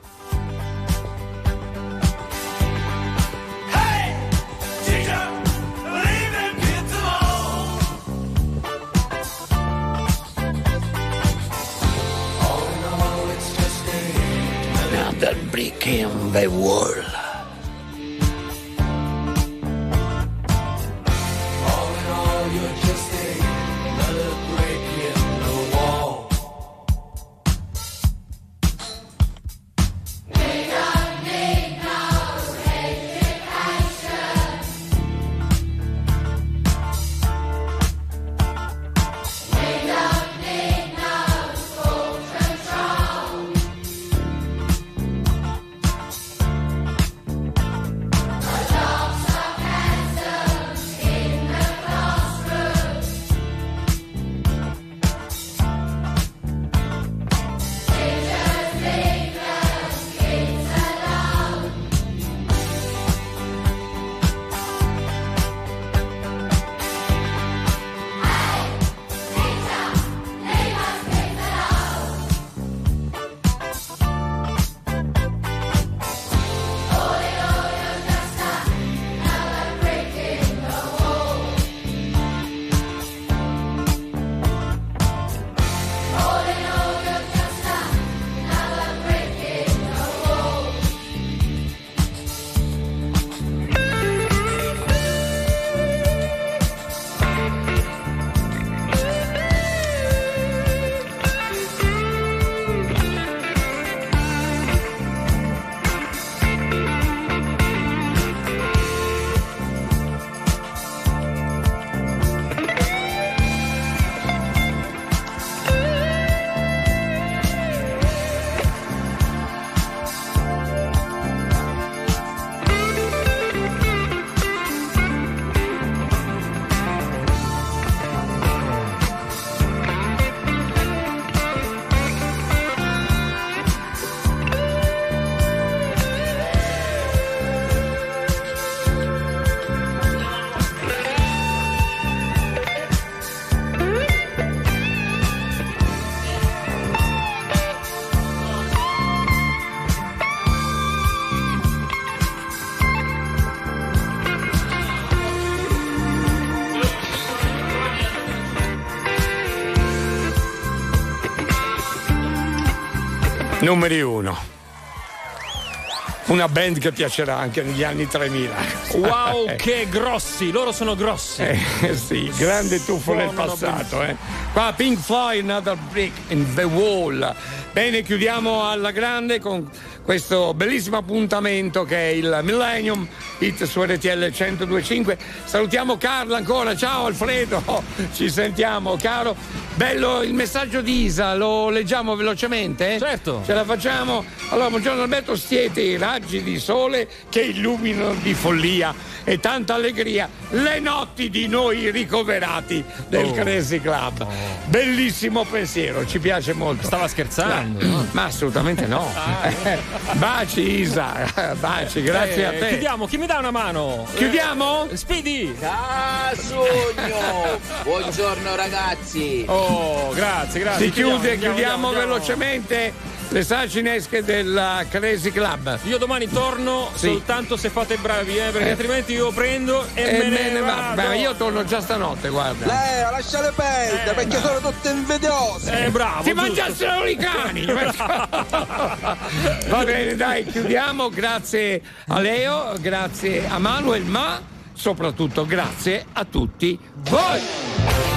Another brick in the wall. All in all, you're just another brick in the wall. We don't need no education. We don't need no school control. Numeri 1. Una band che piacerà anche negli anni 3000. Wow, che grossi, loro sono grossi. Sì, grande tuffo nel passato. Qua Pink Floyd, Another Brick in the Wall. Bene, chiudiamo alla grande con questo bellissimo appuntamento che è il Millennium Hit su RTL 102.5. Salutiamo Carla ancora, ciao Alfredo, ci sentiamo caro. Bello il messaggio di Isa, lo leggiamo velocemente? Certo. Ce la facciamo? Allora, buongiorno Alberto, siete i raggi di sole che illuminano di follia e tanta allegria le notti di noi ricoverati del Crazy Club. Bellissimo pensiero, ci piace molto. Stava scherzando? No, ma assolutamente no. Baci Isa, baci, grazie a te. Chiudiamo, chi mi dà una mano? Chiudiamo? Speedy! Casugno! Buongiorno ragazzi! Oh, grazie. Si chiude, chiudiamo velocemente le sacinesche del Crazy Club. Io domani torno soltanto se fate bravi, perché altrimenti io prendo e me ne vado. Ma io torno già stanotte, guarda. Leo, lasciale perdere, perché sono tutte invidiose. Bravo. Ti mangiassero i cani. Va bene, dai, chiudiamo. Grazie a Leo, grazie a Manuel, ma soprattutto grazie a tutti voi.